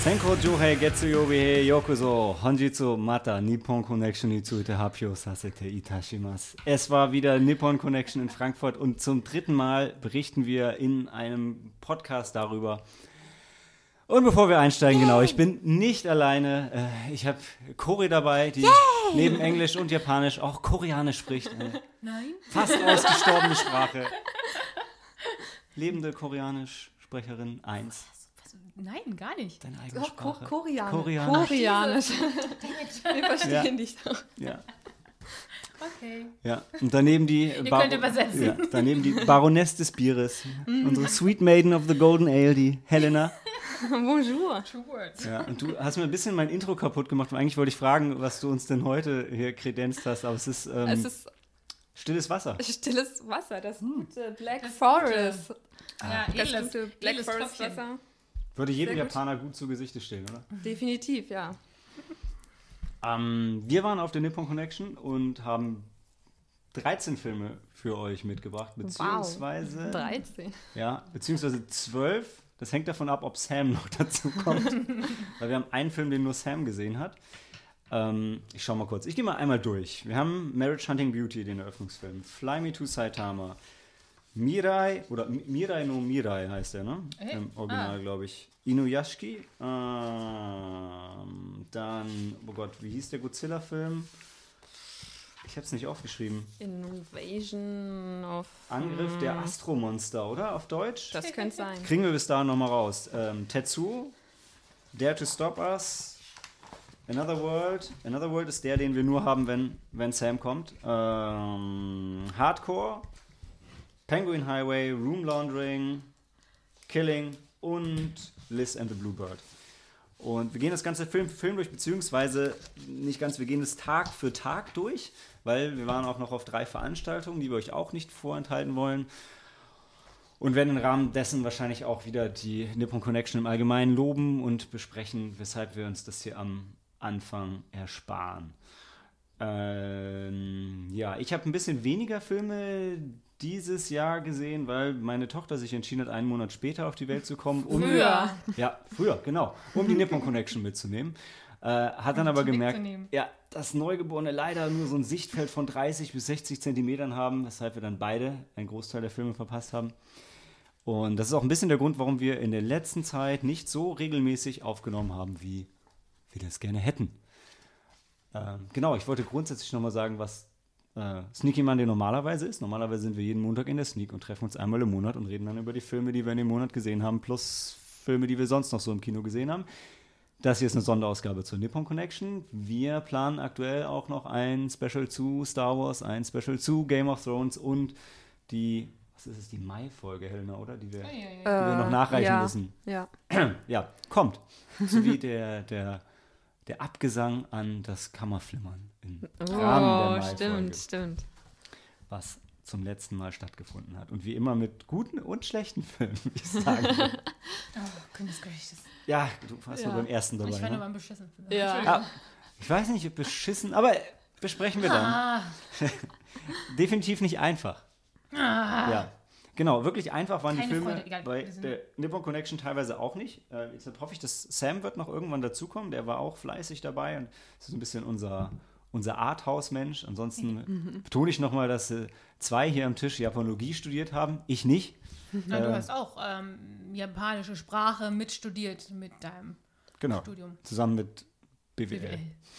Senko Johei Getsuyobi he yokuzo honjitsu mata Nippon Connection ni tsuite happyou sasete itashimasu. Es war wieder Nippon Connection in Frankfurt und zum dritten Mal berichten wir in einem Podcast darüber. Und bevor wir einsteigen, genau, ich bin nicht alleine. Ich habe Cori dabei, die neben Englisch und Japanisch auch Koreanisch spricht. Nein. Fast ausgestorbene Sprache. Lebende Koreanisch-Sprecherin 1. Nein, gar nicht. Deine eigene Sprache. Koreanisch. Wir verstehen dich doch. Ja. Okay. Ja, und daneben die könnt übersetzen. Ja, daneben die Baroness des Bieres, unsere Sweet Maiden of the Golden Ale, die Helena. Bonjour. True words. Ja, und du hast mir ein bisschen mein Intro kaputt gemacht. Und eigentlich wollte ich fragen, was du uns denn heute hier kredenzt hast, aber es ist stilles Wasser. Stilles Wasser, das gute Black Forest. Ja, Das edles, gute Black edles Forest Tröpfchen. Wasser. Würde jedem Sehr gut. Japaner gut zu Gesichte stehen, oder? Definitiv, ja. Wir waren auf der Nippon Connection und haben 13 Filme für euch mitgebracht, beziehungsweise 13. Ja, beziehungsweise 12. Das hängt davon ab, ob Sam noch dazu kommt. Weil wir haben einen Film, den nur Sam gesehen hat. Ich schau mal kurz. Ich gehe mal einmal durch. Wir haben Marriage Hunting Beauty, den Eröffnungsfilm. Fly Me to Saitama. Mirai, oder Mirai no Mirai heißt der, ne? Im Original, glaube ich. Inuyashiki. Dann, oh Gott, wie hieß der Godzilla-Film? Ich habe es nicht aufgeschrieben. Invasion of... Angriff der Astromonster, oder? Auf Deutsch? Das könnte sein. Kriegen wir bis dahin nochmal raus. Tetsuo, Dare to Stop Us, Another World. Another World ist der, den wir nur haben, wenn Sam kommt. Hardcore, Penguin Highway, Room Laundering, Killing und Liz and the Bluebird. Und wir gehen das ganze Film für Film durch, beziehungsweise nicht ganz, wir gehen es Tag für Tag durch, weil wir waren auch noch auf 3 Veranstaltungen, die wir euch auch nicht vorenthalten wollen. Und werden im Rahmen dessen wahrscheinlich auch wieder die Nippon Connection im Allgemeinen loben und besprechen, weshalb wir uns das hier am Anfang ersparen. Ja, ich habe ein bisschen weniger Filme dieses Jahr gesehen, weil meine Tochter sich entschieden hat, einen Monat später auf die Welt zu kommen. Früher. Ja, früher, genau. Um die Nippon Connection mitzunehmen. Hat dann aber gemerkt, ja, dass Neugeborene leider nur so ein Sichtfeld von 30 bis 60 Zentimetern haben, weshalb wir dann beide einen Großteil der Filme verpasst haben. Und das ist auch ein bisschen der Grund, warum wir in der letzten Zeit nicht so regelmäßig aufgenommen haben, wie wir das gerne hätten. Genau, ich wollte grundsätzlich nochmal sagen, was Sneaky Monday normalerweise ist. Normalerweise sind wir jeden Montag in der Sneak und treffen uns einmal im Monat und reden dann über die Filme, die wir in dem Monat gesehen haben, plus Filme, die wir sonst noch so im Kino gesehen haben. Das hier ist eine Sonderausgabe zur Nippon Connection. Wir planen aktuell auch noch ein Special zu Star Wars, ein Special zu Game of Thrones und die, was ist es, die Mai-Folge, Helena, oder? Die wir noch nachreichen müssen. Ja. Ja, kommt. Sowie der Abgesang an das Kammerflimmern im Rahmen der Mai-Folge. Stimmt. Was zum letzten Mal stattgefunden hat. Und wie immer mit guten und schlechten Filmen, wie ich sagen würde. Oh, Königsgerichtes. Ja, du warst nur beim ersten dabei. Ich war nur Ne? beim beschissen. Ja. Ich weiß nicht, ob beschissen, aber besprechen wir dann. Definitiv nicht einfach. Ja, genau, wirklich einfach waren Keine die Filme Freude, egal, bei wir sind- der Nippon Connection teilweise auch nicht. Jetzt hoffe ich, dass Sam wird noch irgendwann dazukommen. Der war auch fleißig dabei und ist so ein bisschen unser Arthouse-Mensch. Ansonsten betone ich nochmal, dass 2 hier am Tisch Japanologie studiert haben. Ich nicht. Na, du hast auch japanische Sprache mitstudiert mit deinem Genau, Studium. zusammen mit BWL.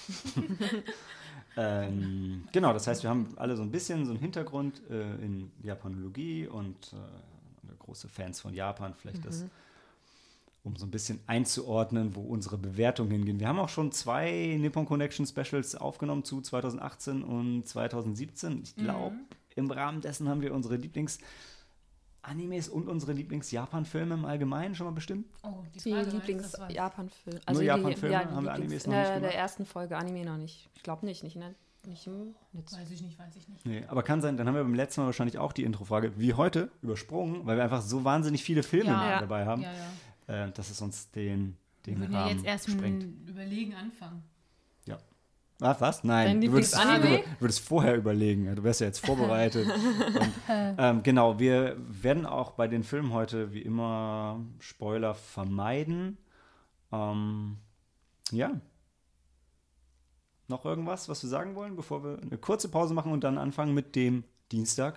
Genau, das heißt, wir haben alle so ein bisschen so einen Hintergrund in Japanologie und große Fans von Japan, vielleicht das, um so ein bisschen einzuordnen, wo unsere Bewertungen hingehen. Wir haben auch schon 2 Nippon Connection Specials aufgenommen zu 2018 und 2017. Ich glaube, im Rahmen dessen haben wir unsere Lieblings-Animes und unsere Lieblings-Japan-Filme im Allgemeinen schon mal bestimmt. Oh, Die Frage, das war- Lieblings-Japan-Filme. Nur Japan-Filme haben wir Animes noch nicht der gemacht? ersten Folge Anime noch nicht. Ich glaube nicht im Netz. Weiß ich nicht. Nee, aber kann sein, dann haben wir beim letzten Mal wahrscheinlich auch die Introfrage wie heute übersprungen, weil wir einfach so wahnsinnig viele Filme Ja. dabei haben, Ja. dass es uns den Wir würden Rahmen ja jetzt erst sprengt. mit Überlegen anfangen. Ja. Was? Nein, Dein du würdest Lieblingsanime? vorher überlegen. Ja, du wärst ja jetzt vorbereitet. Und, genau, wir werden auch bei den Filmen heute wie immer Spoiler vermeiden. Ja. Noch irgendwas, was wir sagen wollen, bevor wir eine kurze Pause machen und dann anfangen mit dem Dienstag?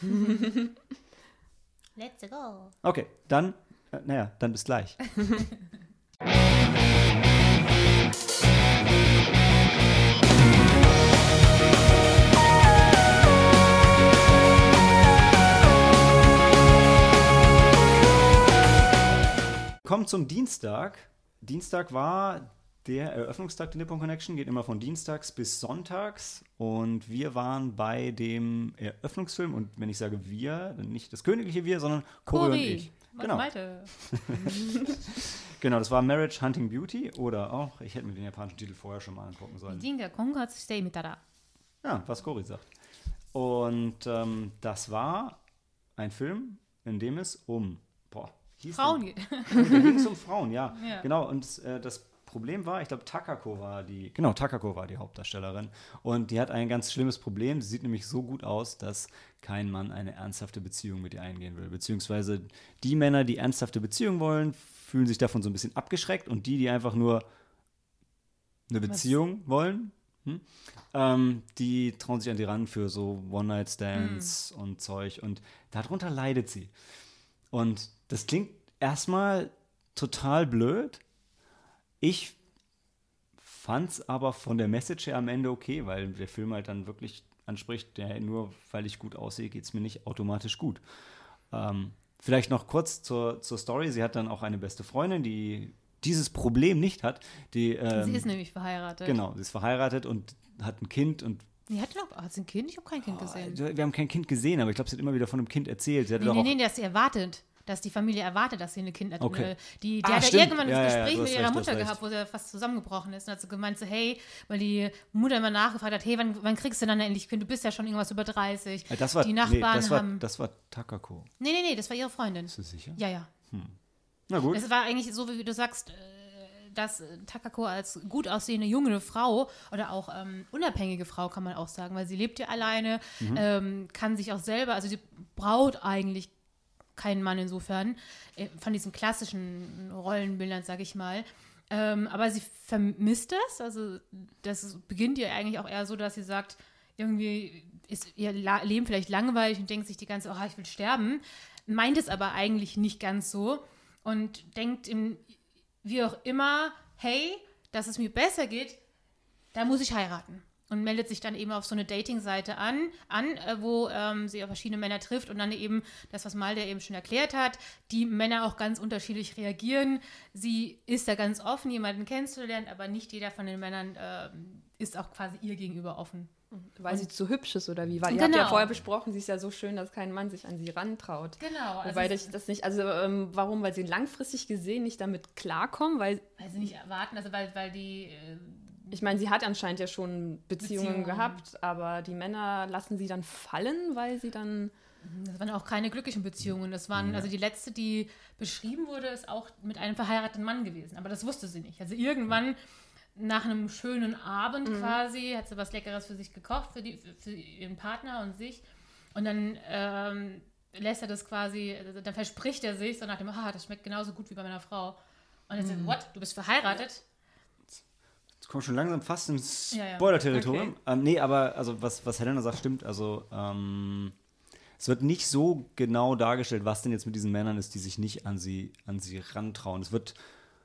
Let's go. Okay, dann bis gleich. Kommen zum Dienstag. Dienstag war der Eröffnungstag der Nippon Connection, geht immer von dienstags bis sonntags. Und wir waren bei dem Eröffnungsfilm. Und wenn ich sage wir, dann nicht das königliche Wir, sondern Cory und ich. Genau. Genau, das war Marriage Hunting Beauty. Oder auch, ich hätte mir den japanischen Titel vorher schon mal angucken sollen. Ja, was Cory sagt. Und das war ein Film, in dem es um Frauen geht. Da ging es um Frauen, ja. Genau, und das Problem war, ich glaube, Takako war die Hauptdarstellerin. Und die hat ein ganz schlimmes Problem. Sie sieht nämlich so gut aus, dass kein Mann eine ernsthafte Beziehung mit ihr eingehen will. Beziehungsweise die Männer, die ernsthafte Beziehungen wollen, fühlen sich davon so ein bisschen abgeschreckt. Und die einfach nur eine Beziehung wollen, die trauen sich an die ran für so One-Night-Stands und Zeug. Und darunter leidet sie. Und das klingt erstmal total blöd. Ich fand es aber von der Message her am Ende okay, weil der Film halt dann wirklich anspricht, nur weil ich gut aussehe, geht es mir nicht automatisch gut. Vielleicht noch kurz zur Story. Sie hat dann auch eine beste Freundin, die dieses Problem nicht hat. Sie ist nämlich verheiratet. Genau, sie ist verheiratet und hat ein Kind und hat sie ein Kind? Ich habe kein Kind gesehen. Wir haben kein Kind gesehen, aber ich glaube, sie hat immer wieder von einem Kind erzählt. Sie dass sie erwartet. Dass die Familie erwartet, dass sie eine Kind hat. Okay. Die hat ja irgendwann ein Gespräch mit ihrer recht, Mutter gehabt, wo sie fast zusammengebrochen ist. Und hat sie gemeint, so, hey, weil die Mutter immer nachgefragt hat, hey, wann kriegst du dann endlich Kind? Du bist ja schon irgendwas über 30. Die Nachbarn das war Takako. Nee, das war ihre Freundin. Bist du sicher? Ja. Na gut. Das war eigentlich so, wie du sagst, dass Takako als gut aussehende junge Frau oder auch unabhängige Frau, kann man auch sagen, weil sie lebt ja alleine, kann sich auch selber, also sie braucht eigentlich keinen Mann insofern, von diesen klassischen Rollenbildern, sag ich mal. Aber sie vermisst das. Also das beginnt ja eigentlich auch eher so, dass sie sagt, irgendwie ist ihr Leben vielleicht langweilig und denkt sich die ganze Zeit, ich will sterben. Meint es aber eigentlich nicht ganz so und denkt wie auch immer, hey, dass es mir besser geht, da muss ich heiraten. Und meldet sich dann eben auf so eine Dating-Seite an, wo sie auf verschiedene Männer trifft und dann eben das, was Malte eben schon erklärt hat, die Männer auch ganz unterschiedlich reagieren. Sie ist da ganz offen, jemanden kennenzulernen, aber nicht jeder von den Männern ist auch quasi ihr gegenüber offen. Weil sie zu hübsch ist oder wie? Weil ihr habt ja vorher besprochen, sie ist ja so schön, dass kein Mann sich an sie rantraut. Genau. Wobei ich das nicht, warum? Weil sie langfristig gesehen nicht damit klarkommen, weil sie nicht erwarten, also weil die ich meine, sie hat anscheinend ja schon Beziehungen gehabt, aber die Männer lassen sie dann fallen, weil sie dann... Das waren auch keine glücklichen Beziehungen. Das waren, also die letzte, die beschrieben wurde, ist auch mit einem verheirateten Mann gewesen. Aber das wusste sie nicht. Also irgendwann nach einem schönen Abend quasi hat sie was Leckeres für sich gekocht, für ihren Partner und sich. Und dann lässt er das quasi, dann verspricht er sich so nach dem, das schmeckt genauso gut wie bei meiner Frau. Und er sagt, what? Du bist verheiratet? Jetzt kommt schon langsam fast ins Spoiler-Territorium. Okay. Aber also was Helena sagt, stimmt. Also es wird nicht so genau dargestellt, was denn jetzt mit diesen Männern ist, die sich nicht an sie rantrauen. Es wird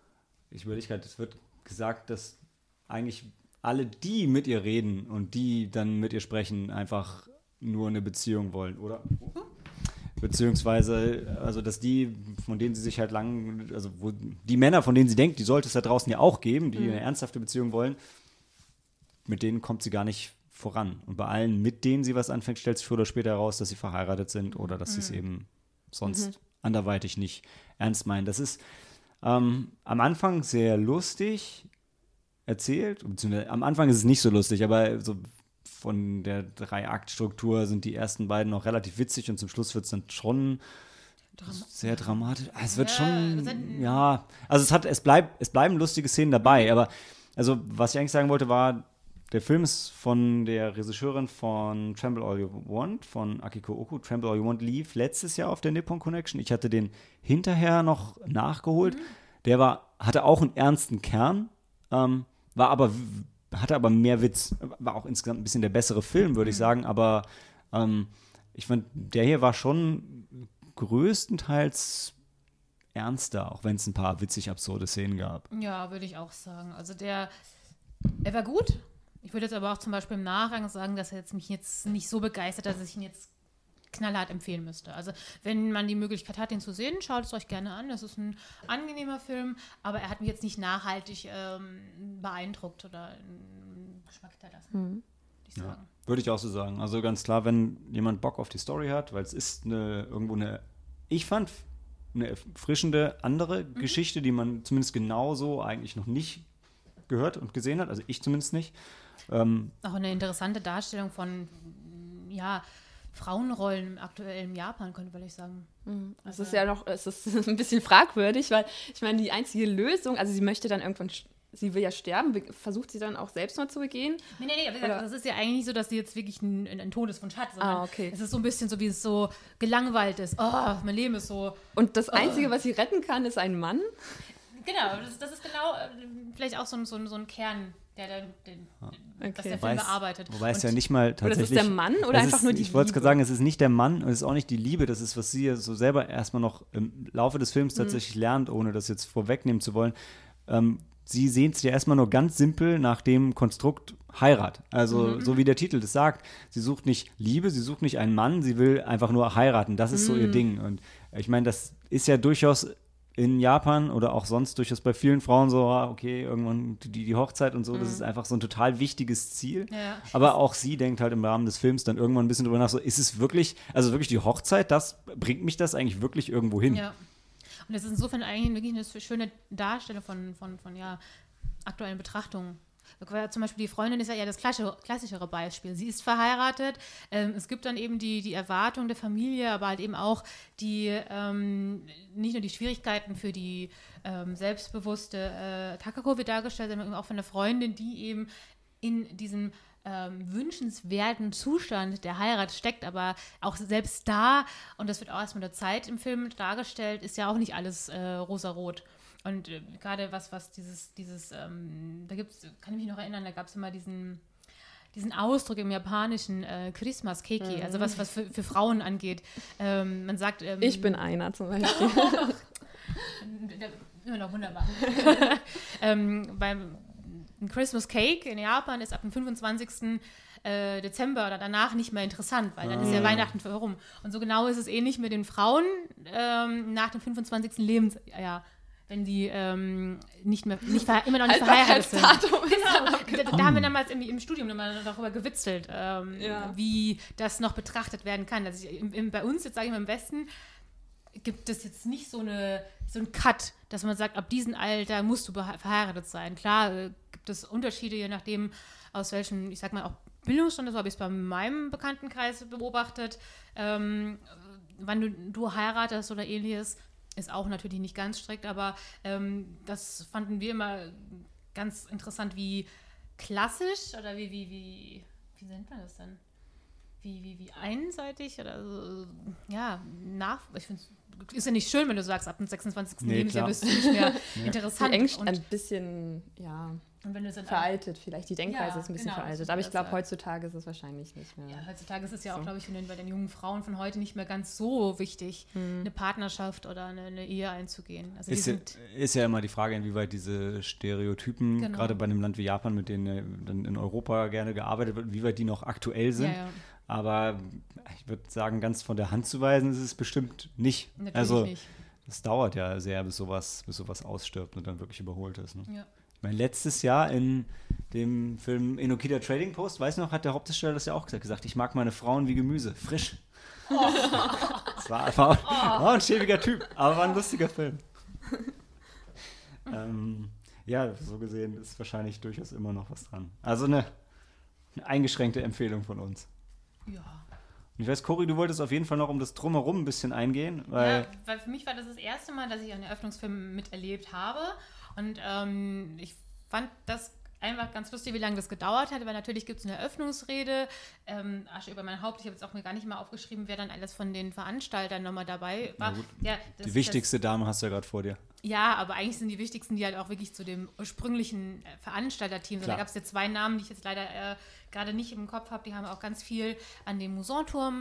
gesagt, dass eigentlich alle, die mit ihr reden und die dann mit ihr sprechen, einfach nur eine Beziehung wollen, oder? Beziehungsweise, also dass die, von denen sie sich halt wo die Männer, von denen sie denkt, die sollte es da draußen ja auch geben, die eine ernsthafte Beziehung wollen, mit denen kommt sie gar nicht voran. Und bei allen, mit denen sie was anfängt, stellt sich früher oder später heraus, dass sie verheiratet sind oder dass sie es eben sonst anderweitig nicht ernst meinen. Das ist am Anfang sehr lustig erzählt, beziehungsweise am Anfang ist es nicht so lustig, aber so von der 3-Akt-Struktur sind die ersten beiden noch relativ witzig und zum Schluss wird es dann schon sehr dramatisch. Es wird es bleiben lustige Szenen dabei, aber also was ich eigentlich sagen wollte war, der Film ist von der Regisseurin von Tremble All You Want, von Akiko Oku. Tremble All You Want lief letztes Jahr auf der Nippon Connection. Ich hatte den hinterher noch nachgeholt. Der war hatte auch einen ernsten Kern, hatte aber mehr Witz. War auch insgesamt ein bisschen der bessere Film, würde ich sagen. Aber ich fand, der hier war schon größtenteils ernster, auch wenn es ein paar witzig absurde Szenen gab. Ja, würde ich auch sagen. Also er war gut. Ich würde jetzt aber auch zum Beispiel im Nachgang sagen, dass er mich jetzt nicht so begeistert, dass ich ihn jetzt knallhart empfehlen müsste. Also wenn man die Möglichkeit hat, ihn zu sehen, schaut es euch gerne an. Das ist ein angenehmer Film, aber er hat mich jetzt nicht nachhaltig beeindruckt oder Geschmack hinterlassen, würde ich sagen. Würde ich auch so sagen. Also ganz klar, wenn jemand Bock auf die Story hat, weil es ist ich fand, eine erfrischende andere Geschichte, die man zumindest genauso eigentlich noch nicht gehört und gesehen hat. Also ich zumindest nicht. Auch eine interessante Darstellung von, Frauenrollen im aktuellen Japan, könnte ich sagen. Es ist ein bisschen fragwürdig, weil ich meine, die einzige Lösung, also sie möchte dann irgendwann, sie will ja sterben, versucht sie dann auch Selbstmord zu begehen? Nee, aber das ist ja eigentlich nicht so, dass sie jetzt wirklich einen Todeswunsch hat, sondern es ist so ein bisschen so, wie es so gelangweilt ist. Oh, mein Leben ist so... Und das Einzige, was sie retten kann, ist ein Mann? Genau, das ist genau vielleicht auch so ein Kern, dass der Film bearbeitet. Wobei es ja nicht mal tatsächlich... Oder ist es der Mann oder einfach nur die Liebe? Ich wollte gerade sagen, es ist nicht der Mann und es ist auch nicht die Liebe, das ist, was sie ja so selber erstmal noch im Laufe des Films tatsächlich lernt, ohne das jetzt vorwegnehmen zu wollen. Sie sehen es ja erstmal nur ganz simpel nach dem Konstrukt Heirat. Also so wie der Titel das sagt, sie sucht nicht Liebe, sie sucht nicht einen Mann, sie will einfach nur heiraten. Das ist so ihr Ding. Und ich meine, das ist ja durchaus in Japan oder auch sonst durchaus bei vielen Frauen so, okay, irgendwann die Hochzeit und so, das ist einfach so ein total wichtiges Ziel. Ja. Aber auch sie denkt halt im Rahmen des Films dann irgendwann ein bisschen drüber nach, so ist es wirklich, also wirklich die Hochzeit, bringt mich das eigentlich wirklich irgendwo hin? Ja. Und das ist insofern eigentlich wirklich eine schöne Darstellung von aktuellen Betrachtungen. Zum Beispiel die Freundin ist ja eher das klassischere Beispiel. Sie ist verheiratet. Es gibt dann eben die Erwartung der Familie, aber halt eben auch nicht nur die Schwierigkeiten für die selbstbewusste Takako wird dargestellt, sondern auch von der Freundin, die eben in diesem wünschenswerten Zustand der Heirat steckt, aber auch selbst da, und das wird auch erst mit der Zeit im Film dargestellt, ist ja auch nicht alles rosarot. Und gerade was da gibt's, kann ich mich noch erinnern, da gab es immer diesen Ausdruck im Japanischen, Christmas Keiki, also was für Frauen angeht. Man sagt... ich bin einer zum Beispiel. Immer noch wunderbar. Beim Christmas Cake in Japan ist ab dem 25. Dezember oder danach nicht mehr interessant, weil dann ist ja Weihnachten herum. Und so genau ist es ähnlich mit den Frauen nach dem 25. Lebensjahr, wenn die immer noch nicht verheiratet sind. Genau. Da haben wir damals im Studium nochmal darüber gewitzelt, wie das noch betrachtet werden kann. Also bei uns, jetzt sage ich mal im Westen, gibt es jetzt nicht so einen Cut, dass man sagt, ab diesem Alter musst du verheiratet sein. Klar gibt es Unterschiede, je nachdem, aus welchem, ich sag mal, auch Bildungsstand, so habe ich es bei meinem Bekanntenkreis beobachtet. Wann du heiratest oder ähnliches, ist auch natürlich nicht ganz strikt, aber das fanden wir immer ganz interessant, wie klassisch oder wie nennt man das denn? Wie einseitig oder so, ich finde es ist ja nicht schön, wenn du sagst, ab dem 26. Lebensjahr bist du nicht mehr interessant. Ein bisschen, und wenn veraltet vielleicht. Die Denkweise ist ein bisschen veraltet. Aber ich glaube, heutzutage ist es wahrscheinlich nicht mehr. Ja, heutzutage ist es ja auch, glaube ich, bei den jungen Frauen von heute nicht mehr ganz so wichtig, eine Partnerschaft oder eine Ehe einzugehen. Also ist ja immer die Frage, inwieweit diese Stereotypen, gerade bei einem Land wie Japan, mit denen dann in Europa gerne gearbeitet wird, inwieweit die noch aktuell sind. Ja. Aber ich würde sagen, ganz von der Hand zu weisen ist es bestimmt nicht. Natürlich nicht. Es dauert ja sehr, bis sowas ausstirbt und dann wirklich überholt ist. Ne? Ja. Ich meine, letztes Jahr in dem Film Enokida Trading Post, weiß noch, hat der Hauptdarsteller das ja auch gesagt, ich mag meine Frauen wie Gemüse, frisch. Das war einfach ein schäbiger Typ, aber war ein lustiger Film. So gesehen ist wahrscheinlich durchaus immer noch was dran. Also eine eingeschränkte Empfehlung von uns. Ja. Und ich weiß, Cori, du wolltest auf jeden Fall noch um das Drumherum ein bisschen eingehen. Weil für mich war das erste Mal, dass ich einen Eröffnungsfilm miterlebt habe. Und ich fand das einfach ganz lustig, wie lange das gedauert hat, weil natürlich gibt es eine Eröffnungsrede, Asche über mein Haupt, ich habe jetzt auch mir gar nicht mal aufgeschrieben, wer dann alles von den Veranstaltern nochmal dabei war. Ja, die wichtigste Dame hast du ja gerade vor dir. Ja, aber eigentlich sind die wichtigsten, die halt auch wirklich zu dem ursprünglichen Veranstalterteam sind. Da gab es ja 2 Namen, die ich jetzt leider gerade nicht im Kopf habe, die haben auch ganz viel an dem Musanturm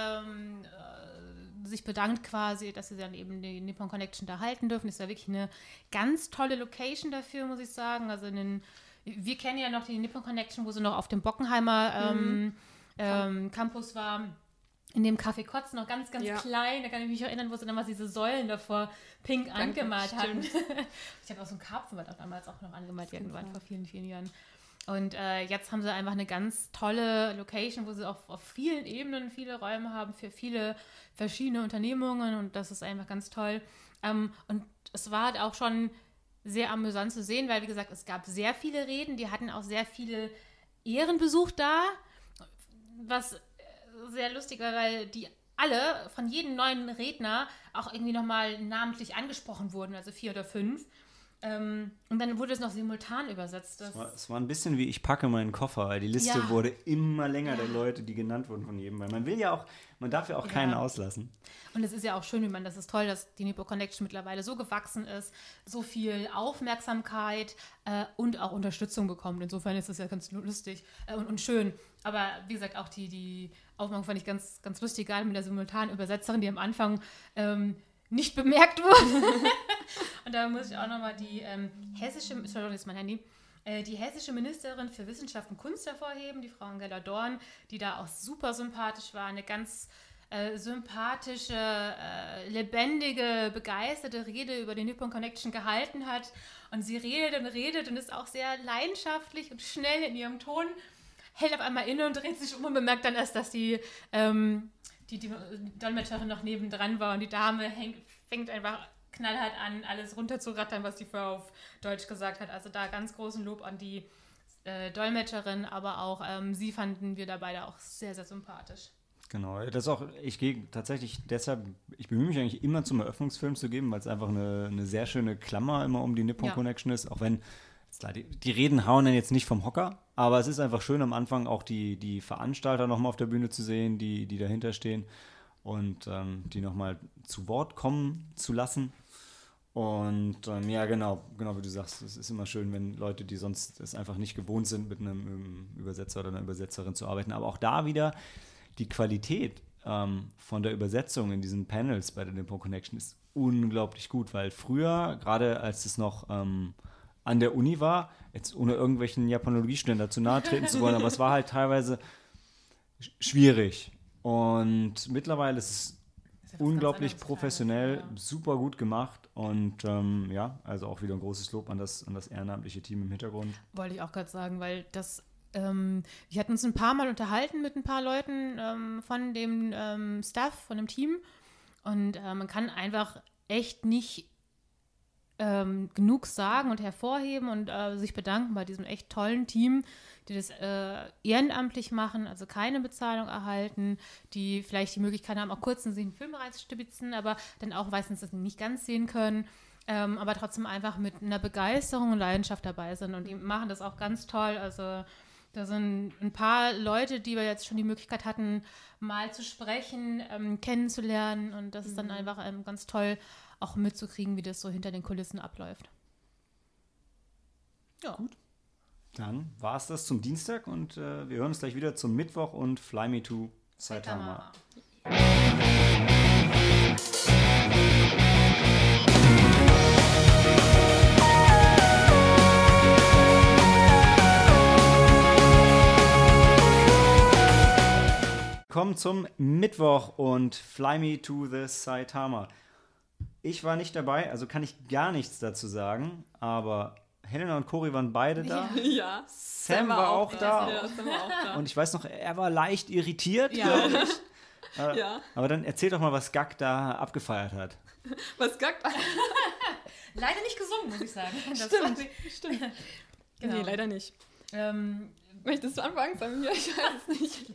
sich bedankt quasi, dass sie dann eben die Nippon Connection da halten dürfen. Das ist ja wirklich eine ganz tolle Location dafür, muss ich sagen. Also wir kennen ja noch die Nippon Connection, wo sie noch auf dem Bockenheimer Campus war. In dem Café Kotz noch ganz, ganz klein. Da kann ich mich erinnern, wo sie dann mal diese Säulen davor pink angemalt hatten. Ich habe auch so einen Karpfenwald auch damals auch noch angemalt, irgendwann vor vielen, vielen Jahren. Und jetzt haben sie einfach eine ganz tolle Location, wo sie auf vielen Ebenen viele Räume haben für viele verschiedene Unternehmungen und das ist einfach ganz toll. Und es war halt auch schon sehr amüsant zu sehen, weil, wie gesagt, es gab sehr viele Reden, die hatten auch sehr viele Ehrenbesuch da, was sehr lustig war, weil die alle von jedem neuen Redner auch irgendwie nochmal namentlich angesprochen wurden, also 4 oder 5. Und dann wurde es noch simultan übersetzt. Es war ein bisschen wie ich packe meinen Koffer, weil die Liste wurde immer länger der Leute, die genannt wurden von jedem, weil man darf ja auch keinen auslassen. Und es ist ja auch schön, das ist toll, dass die Nippon Connection mittlerweile so gewachsen ist, so viel Aufmerksamkeit und auch Unterstützung bekommt. Insofern ist es ja ganz lustig und schön. Aber wie gesagt, auch die Aufmachung fand ich ganz, ganz lustig, gerade mit der simultanen Übersetzerin, die am Anfang nicht bemerkt wurde. Und da muss ich auch nochmal die die hessische Ministerin für Wissenschaft und Kunst hervorheben, die Frau Angela Dorn, die da auch super sympathisch war, eine ganz sympathische, lebendige, begeisterte Rede über die Nippon Connection gehalten hat. Und sie redet und ist auch sehr leidenschaftlich und schnell in ihrem Ton, hält auf einmal inne und dreht sich um und bemerkt dann erst, dass die Dolmetscherin noch nebendran war und die Dame fängt einfach knallhart an, alles runterzurattern, was die Frau auf Deutsch gesagt hat. Also da ganz großen Lob an die Dolmetscherin, aber auch sie fanden wir da beide auch sehr, sehr sympathisch. Genau, ich gehe tatsächlich deshalb, ich bemühe mich eigentlich immer zum Eröffnungsfilm zu geben, weil es einfach eine sehr schöne Klammer immer um die Nippon Connection ist, auch wenn die Reden hauen dann jetzt nicht vom Hocker, aber es ist einfach schön am Anfang auch die Veranstalter nochmal auf der Bühne zu sehen, die dahinter stehen und die nochmal zu Wort kommen zu lassen. Und genau wie du sagst, es ist immer schön, wenn Leute, die sonst es einfach nicht gewohnt sind, mit einem Übersetzer oder einer Übersetzerin zu arbeiten. Aber auch da wieder die Qualität von der Übersetzung in diesen Panels bei der Nippon Connection ist unglaublich gut, weil früher, gerade als es noch an der Uni war, jetzt ohne irgendwelchen Japanologiestudenten dazu nahe treten zu wollen, aber es war halt teilweise schwierig. Und mittlerweile ist es unglaublich professionell, super gut gemacht und also auch wieder ein großes Lob an das ehrenamtliche Team im Hintergrund. Wollte ich auch gerade sagen, weil das wir hatten uns ein paar Mal unterhalten mit ein paar Leuten von dem Staff, von dem Team und man kann einfach echt nicht genug sagen und hervorheben und sich bedanken bei diesem echt tollen Team, die das ehrenamtlich machen, also keine Bezahlung erhalten, die vielleicht die Möglichkeit haben, auch kurz in sich einen Film reinzustibitzen, aber dann auch meistens das nicht ganz sehen können, aber trotzdem einfach mit einer Begeisterung und Leidenschaft dabei sind und die machen das auch ganz toll, also da sind ein paar Leute, die wir jetzt schon die Möglichkeit hatten, mal zu sprechen, kennenzulernen und das ist dann einfach ganz toll, auch mitzukriegen, wie das so hinter den Kulissen abläuft. Ja. Gut. Dann war es das zum Dienstag und wir hören uns gleich wieder zum Mittwoch und Fly Me to Saitama. Kommen zum Mittwoch und Fly Me to the Saitama. Ich war nicht dabei, also kann ich gar nichts dazu sagen, aber Helena und Cory waren beide da. Ja. Sam war auch da. Ja, Sam war auch da. Und ich weiß noch, er war leicht irritiert, glaube ich. Ja. Aber dann erzähl doch mal, was Gag da abgefeiert hat. Was Gag? Leider nicht gesungen, muss ich sagen. Stimmt. Genau. Nee, leider nicht. Möchtest du anfangen, Samir? Ich weiß es nicht.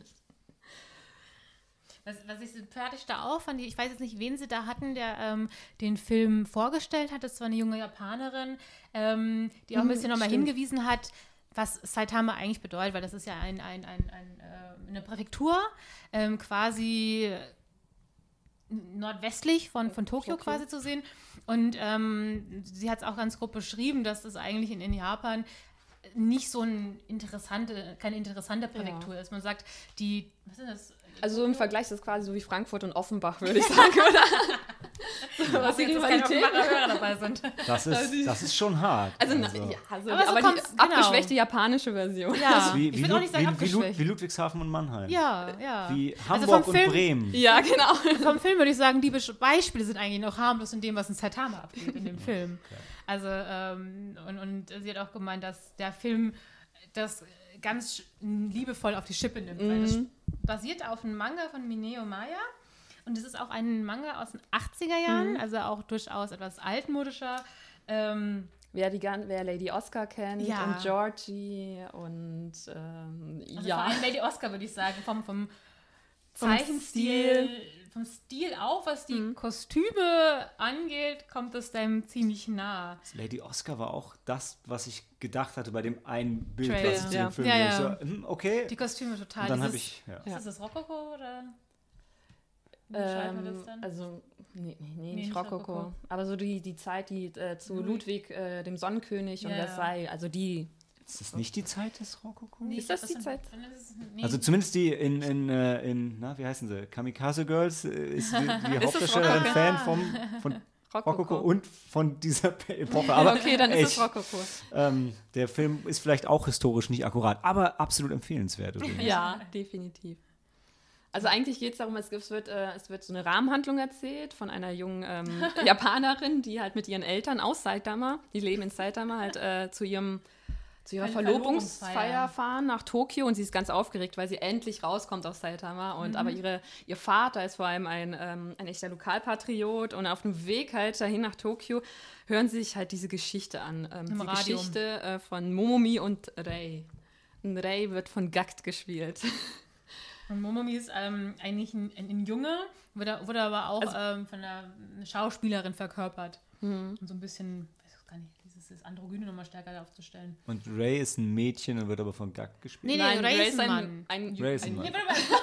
Was ich sympathisch da auch fand, ich weiß jetzt nicht, wen sie da hatten, der den Film vorgestellt hat. Das war eine junge Japanerin, die auch ein bisschen nochmal hingewiesen hat, was Saitama eigentlich bedeutet, weil das ist ja eine Präfektur, quasi nordwestlich von Tokio quasi zu sehen. Und sie hat es auch ganz grob beschrieben, dass das eigentlich in Japan nicht so keine interessante Präfektur ist. Man sagt, was ist das? Also so im Vergleich ist das quasi so wie Frankfurt und Offenbach, würde ich sagen, oder? Was die Rivalität dabei sind. Das ist schon hart. Aber die abgeschwächte japanische Version. Ja, wie, ich will auch nicht sagen abgeschwächt. Wie Ludwigshafen und Mannheim. Ja. Wie Hamburg und Bremen. Ja, genau. Vom Film würde ich sagen, die Beispiele sind eigentlich noch harmlos in dem, was in Saitama abgeht, in dem Film. Okay. Also, und sie hat auch gemeint, dass der Film das ganz liebevoll auf die Schippe nimmt, weil das basiert auf einem Manga von Mineo Maya und es ist auch ein Manga aus den 80er Jahren, also auch durchaus etwas altmodischer. Wer Lady Oscar kennt und Georgie und vor allem Lady Oscar, würde ich sagen, vom Zeichenstil, vom Stil auch, was die Kostüme angeht, kommt es dem ziemlich nah. Lady Oscar war auch das, was ich gedacht hatte bei dem einen Bild, Trailer. was ich zu dem Film so, okay. Die Kostüme total. Und dann habe ich, Ist das Rokoko oder? Also, nee, nicht Rokoko. Aber so die Zeit, die zu Ludwig, dem Sonnenkönig und Versailles, also die. Ist das nicht die Zeit des Rokoko? Nee, ist das die Zeit? Also zumindest die wie heißen sie? Kamikaze Girls ist die Hauptdarstellerin Fan von Rokoko und von dieser Epoche. Aber okay, dann ist es Rokoko. Der Film ist vielleicht auch historisch nicht akkurat, aber absolut empfehlenswert. Ja, definitiv. Also eigentlich geht es darum, es wird so eine Rahmenhandlung erzählt von einer jungen Japanerin, die halt mit ihren Eltern aus Saitama, die leben in Saitama, halt zu ihrer Verlobungsfeier fahren nach Tokio und sie ist ganz aufgeregt, weil sie endlich rauskommt aus Saitama. Aber ihr Vater ist vor allem ein echter Lokalpatriot und auf dem Weg halt dahin nach Tokio hören sie sich halt diese Geschichte an. Die Geschichte von Momomi und Rei. Und Rei wird von Gakt gespielt. Und Momomi ist eigentlich ein Junge, wurde aber auch von einer Schauspielerin verkörpert. Und so ein bisschen, weiß ich gar nicht, dieses Androgyne nochmal stärker aufzustellen. Und Rei ist ein Mädchen und wird aber von Gakt gespielt? Nee, Rei ist ein Mann. Ray ist ein Mann.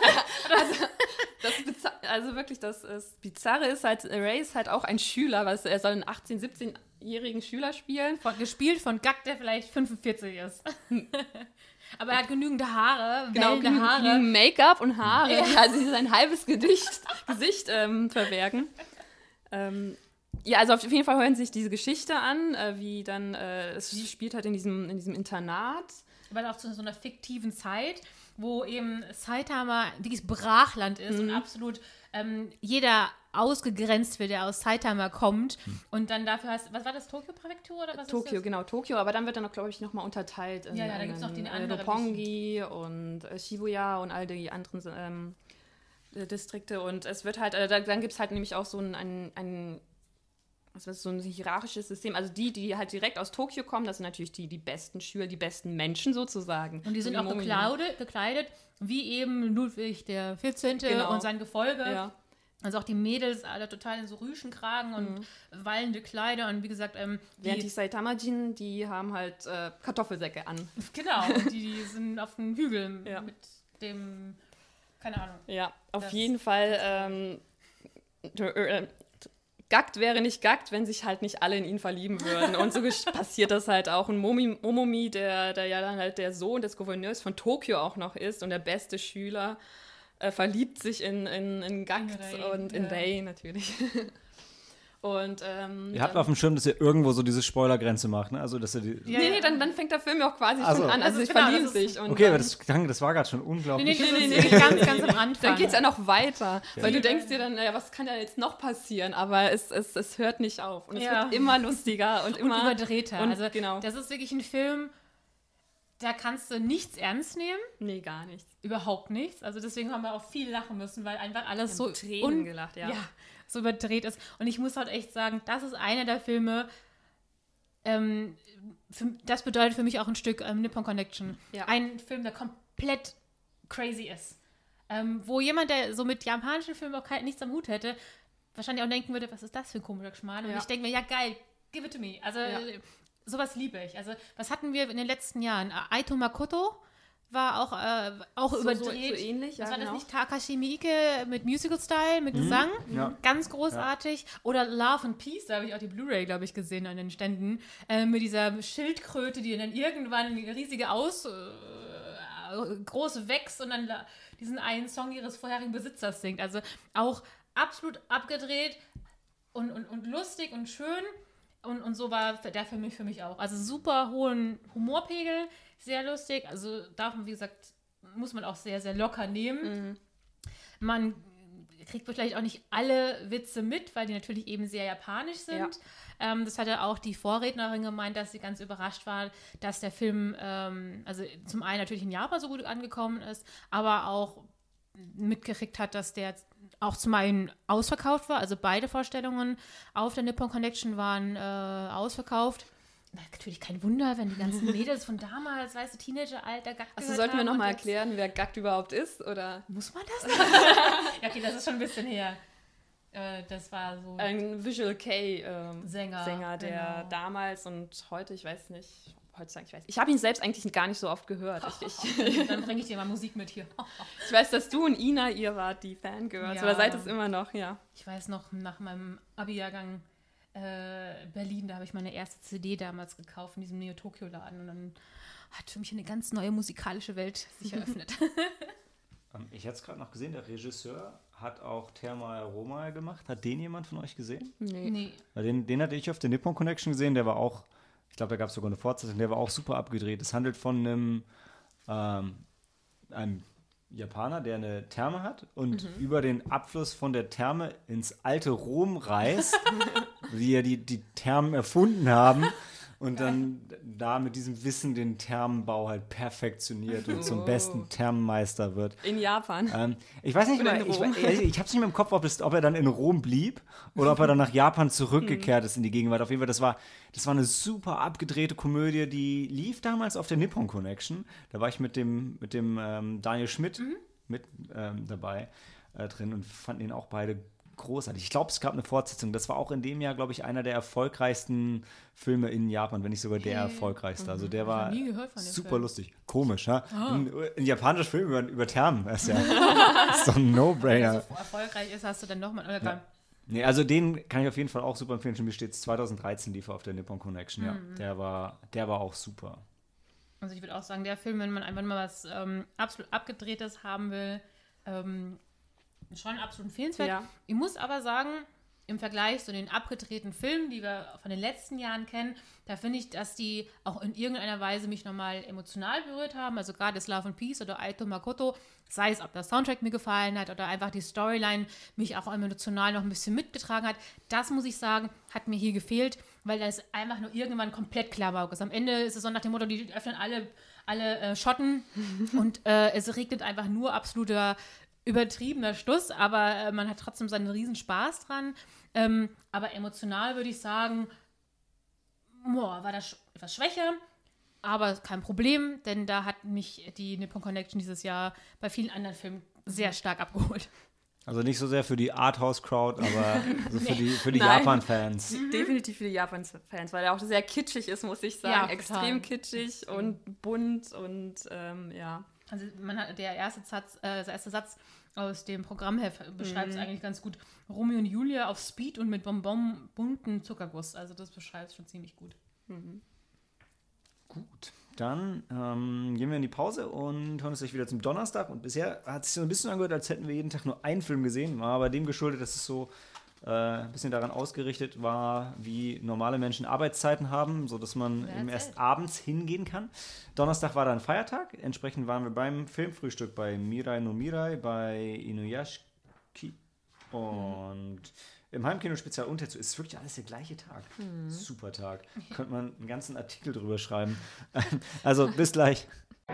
Also wirklich, das Bizarre ist halt, Rei ist halt auch ein Schüler, weil er soll einen 18-, 17-jährigen Schüler spielen. Gespielt von Gakt, der vielleicht 45 ist. Aber er hat genügend Haare, genügend Make-up und Haare, die also sein halbes Gesicht verbergen. Also auf jeden Fall hören sich diese Geschichte an, wie dann, es spielt halt in diesem Internat. Aber auch zu so einer fiktiven Zeit, wo eben Saitama wirklich Brachland ist und absolut jeder ausgegrenzt wird, der aus Saitama kommt. Und dann dafür heißt, was war das, Tokio-Präfektur oder was Tokio, genau, Tokio. Aber dann wird dann noch, glaube ich, nochmal unterteilt in da gibt es noch die andere Roppongi und Shibuya und all die anderen Distrikte. Und es wird halt, dann gibt es halt nämlich auch so ein hierarchisches System. Also die halt direkt aus Tokio kommen, das sind natürlich die besten Schüler, die besten Menschen sozusagen. Und die sind auch gekleidet, wie eben Ludwig der 14. und sein Gefolge. Ja. Also auch die Mädels alle total in so Rüschenkragen und wallende Kleider und wie gesagt... Während die Saitamajin, die haben halt Kartoffelsäcke an. Genau, und die sind auf dem Hügel mit dem... Keine Ahnung. Ja, auf jeden Fall... Gakt wäre nicht Gakt, wenn sich halt nicht alle in ihn verlieben würden. Und so passiert das halt auch. Und Momomi, der ja dann halt der Sohn des Gouverneurs von Tokio auch noch ist und der beste Schüler, verliebt sich in Gakt und in Rei natürlich. Und, ihr habt auf dem Schirm, dass ihr irgendwo so diese Spoilergrenze macht, ne? Also, dass ihr die Nee, dann fängt der Film ja auch quasi schon an. Also sie verlieben sich. Und okay, aber das war gerade schon unglaublich. Nee, ganz am Anfang. Dann geht es ja noch weiter. Ja. Weil du denkst dir dann, naja, was kann da jetzt noch passieren? Aber es hört nicht auf. Und es wird immer lustiger und immer überdrehter. Und also das ist wirklich ein Film, da kannst du nichts ernst nehmen. Nee, gar nichts. Überhaupt nichts. Also deswegen haben wir auch viel lachen müssen, weil einfach alles so Tränen gelacht, ja, so überdreht ist. Und ich muss halt echt sagen, das ist einer der Filme, das bedeutet für mich auch ein Stück Nippon Connection. Ja. Ein Film, der komplett crazy ist. Wo jemand, der so mit japanischen Filmen auch nichts am Hut hätte, wahrscheinlich auch denken würde, was ist das für ein komischer Schmarrn? Und ich denke mir, ja geil, give it to me. Also sowas liebe ich. Also, was hatten wir in den letzten Jahren? Aito Makoto war auch überdreht. So ähnlich, das ja, war genau. das nicht Takashi Miike mit Musical-Style, mit Gesang? Ja. Ganz großartig. Ja. Oder Love and Peace, da habe ich auch die Blu-ray, glaube ich, gesehen an den Ständen. Mit dieser Schildkröte, die dann irgendwann eine riesige groß wächst und dann diesen einen Song ihres vorherigen Besitzers singt. Also auch absolut abgedreht und lustig und schön. Und so war der für mich auch. Also super hohen Humorpegel, sehr lustig. Also davon, wie gesagt, muss man auch sehr, sehr locker nehmen. Man kriegt vielleicht auch nicht alle Witze mit, weil die natürlich eben sehr japanisch sind. Ja. Das hatte auch die Vorrednerin gemeint, dass sie ganz überrascht war, dass der Film, also zum einen natürlich in Japan so gut angekommen ist, aber auch mitgekriegt hat, dass der auch zum einen ausverkauft war. Also beide Vorstellungen auf der Nippon Connection waren ausverkauft. Natürlich kein Wunder, wenn die ganzen Mädels von damals, weißt du, Teenageralter Gag Also sollten wir nochmal erklären, wer Gackt überhaupt ist, oder? Muss man das? Ja, okay, das ist schon ein bisschen her. Das war so... Ein Visual Sänger, der damals und heute, ich weiß nicht, ich habe ihn selbst eigentlich gar nicht so oft gehört. Dann bringe ich dir mal Musik mit hier. Ich weiß, dass du und Ina, ihr wart die Fangirls, oder seid es immer noch, ja. Ich weiß noch, nach meinem Abi-Jahrgang Berlin, da habe ich meine erste CD damals gekauft in diesem Neo-Tokyo-Laden und dann hat für mich eine ganz neue musikalische Welt sich eröffnet. Ich hatte es gerade noch gesehen, der Regisseur hat auch Thermal Roma gemacht. Hat den jemand von euch gesehen? Nee. Den hatte ich auf der Nippon Connection gesehen, der war auch, ich glaube, da gab es sogar eine Fortsetzung, der war auch super abgedreht. Es handelt von einem Japaner, der eine Therme hat und über den Abfluss von der Therme ins alte Rom reist, die ja die Thermen erfunden haben und dann da mit diesem Wissen den Thermenbau halt perfektioniert und zum besten Thermenmeister wird. In Japan. Ich weiß nicht mehr, ich habe es nicht mehr im Kopf, ob er dann in Rom blieb oder ob er dann nach Japan zurückgekehrt ist in die Gegenwart. Auf jeden Fall, das war eine super abgedrehte Komödie, die lief damals auf der Nippon Connection. Da war ich mit dem Daniel Schmidt mit dabei drin und fanden ihn auch beide großartig. Ich glaube, es gab eine Fortsetzung. Das war auch in dem Jahr, glaube ich, einer der erfolgreichsten Filme in Japan, wenn nicht sogar der erfolgreichste. Also der war super lustig. Komisch, ja? Ein japanischer Film über Thermen. Das ist doch ein No-Brainer. Wenn er so erfolgreich ist, hast du dann nochmal... Ja. Nee, also den kann ich auf jeden Fall auch super empfehlen. Schon mir steht 2013 lief er auf der Nippon Connection. Ja, der war auch super. Also ich würde auch sagen, der Film, wenn man einfach mal was absolut Abgedrehtes haben will, schon absolut empfehlenswert. Ja. Ich muss aber sagen, im Vergleich zu den abgedrehten Filmen, die wir von den letzten Jahren kennen, da finde ich, dass die auch in irgendeiner Weise mich nochmal emotional berührt haben. Also gerade das Love and Peace oder Aito Makoto, sei es, ob der Soundtrack mir gefallen hat oder einfach die Storyline mich auch emotional noch ein bisschen mitgetragen hat. Das, muss ich sagen, hat mir hier gefehlt, weil das einfach nur irgendwann komplett Klamauk ist. Am Ende ist es so nach dem Motto, die öffnen alle Schotten und es regnet einfach nur absoluter übertriebener Schluss, aber man hat trotzdem seinen riesen Spaß dran. Aber emotional würde ich sagen, war das etwas schwächer, aber kein Problem, denn da hat mich die Nippon Connection dieses Jahr bei vielen anderen Filmen sehr stark abgeholt. Also nicht so sehr für die Arthouse-Crowd, aber so für die Japan-Fans. Definitiv für die Japan-Fans, weil er auch sehr kitschig ist, muss ich sagen. Ja, extrem kitschig und bunt und ja. Also der erste Satz aus dem Programmheft beschreibt es eigentlich ganz gut. Romeo und Julia auf Speed und mit bunten Zuckerguss. Also das beschreibt es schon ziemlich gut. Gut, dann gehen wir in die Pause und hören uns gleich wieder zum Donnerstag. Und bisher hat es sich so ein bisschen angehört, als hätten wir jeden Tag nur einen Film gesehen. War aber dem geschuldet, dass es so ein bisschen daran ausgerichtet war, wie normale Menschen Arbeitszeiten haben, sodass man eben erst abends hingehen kann. Donnerstag war dann Feiertag, entsprechend waren wir beim Filmfrühstück bei Mirai no Mirai, bei Inuyashiki und im Heimkino-Spezial Untetsu. Ist wirklich alles der gleiche Tag. Super Tag. Könnte man einen ganzen Artikel drüber schreiben. Also, bis gleich.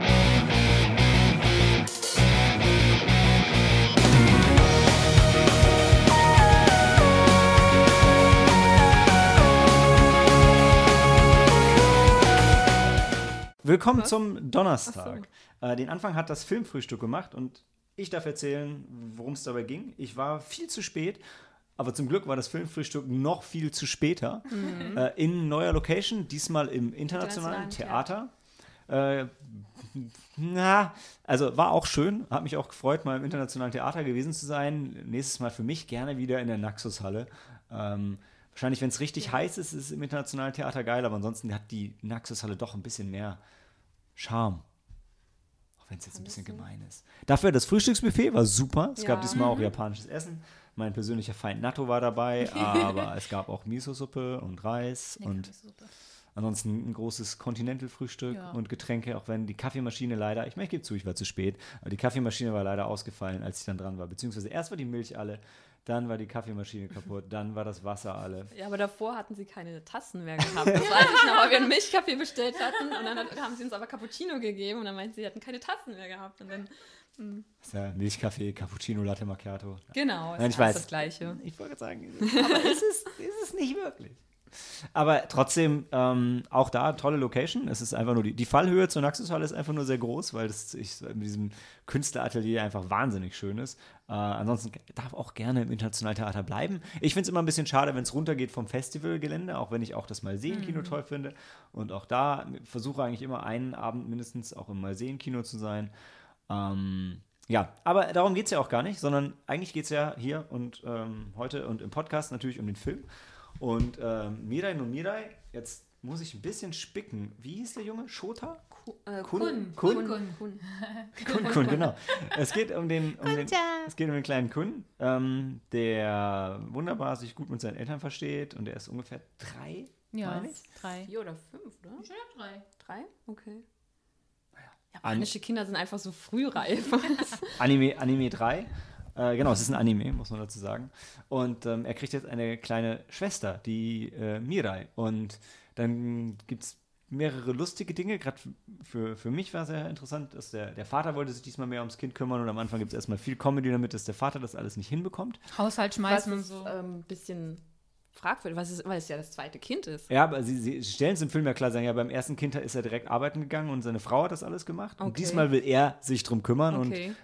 Willkommen zum Donnerstag. Den Anfang hat das Filmfrühstück gemacht und ich darf erzählen, worum es dabei ging. Ich war viel zu spät. aber zum Glück war das Filmfrühstück noch viel zu später. In neuer Location, diesmal im internationalen Theater. Also war auch schön, hat mich auch gefreut, mal im internationalen Theater gewesen zu sein. Nächstes Mal für mich gerne wieder in der Naxos-Halle. Wahrscheinlich, wenn es richtig heiß ist, ist es im internationalen Theater geil, aber ansonsten hat die Naxos-Halle doch ein bisschen mehr Charme. Auch wenn es jetzt ein bisschen gemein ist. Dafür, das Frühstücksbuffet war super. Es gab diesmal auch japanisches Essen. Mein persönlicher Feind Natto war dabei, aber es gab auch Miso-Suppe und Reis und ansonsten ein großes Continental-Frühstück und Getränke, auch wenn die Kaffeemaschine leider, ich gebe zu, ich war zu spät, aber die Kaffeemaschine war leider ausgefallen, als ich dann dran war. Beziehungsweise erst war die Milch alle, dann war die Kaffeemaschine kaputt, dann war das Wasser alle. Ja, aber davor hatten sie keine Tassen mehr gehabt. Das weiß ich noch, weil wir einen Milchkaffee bestellt hatten und dann haben sie uns aber Cappuccino gegeben und dann meinten sie, hatten keine Tassen mehr gehabt. Und dann, das ist ja Milchkaffee, Cappuccino, Latte Macchiato. Genau, Nein, ich weiß, das Gleiche. Ich wollte sagen, aber ist es nicht wirklich. Aber trotzdem, auch da tolle Location. Es ist einfach nur die Fallhöhe zur Naxos-Halle ist einfach nur sehr groß, weil das mit diesem Künstleratelier einfach wahnsinnig schön ist. Ansonsten darf auch gerne im Internationalen Theater bleiben. Ich finde es immer ein bisschen schade, wenn es runtergeht vom Festivalgelände, auch wenn ich auch das Malsehen-Kino toll finde. Und auch da versuche eigentlich immer einen Abend mindestens auch im Malsehen-Kino zu sein. Ja, aber darum geht es ja auch gar nicht, sondern eigentlich geht es ja hier und heute und im Podcast natürlich um den Film. Und Mirai no Mirai, jetzt muss ich ein bisschen spicken. Wie hieß der Junge? Shota? Kun, genau. Es geht um den kleinen Kun, der wunderbar sich gut mit seinen Eltern versteht und der ist ungefähr 3, meine ich? 3. 4 oder 5, oder? Ich schon 3. 3? Okay. Japanische Kinder sind einfach so frühreif. Anime 3. Genau, es ist ein Anime, muss man dazu sagen. Und er kriegt jetzt eine kleine Schwester, die Mirai. Und dann gibt es mehrere lustige Dinge. Gerade für mich war es sehr interessant, dass der Vater wollte sich diesmal mehr ums Kind kümmern. Und am Anfang gibt es erstmal viel Comedy damit, dass der Vater das alles nicht hinbekommt. Haushalt schmeißen und so. Ein bisschen fragwürdig, weil es ja das zweite Kind ist. Ja, aber sie stellen es im Film ja klar, sagen ja, beim ersten Kind ist er direkt arbeiten gegangen und seine Frau hat das alles gemacht. Okay. Und diesmal will er sich drum kümmern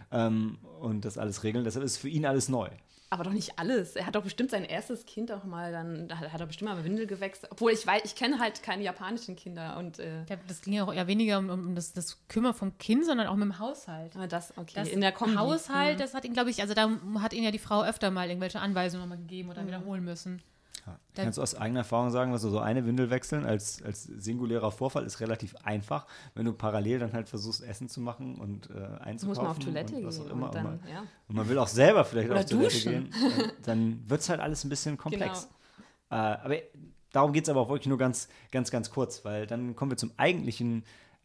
und das alles regeln. Deshalb ist für ihn alles neu. Aber doch nicht alles. Er hat doch bestimmt sein erstes Kind auch mal, da hat er bestimmt mal Windel gewechselt. Obwohl ich kenne halt keine japanischen Kinder. Und, das ging ja auch eher weniger um das Kümmern vom Kind, sondern auch mit dem Haushalt. Das, okay. Das in der Kombi. Haushalt, das hat ihn, glaube ich, also da hat ihn ja die Frau öfter mal irgendwelche Anweisungen nochmal gegeben oder wiederholen müssen. Kannst du aus eigener Erfahrung sagen, was so eine Windel wechseln als singulärer Vorfall ist relativ einfach, wenn du parallel dann halt versuchst, Essen zu machen und einzukaufen. Muss man auf Toilette und was gehen. auch immer. Und man will auch selber vielleicht oder auf Toilette duschen. gehen. Dann wird es halt alles ein bisschen komplex. Genau. Aber darum geht es aber auch wirklich nur ganz, ganz, ganz kurz, weil dann kommen wir zum eigentlichen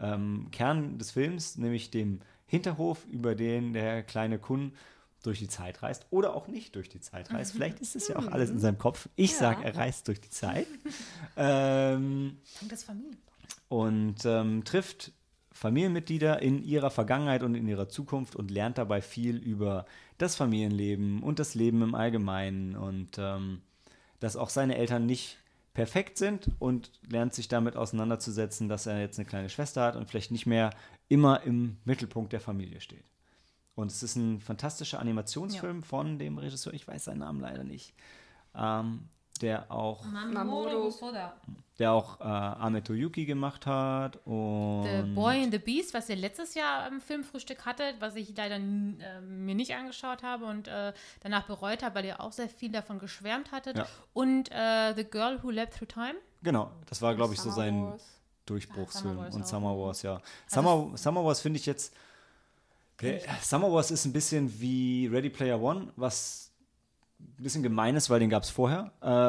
Kern des Films, nämlich dem Hinterhof, über den der kleine Kun durch die Zeit reist oder auch nicht durch die Zeit reist. Vielleicht ist es ja auch alles in seinem Kopf. Ich sage, er reist durch die Zeit. Das Familienporträt. Und trifft Familienmitglieder in ihrer Vergangenheit und in ihrer Zukunft und lernt dabei viel über das Familienleben und das Leben im Allgemeinen und dass auch seine Eltern nicht perfekt sind und lernt sich damit auseinanderzusetzen, dass er jetzt eine kleine Schwester hat und vielleicht nicht mehr immer im Mittelpunkt der Familie steht. Und es ist ein fantastischer Animationsfilm von dem Regisseur, ich weiß seinen Namen leider nicht, der auch Mamoru Hosoda. Der auch Ame Toyuki gemacht hat und The Boy and the Beast, was ihr letztes Jahr im Filmfrühstück hattet, was ich leider mir nicht angeschaut habe und danach bereut habe, weil ihr auch sehr viel davon geschwärmt hattet. Ja. Und The Girl Who Leapt Through Time. Genau, das war, glaube ich, so sein Durchbruchsfilm. Und Summer Wars, ja. Summer Wars finde ich jetzt Summer Wars ist ein bisschen wie Ready Player One, was ein bisschen gemein ist, weil den gab es vorher.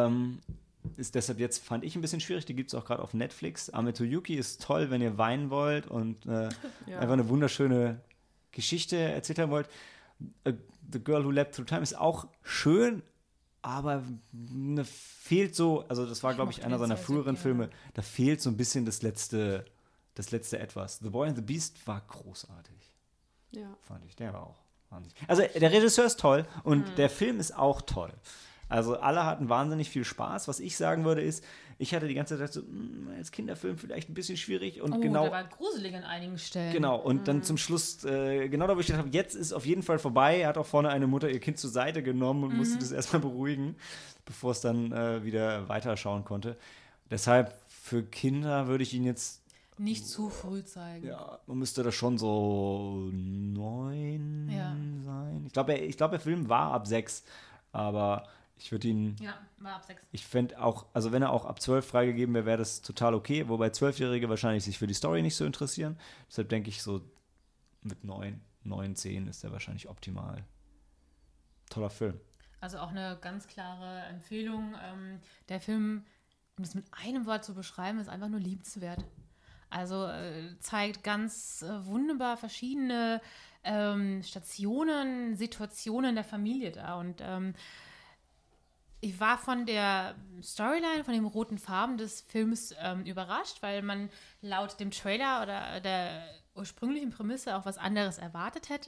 Ist deshalb jetzt, fand ich, ein bisschen schwierig. Die gibt es auch gerade auf Netflix. Ame Toyuki ist toll, wenn ihr weinen wollt und einfach eine wunderschöne Geschichte erzählt haben wollt. The Girl Who Leapt Through Time ist auch schön, aber fehlt so, also das war, glaube ich, einer seiner früheren Filme, da fehlt so ein bisschen das letzte Etwas. The Boy and the Beast war großartig. Ja. Fand ich, der war auch wahnsinnig. Also der Regisseur ist toll und der Film ist auch toll. Also alle hatten wahnsinnig viel Spaß. Was ich sagen würde ist, ich hatte die ganze Zeit so, als Kinderfilm vielleicht ein bisschen schwierig. Und der war gruselig an einigen Stellen. Genau, und dann zum Schluss, genau da, wo ich gedacht habe, jetzt ist auf jeden Fall vorbei, hat auch vorne eine Mutter ihr Kind zur Seite genommen und musste das erstmal beruhigen, bevor es dann wieder weiterschauen konnte. Deshalb für Kinder würde ich ihn jetzt nicht zu früh zeigen. Ja, man müsste das schon so 9 sein. Ich glaube, der Film war ab 6, aber ich würde ihn... Ja, war ab 6. Ich fände auch, also wenn er auch ab 12 freigegeben wäre, wäre das total okay, wobei 12-Jährige wahrscheinlich sich für die Story nicht so interessieren. Deshalb denke ich so mit 9, 10 ist der wahrscheinlich optimal. Toller Film. Also auch eine ganz klare Empfehlung. Der Film, um das mit einem Wort zu beschreiben, ist einfach nur liebenswert. Also zeigt ganz wunderbar verschiedene Stationen, Situationen der Familie da. Und ich war von der Storyline, von den roten Farben des Films überrascht, weil man laut dem Trailer oder der ursprünglichen Prämisse auch was anderes erwartet hätte.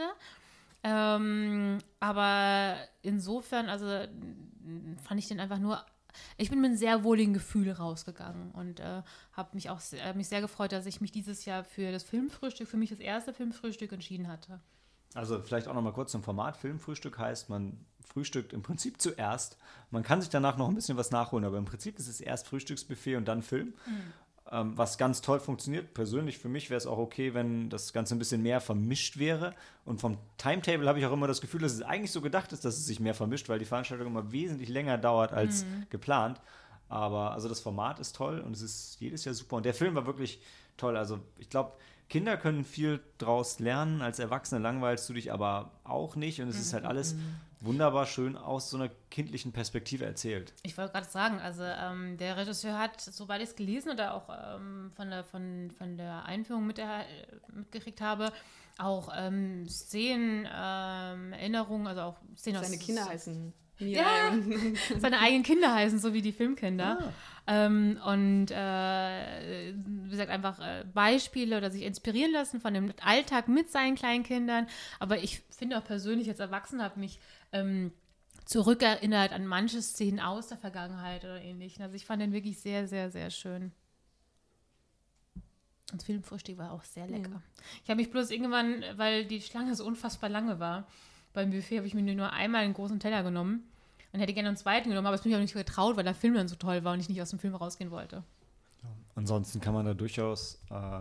Aber insofern, also fand ich den einfach nur... Ich bin mit einem sehr wohligen Gefühl rausgegangen und habe mich auch mich sehr gefreut, dass ich mich dieses Jahr für das Filmfrühstück, für mich das erste Filmfrühstück entschieden hatte. Also vielleicht auch noch mal kurz zum Format. Filmfrühstück heißt, man frühstückt im Prinzip zuerst. Man kann sich danach noch ein bisschen was nachholen, aber im Prinzip ist es erst Frühstücksbuffet und dann Film. Was ganz toll funktioniert. Persönlich für mich wäre es auch okay, wenn das Ganze ein bisschen mehr vermischt wäre. Und vom Timetable habe ich auch immer das Gefühl, dass es eigentlich so gedacht ist, dass es sich mehr vermischt, weil die Veranstaltung immer wesentlich länger dauert als geplant. Aber also das Format ist toll und es ist jedes Jahr super. Und der Film war wirklich toll. Also ich glaube, Kinder können viel draus lernen. Als Erwachsene langweilst du dich aber auch nicht. Und es ist halt alles wunderbar schön aus so einer kindlichen Perspektive erzählt. Ich wollte gerade sagen, also der Regisseur hat, soweit ich es gelesen oder auch von der Einführung mitgekriegt habe, auch Szenen, Erinnerungen, also auch Szenen aus... Seine Kinder heißen... Ja, seine eigenen Kinder heißen, so wie die Filmkinder. Und wie gesagt, einfach Beispiele oder sich inspirieren lassen von dem Alltag mit seinen kleinen Kindern. Aber ich finde auch persönlich als Erwachsener habe mich zurückerinnert an manche Szenen aus der Vergangenheit oder ähnlich. Also ich fand den wirklich sehr, sehr, sehr schön. Und das Filmfrühstück war auch sehr lecker. Ja. Ich habe mich bloß irgendwann, weil die Schlange so unfassbar lange war, beim Buffet habe ich mir nur einmal einen großen Teller genommen und hätte gerne einen zweiten genommen, aber es bin ich auch nicht getraut, weil der Film dann so toll war und ich nicht aus dem Film rausgehen wollte. Ansonsten kann man da durchaus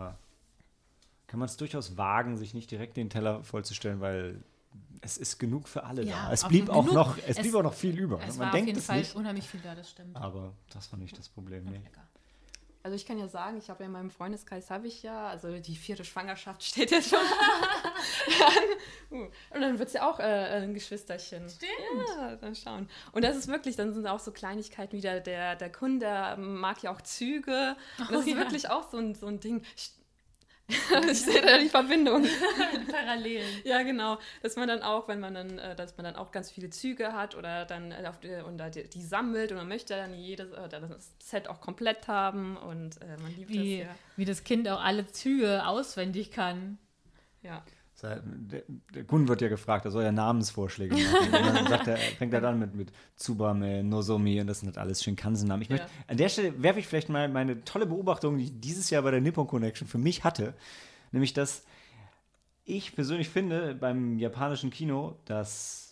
wagen, sich nicht direkt den Teller vollzustellen, weil es ist genug für alle da. Es blieb auch noch viel über. Es man war denkt auf jeden es Fall nicht, unheimlich viel da, das stimmt. Aber das war nicht das Problem. Nee. Also ich kann ja sagen, ich habe ja in meinem Freundeskreis also die 4. Schwangerschaft steht ja schon an. Und dann wird es ja auch ein Geschwisterchen. Stimmt. Ja, dann schauen. Und das ist wirklich, dann sind auch so Kleinigkeiten wie der Kunde mag ja auch Züge. Und das ist wirklich auch so ein Ding. Ich sehe da die Verbindung. Die Parallelen. Ja, genau. Dass man dann auch, dass man dann auch ganz viele Züge hat oder dann die sammelt und man möchte dann das Set auch komplett haben und man liebt das ja. Wie das Kind auch alle Züge auswendig kann. Ja. Der Kun wird ja gefragt, er soll ja Namensvorschläge machen. Und dann fängt er dann mit Tsubame, Nozomi und das sind halt alles Shinkansen-Namen. An der Stelle werfe ich vielleicht mal meine tolle Beobachtung, die ich dieses Jahr bei der Nippon Connection für mich hatte, nämlich, dass ich persönlich finde, beim japanischen Kino, dass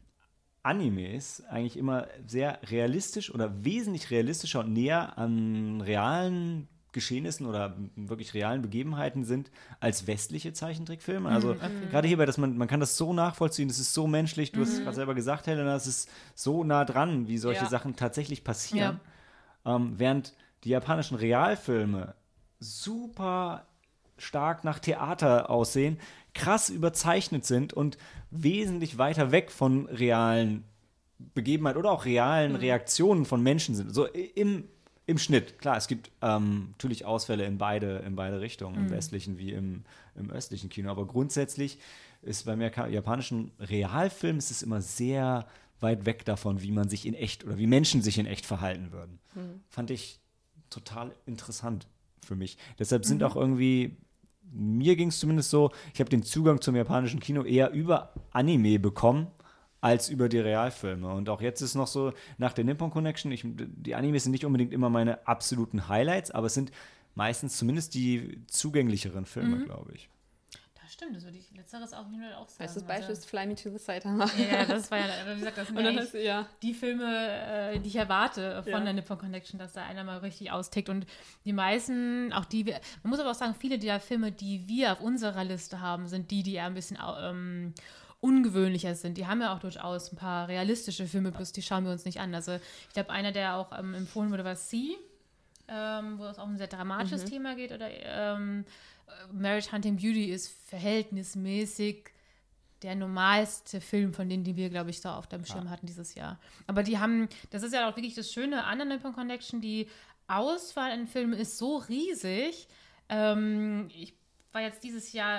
Animes eigentlich immer sehr realistisch oder wesentlich realistischer und näher an realen Geschehnissen oder wirklich realen Begebenheiten sind als westliche Zeichentrickfilme. Also gerade hierbei, dass man kann das so nachvollziehen, es ist so menschlich, du hast es gerade selber gesagt, Helena, es ist so nah dran, wie solche Sachen tatsächlich passieren. Ja. Während die japanischen Realfilme super stark nach Theater aussehen, krass überzeichnet sind und wesentlich weiter weg von realen Begebenheiten oder auch realen Reaktionen von Menschen sind. So im Schnitt, klar, es gibt natürlich Ausfälle in beide Richtungen, im westlichen wie im östlichen Kino, aber grundsätzlich ist beim japanischen Realfilm ist es immer sehr weit weg davon, wie man sich in echt oder wie Menschen sich in echt verhalten würden. Fand ich total interessant für mich. Deshalb sind auch irgendwie, mir ging es zumindest so, ich habe den Zugang zum japanischen Kino eher über Anime bekommen, als über die Realfilme. Und auch jetzt ist noch so, nach der Nippon Connection, die Animes sind nicht unbedingt immer meine absoluten Highlights, aber es sind meistens zumindest die zugänglicheren Filme, glaube ich. Das stimmt, das würde ich letzteres auch sagen. Bestes Beispiel ist Fly Me to the Saitama. Ja, das war ja, wie gesagt, das sind die Filme, die ich erwarte von der Nippon Connection, dass da einer mal richtig austickt. Und die meisten, auch die, man muss aber auch sagen, viele der Filme, die wir auf unserer Liste haben, sind die eher ein bisschen ungewöhnlicher sind. Die haben ja auch durchaus ein paar realistische Filme, bloß die schauen wir uns nicht an. Also ich glaube, einer, der auch empfohlen wurde, war C, wo es auch ein sehr dramatisches Thema geht, oder Marriage Hunting Beauty ist verhältnismäßig der normalste Film von denen, die wir, glaube ich, so auf dem Schirm hatten dieses Jahr. Aber die haben, das ist ja auch wirklich das Schöne an der Nippon Connection, die Auswahl an Filmen ist so riesig. Ich war jetzt dieses Jahr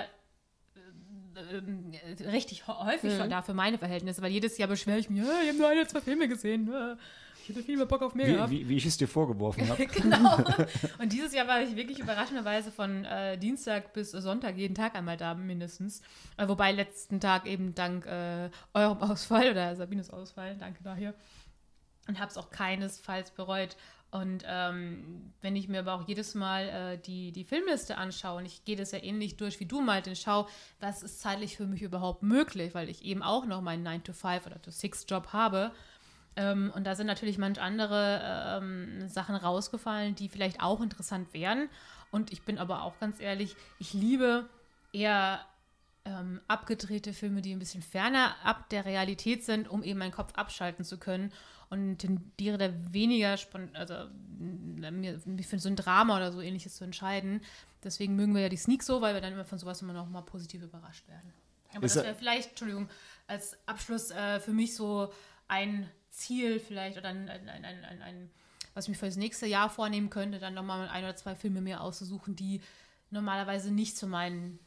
richtig häufig schon da für meine Verhältnisse, weil jedes Jahr beschwere ich mich, ich habe nur 1, 2 Filme gesehen, ich hätte viel mehr Bock auf mehr gehabt. Wie ich es dir vorgeworfen habe. Genau. Und dieses Jahr war ich wirklich überraschenderweise von Dienstag bis Sonntag jeden Tag einmal da mindestens. Wobei letzten Tag eben dank eurem Ausfall oder Sabines Ausfall, danke dafür. Und habe es auch keinesfalls bereut. Und wenn ich mir aber auch jedes Mal die Filmliste anschaue, und ich gehe das ja ähnlich durch wie du, Malte, schau, was ist zeitlich für mich überhaupt möglich, weil ich eben auch noch meinen 9-to-5 oder 9-to-6-Job habe. Und da sind natürlich manch andere Sachen rausgefallen, die vielleicht auch interessant wären. Und ich bin aber auch ganz ehrlich, ich liebe eher abgedrehte Filme, die ein bisschen ferner ab der Realität sind, um eben meinen Kopf abschalten zu können. Und tendiere da weniger mir für so ein Drama oder so Ähnliches zu entscheiden. Deswegen mögen wir ja die Sneak so, weil wir dann immer von sowas immer noch mal positiv überrascht werden. Aber das wäre vielleicht, Entschuldigung, als Abschluss für mich so ein Ziel vielleicht oder ein was ich mir für das nächste Jahr vornehmen könnte, dann nochmal 1 oder 2 Filme mir auszusuchen, die normalerweise nicht zu meinem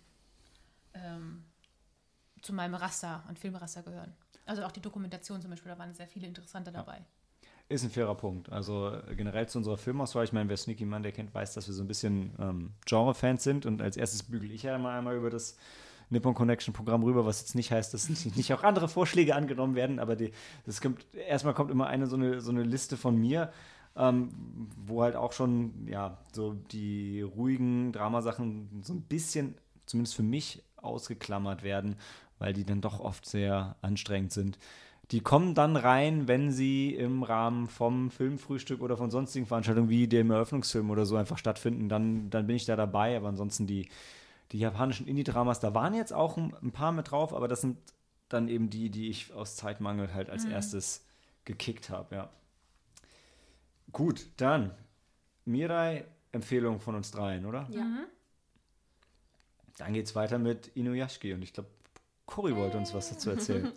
Raster, an Filmraster gehören. Also auch die Dokumentation zum Beispiel, da waren sehr viele interessante dabei. Ist ein fairer Punkt. Also generell zu unserer Filmauswahl, ich meine, wer Sneaky Monday kennt, weiß, dass wir so ein bisschen Genre-Fans sind, und als erstes bügel ich ja einmal über das Nippon Connection Programm rüber, was jetzt nicht heißt, dass nicht auch andere Vorschläge angenommen werden, aber erstmal kommt immer so eine Liste von mir, wo halt auch schon so die ruhigen Dramasachen so ein bisschen, zumindest für mich, ausgeklammert werden, weil die dann doch oft sehr anstrengend sind. Die kommen dann rein, wenn sie im Rahmen vom Filmfrühstück oder von sonstigen Veranstaltungen wie dem Eröffnungsfilm oder so einfach stattfinden, dann bin ich da dabei, aber ansonsten die japanischen Indie-Dramas, da waren jetzt auch ein paar mit drauf, aber das sind dann eben die ich aus Zeitmangel halt als erstes gekickt habe, ja. Gut, dann Mirai, Empfehlung von uns dreien, oder? Ja. Dann geht's weiter mit Inuyashiki, und ich glaube, Cory wollte uns was dazu erzählen.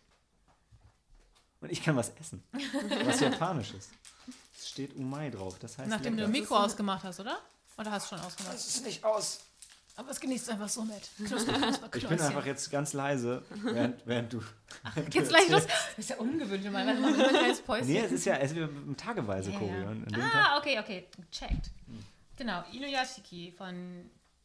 Und ich kann was essen, was Japanisches. Es steht Umai drauf, das heißt Nachdem lecker. du Mikro ausgemacht hast, oder? Oder hast du schon ausgemacht? Das ist nicht aus. Aber es genießt einfach so mit. Ich bin einfach jetzt ganz leise, während du... Jetzt gleich los. Das ist ja ungewöhnlich, weil man immer ein kleines Päuschen. Nee, es ist ja tageweise, Cory. Ja. Okay, checkt. Genau, Inuyashiki von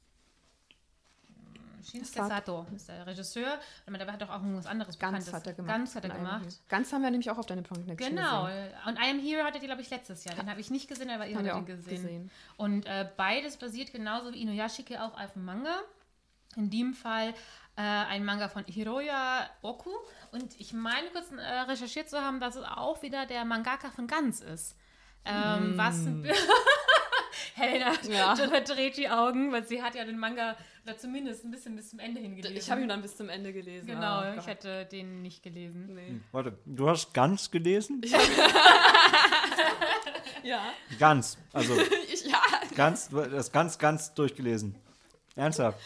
Shinsuke Sato ist der Regisseur. Und der hat doch auch irgendwas anderes Bekanntes. Ganz hat er gemacht. Ganz haben wir nämlich auch auf deine Nippon Connection Genau. gesehen. Und I Am Hero hatte die, glaube ich, letztes Jahr. Den habe ich nicht gesehen, aber ihr habt ihn gesehen. Und beides basiert genauso wie Inuyashiki auch auf dem Manga. In dem Fall ein Manga von Hiroya Oku. Und ich meine kurz recherchiert zu haben, dass es auch wieder der Mangaka von Gans ist. Was Helena verdreht die Augen, weil sie hat ja den Manga oder zumindest ein bisschen bis zum Ende hingelesen. Ich habe ihn dann bis zum Ende gelesen. Genau, ich hätte den nicht gelesen. Nee. Warte, du hast Gans gelesen? Ja. Gans, also Ja. du hast ganz durchgelesen. Ernsthaft?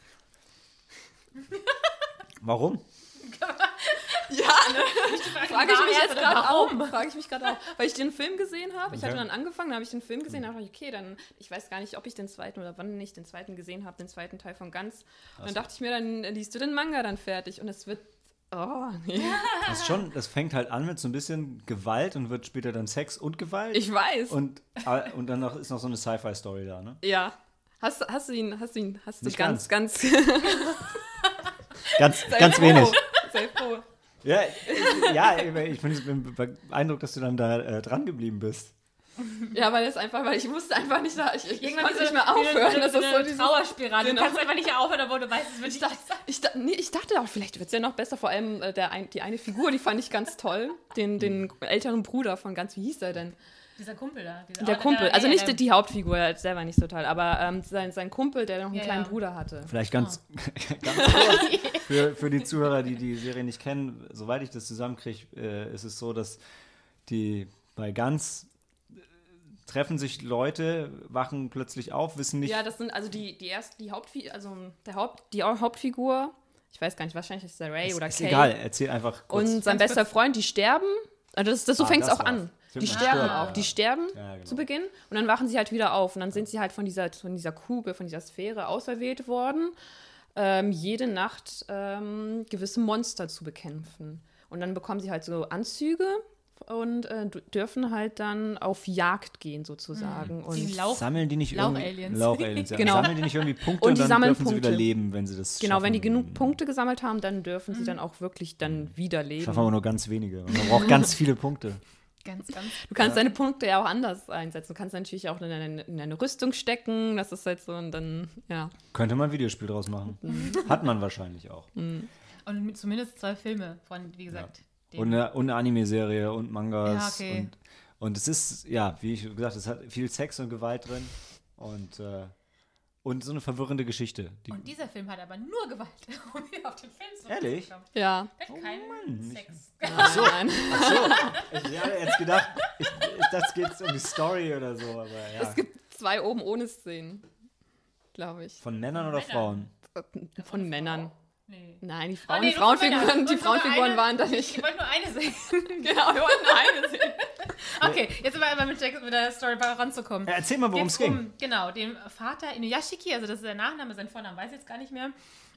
Warum? Ja, ne? Frage ich mich jetzt gerade auch. Weil ich den Film gesehen habe. Ich hatte dann angefangen, dann habe ich den Film gesehen, dann dachte ich, okay, dann, ich weiß gar nicht, ob ich den zweiten oder wann ich den zweiten gesehen habe, den zweiten Teil von Gans. Und dann dachte ich mir, dann liest du den Manga dann fertig und es wird, nee. Das fängt halt an mit so ein bisschen Gewalt und wird später dann Sex und Gewalt. Ich weiß. Und dann ist noch so eine Sci-Fi-Story da, ne? Ja. Hast du Nicht ganz ganz Sei wenig. Sei froh. Ja, ich bin beeindruckt, dass du dann da dran geblieben bist. Ja, weil ich wusste einfach nicht, ich Irgendwann konnte nicht mehr aufhören. Das ist so eine Trauerspirale. Genau. Du kannst einfach nicht aufhören, obwohl du weißt, es wird Ich dachte auch, vielleicht wird es ja noch besser. Vor allem die eine Figur, die fand ich ganz toll. Den älteren Bruder von wie hieß er denn? Dieser Kumpel da. Der Kumpel, also nicht die Hauptfigur, der selber nicht so toll, aber sein Kumpel, der noch einen kleinen Bruder hatte. Vielleicht ganz kurz für die Zuhörer, die die Serie nicht kennen, soweit ich das zusammenkriege, ist es so, dass bei Ganz treffen sich Leute, wachen plötzlich auf, wissen nicht... Ja, das sind also die Hauptfigur, ich weiß gar nicht, wahrscheinlich ist der Ray oder Kay. Ist egal, erzähl einfach kurz. Und sein bester Freund, die sterben, also so fängt es auch an. Die sterben auch. Die sterben zu Beginn und dann wachen sie halt wieder auf. Und dann sind sie halt von dieser Kugel, von dieser Sphäre auserwählt worden, jede Nacht gewisse Monster zu bekämpfen. Und dann bekommen sie halt so Anzüge und dürfen halt dann auf Jagd gehen sozusagen. Und sammeln die nicht Lauch-Aliens. Lauch-Aliens, ja. Genau. Sammeln die nicht irgendwie Punkte und dann dürfen sie wieder leben, wenn sie das Genau, schaffen. wenn die genug Punkte gesammelt haben, dann dürfen sie dann auch wirklich dann wieder leben. Schaffen aber nur ganz wenige. Und man braucht ganz viele Punkte. Ganz. Du kannst deine Punkte ja auch anders einsetzen. Du kannst natürlich auch in eine Rüstung stecken. Das ist halt so und dann, ja. Könnte man ein Videospiel draus machen. Hat man wahrscheinlich auch. Und zumindest 2 Filme von, wie gesagt. Ja. Und eine Anime-Serie und Mangas. Ja, okay. Und es ist, ja, wie ich gesagt, es hat viel Sex und Gewalt drin. Und so eine verwirrende Geschichte. Und dieser Film hat aber nur Gewalt, um hier auf den Film zu kommen. Ehrlich? Ja. Der hat keinen Sex. Ach so. Ich hatte jetzt gedacht, ich dachte, es geht um die Story oder so. Aber ja. Es gibt 2 oben ohne Szenen, glaube ich. Von Männern oder Frauen? Von Männern. Nee. Nein, die Frauenfiguren waren da nicht. Ich wollte nur eine sehen. Genau, wir wollten nur eine sehen. Okay, jetzt sind wir einmal mit der Story ranzukommen. Ja, erzähl mal, worum es ging. Genau, dem Vater Inuyashiki, also das ist der Nachname, sein Vorname weiß ich jetzt gar nicht mehr.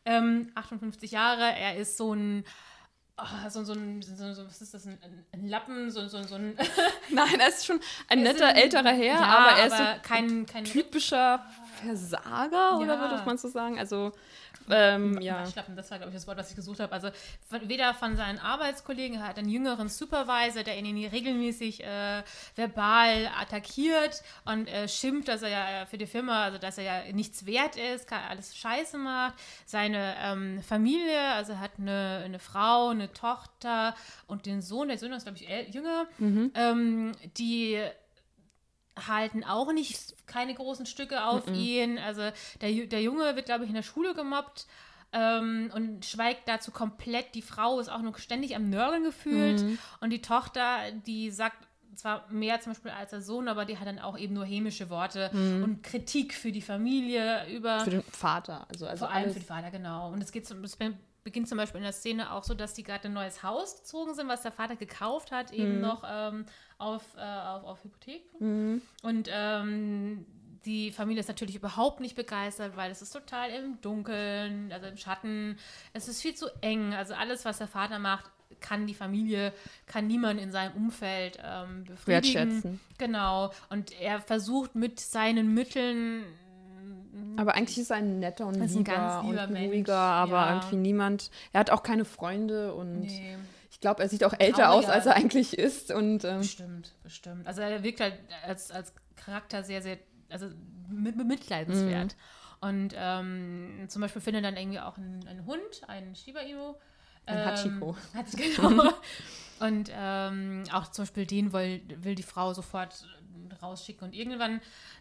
58 Jahre, er ist so ein was ist das, ein Lappen, so ein... Nein, er ist schon ein netter älterer Herr, aber er ist so kein typischer Versager, oder würde man so sagen? Also, Schlappen, das war, glaube ich, das Wort, was ich gesucht habe. Also weder von seinen Arbeitskollegen, er hat einen jüngeren Supervisor, der ihn regelmäßig verbal attackiert und schimpft, dass er ja für die Firma, also dass er ja nichts wert ist, alles scheiße macht. Seine Familie, also er hat eine Frau, eine Tochter und den Sohn, der Sohn ist, glaube ich, jünger, die halten auch keine großen Stücke auf ihn. Also der Junge wird, glaube ich, in der Schule gemobbt und schweigt dazu komplett. Die Frau ist auch nur ständig am Nörgeln gefühlt. Und die Tochter, die sagt zwar mehr zum Beispiel als der Sohn, aber die hat dann auch eben nur hämische Worte und Kritik für die Familie für den Vater. Also vor allem für den Vater, genau. Und es beginnt zum Beispiel in der Szene auch so, dass die gerade ein neues Haus gezogen sind, was der Vater gekauft hat, eben noch auf Hypothek. Und die Familie ist natürlich überhaupt nicht begeistert, weil es ist total im Dunkeln, also im Schatten. Es ist viel zu eng. Also alles, was der Vater macht, kann niemand in seinem Umfeld befriedigen. Wertschätzen. Genau. Und er versucht mit seinen Mitteln. Aber eigentlich ist er ein netter und lieber und Mensch, ruhiger, aber irgendwie niemand. Er hat auch keine Freunde und ich glaube, er sieht auch älter aus, als er eigentlich ist. Und, Bestimmt. Also er wirkt halt als Charakter sehr, sehr, also mitleidenswert. Und zum Beispiel findet dann irgendwie auch ein Hund, ein Shiba Inu. Ein Hachiko. Genau. Und auch zum Beispiel den will die Frau sofort rausschicken und irgendwann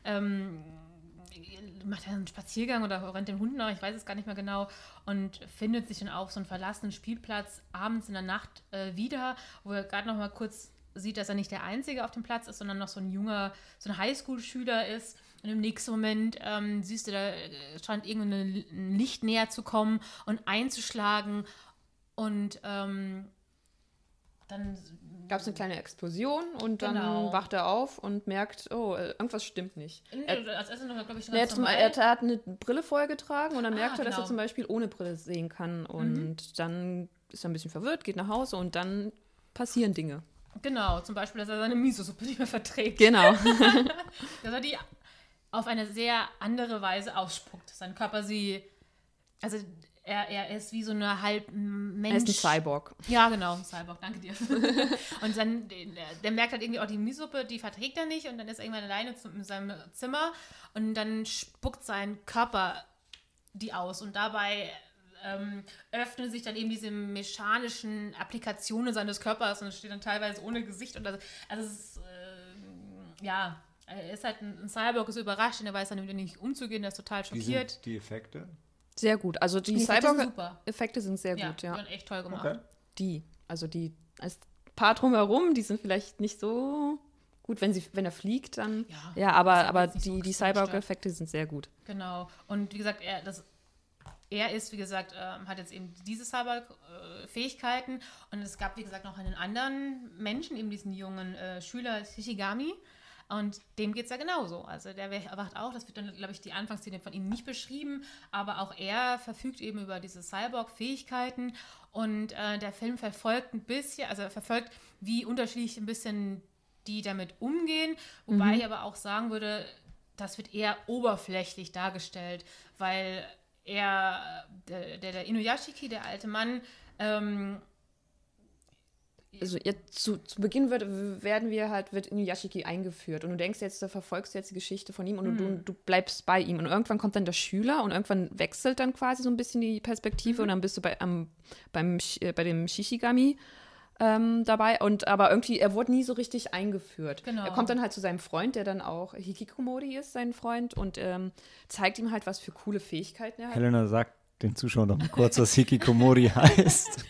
macht er einen Spaziergang oder rennt dem Hund nach, ich weiß es gar nicht mehr genau, und findet sich dann auf so einem verlassenen Spielplatz abends in der Nacht wieder, wo er gerade noch mal kurz sieht, dass er nicht der Einzige auf dem Platz ist, sondern noch so ein Highschool-Schüler ist. Und im nächsten Moment siehst du, da scheint irgendein Licht näher zu kommen und einzuschlagen. Und dann gab es eine kleine Explosion und dann wacht er auf und merkt, oh, irgendwas stimmt nicht. Er hat eine Brille vorher getragen und dann merkt er, dass er zum Beispiel ohne Brille sehen kann. Und dann ist er ein bisschen verwirrt, geht nach Hause und dann passieren Dinge. Genau, zum Beispiel, dass er seine Miso-Suppe nicht mehr verträgt. Genau. Dass er die auf eine sehr andere Weise ausspuckt. Sein Körper er ist wie so eine halb Mensch. Er ist ein Cyborg. Ja, genau, ein Cyborg, danke dir. Und dann, der merkt halt irgendwie auch die Mühsuppe, die verträgt er nicht und dann ist er irgendwann alleine in seinem Zimmer und dann spuckt sein Körper die aus und dabei öffnen sich dann eben diese mechanischen Applikationen seines Körpers und es steht dann teilweise ohne Gesicht und also es ist, er ist halt ein Cyborg, ist überrascht und er weiß dann wieder nicht umzugehen, der ist total schockiert. Wie sind die Effekte? Sehr gut. Also die Cyborg-Effekte sind sehr gut, ja. Die waren echt toll gemacht. Okay. Die als Paar drumherum, die sind vielleicht nicht so gut, wenn er fliegt, dann. Ja, aber die Cyborg-Effekte sind sehr gut. Genau. Und wie gesagt, er ist, wie gesagt, hat jetzt eben diese Cyborg-Fähigkeiten und es gab, wie gesagt, noch einen anderen Menschen, eben diesen jungen Schüler Shishigami und dem geht es ja genauso. Also der erwacht auch, das wird dann, glaube ich, die Anfangsszene von ihm nicht beschrieben, aber auch er verfügt eben über diese Cyborg-Fähigkeiten und der Film verfolgt wie unterschiedlich ein bisschen die damit umgehen, wobei ich aber auch sagen würde, das wird eher oberflächlich dargestellt, weil der Inuyashiki, der alte Mann, also jetzt zu Beginn wird Inuyashiki eingeführt und du denkst jetzt, du verfolgst jetzt die Geschichte von ihm und du bleibst bei ihm und irgendwann kommt dann der Schüler und irgendwann wechselt dann quasi so ein bisschen die Perspektive und dann bist du bei dem Shishigami dabei aber irgendwie, er wurde nie so richtig eingeführt. Genau. Er kommt dann halt zu seinem Freund, der dann auch Hikikomori ist, sein Freund und zeigt ihm halt, was für coole Fähigkeiten er hat. Helena, sagt den Zuschauern doch mal kurz, was Hikikomori heißt.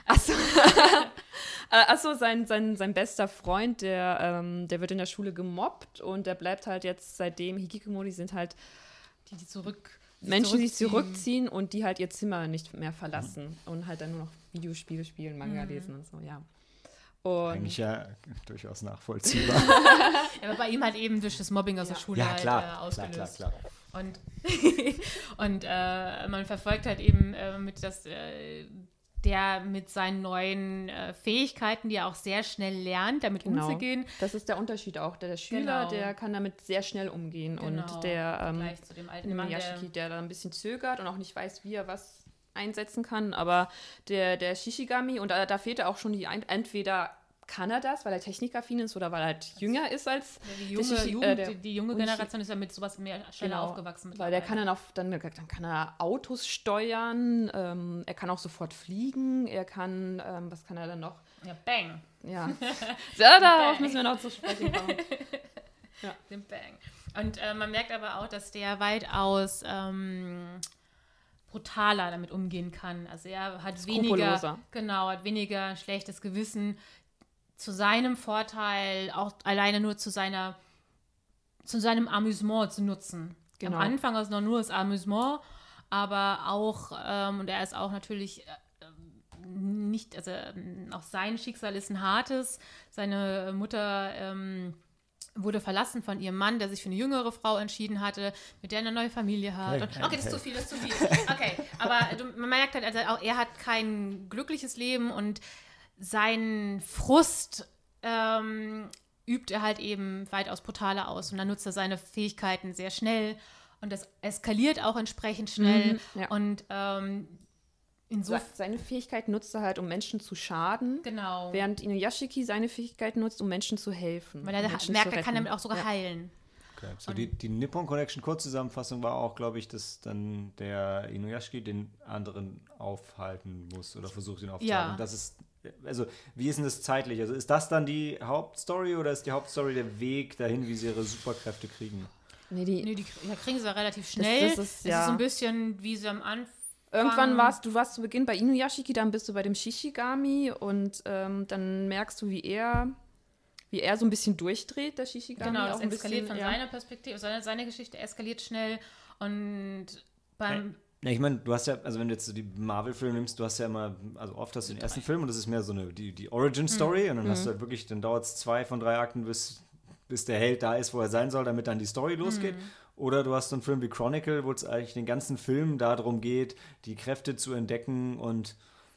Achso, sein bester Freund, der wird in der Schule gemobbt und der bleibt halt jetzt seitdem, Hikikomori sind halt Menschen, die zurückziehen und die halt ihr Zimmer nicht mehr verlassen und halt dann nur noch Videospiele spielen, Manga lesen und so, ja. Und eigentlich ja durchaus nachvollziehbar. Aber bei ihm halt eben durch das Mobbing aus der Schule ausgelöst. Klar. Und man verfolgt halt eben der mit seinen neuen Fähigkeiten, die er auch sehr schnell lernt, damit umzugehen. Das ist der Unterschied auch. Der Schüler, der kann damit sehr schnell umgehen. Und der Inuyashiki, der da ein bisschen zögert und auch nicht weiß, wie er was einsetzen kann. Aber der Shishigami, und da fehlt auch schon entweder kann er das, weil er technikaffin ist oder weil er halt jünger ist als die junge Generation ist ja mit sowas mehr schneller aufgewachsen. Weil der kann dann kann er Autos steuern, er kann auch sofort fliegen, er kann, was kann er dann noch? Ja, Bang. Ja, darauf müssen wir noch zu sprechen kommen. Ja. Den Bang. Und man merkt aber auch, dass der weitaus brutaler damit umgehen kann. Also er hat weniger schlechtes Gewissen, zu seinem Vorteil, auch alleine nur zu seinem Amüsement zu nutzen. Genau. Am Anfang ist noch nur das Amüsement, aber auch, und er ist auch natürlich nicht, also auch sein Schicksal ist ein hartes. Seine Mutter wurde verlassen von ihrem Mann, der sich für eine jüngere Frau entschieden hatte, mit der er eine neue Familie hat. Okay, das ist zu viel. Okay, aber man merkt halt, also auch er hat kein glückliches Leben und seinen Frust übt er halt eben weitaus brutaler aus und dann nutzt er seine Fähigkeiten sehr schnell und das eskaliert auch entsprechend schnell und seine Fähigkeit nutzt er halt, um Menschen zu schaden, während Inuyashiki seine Fähigkeit nutzt, um Menschen zu helfen. Weil er merkt, er kann damit auch sogar heilen. Okay. So die Nippon Connection Kurzzusammenfassung war auch, glaube ich, dass dann der Inuyashiki den anderen aufhalten muss oder versucht ihn aufzuhalten. Ja. Und das ist, also wie ist denn das zeitlich? Also ist das dann die Hauptstory oder ist die Hauptstory der Weg dahin, wie sie ihre Superkräfte kriegen? Die kriegen sie ja relativ schnell. Das ist so ein bisschen wie sie am Anfang. Irgendwann warst du zu Beginn bei Inuyashiki, dann bist du bei dem Shishigami und dann merkst du, wie er so ein bisschen durchdreht, der Shishigami. Genau, das eskaliert von seiner Perspektive, seine Geschichte eskaliert schnell und beim... Ja, ich meine, du hast ja, also wenn du jetzt die Marvel-Filme nimmst, du hast ja immer, also oft hast du den ersten Film und das ist mehr so die Origin-Story und dann hast du halt wirklich, dann dauert es 2 von 3 Akten, bis der Held da ist, wo er sein soll, damit dann die Story losgeht. Oder du hast so einen Film wie Chronicle, wo es eigentlich den ganzen Film darum geht, die Kräfte zu entdecken und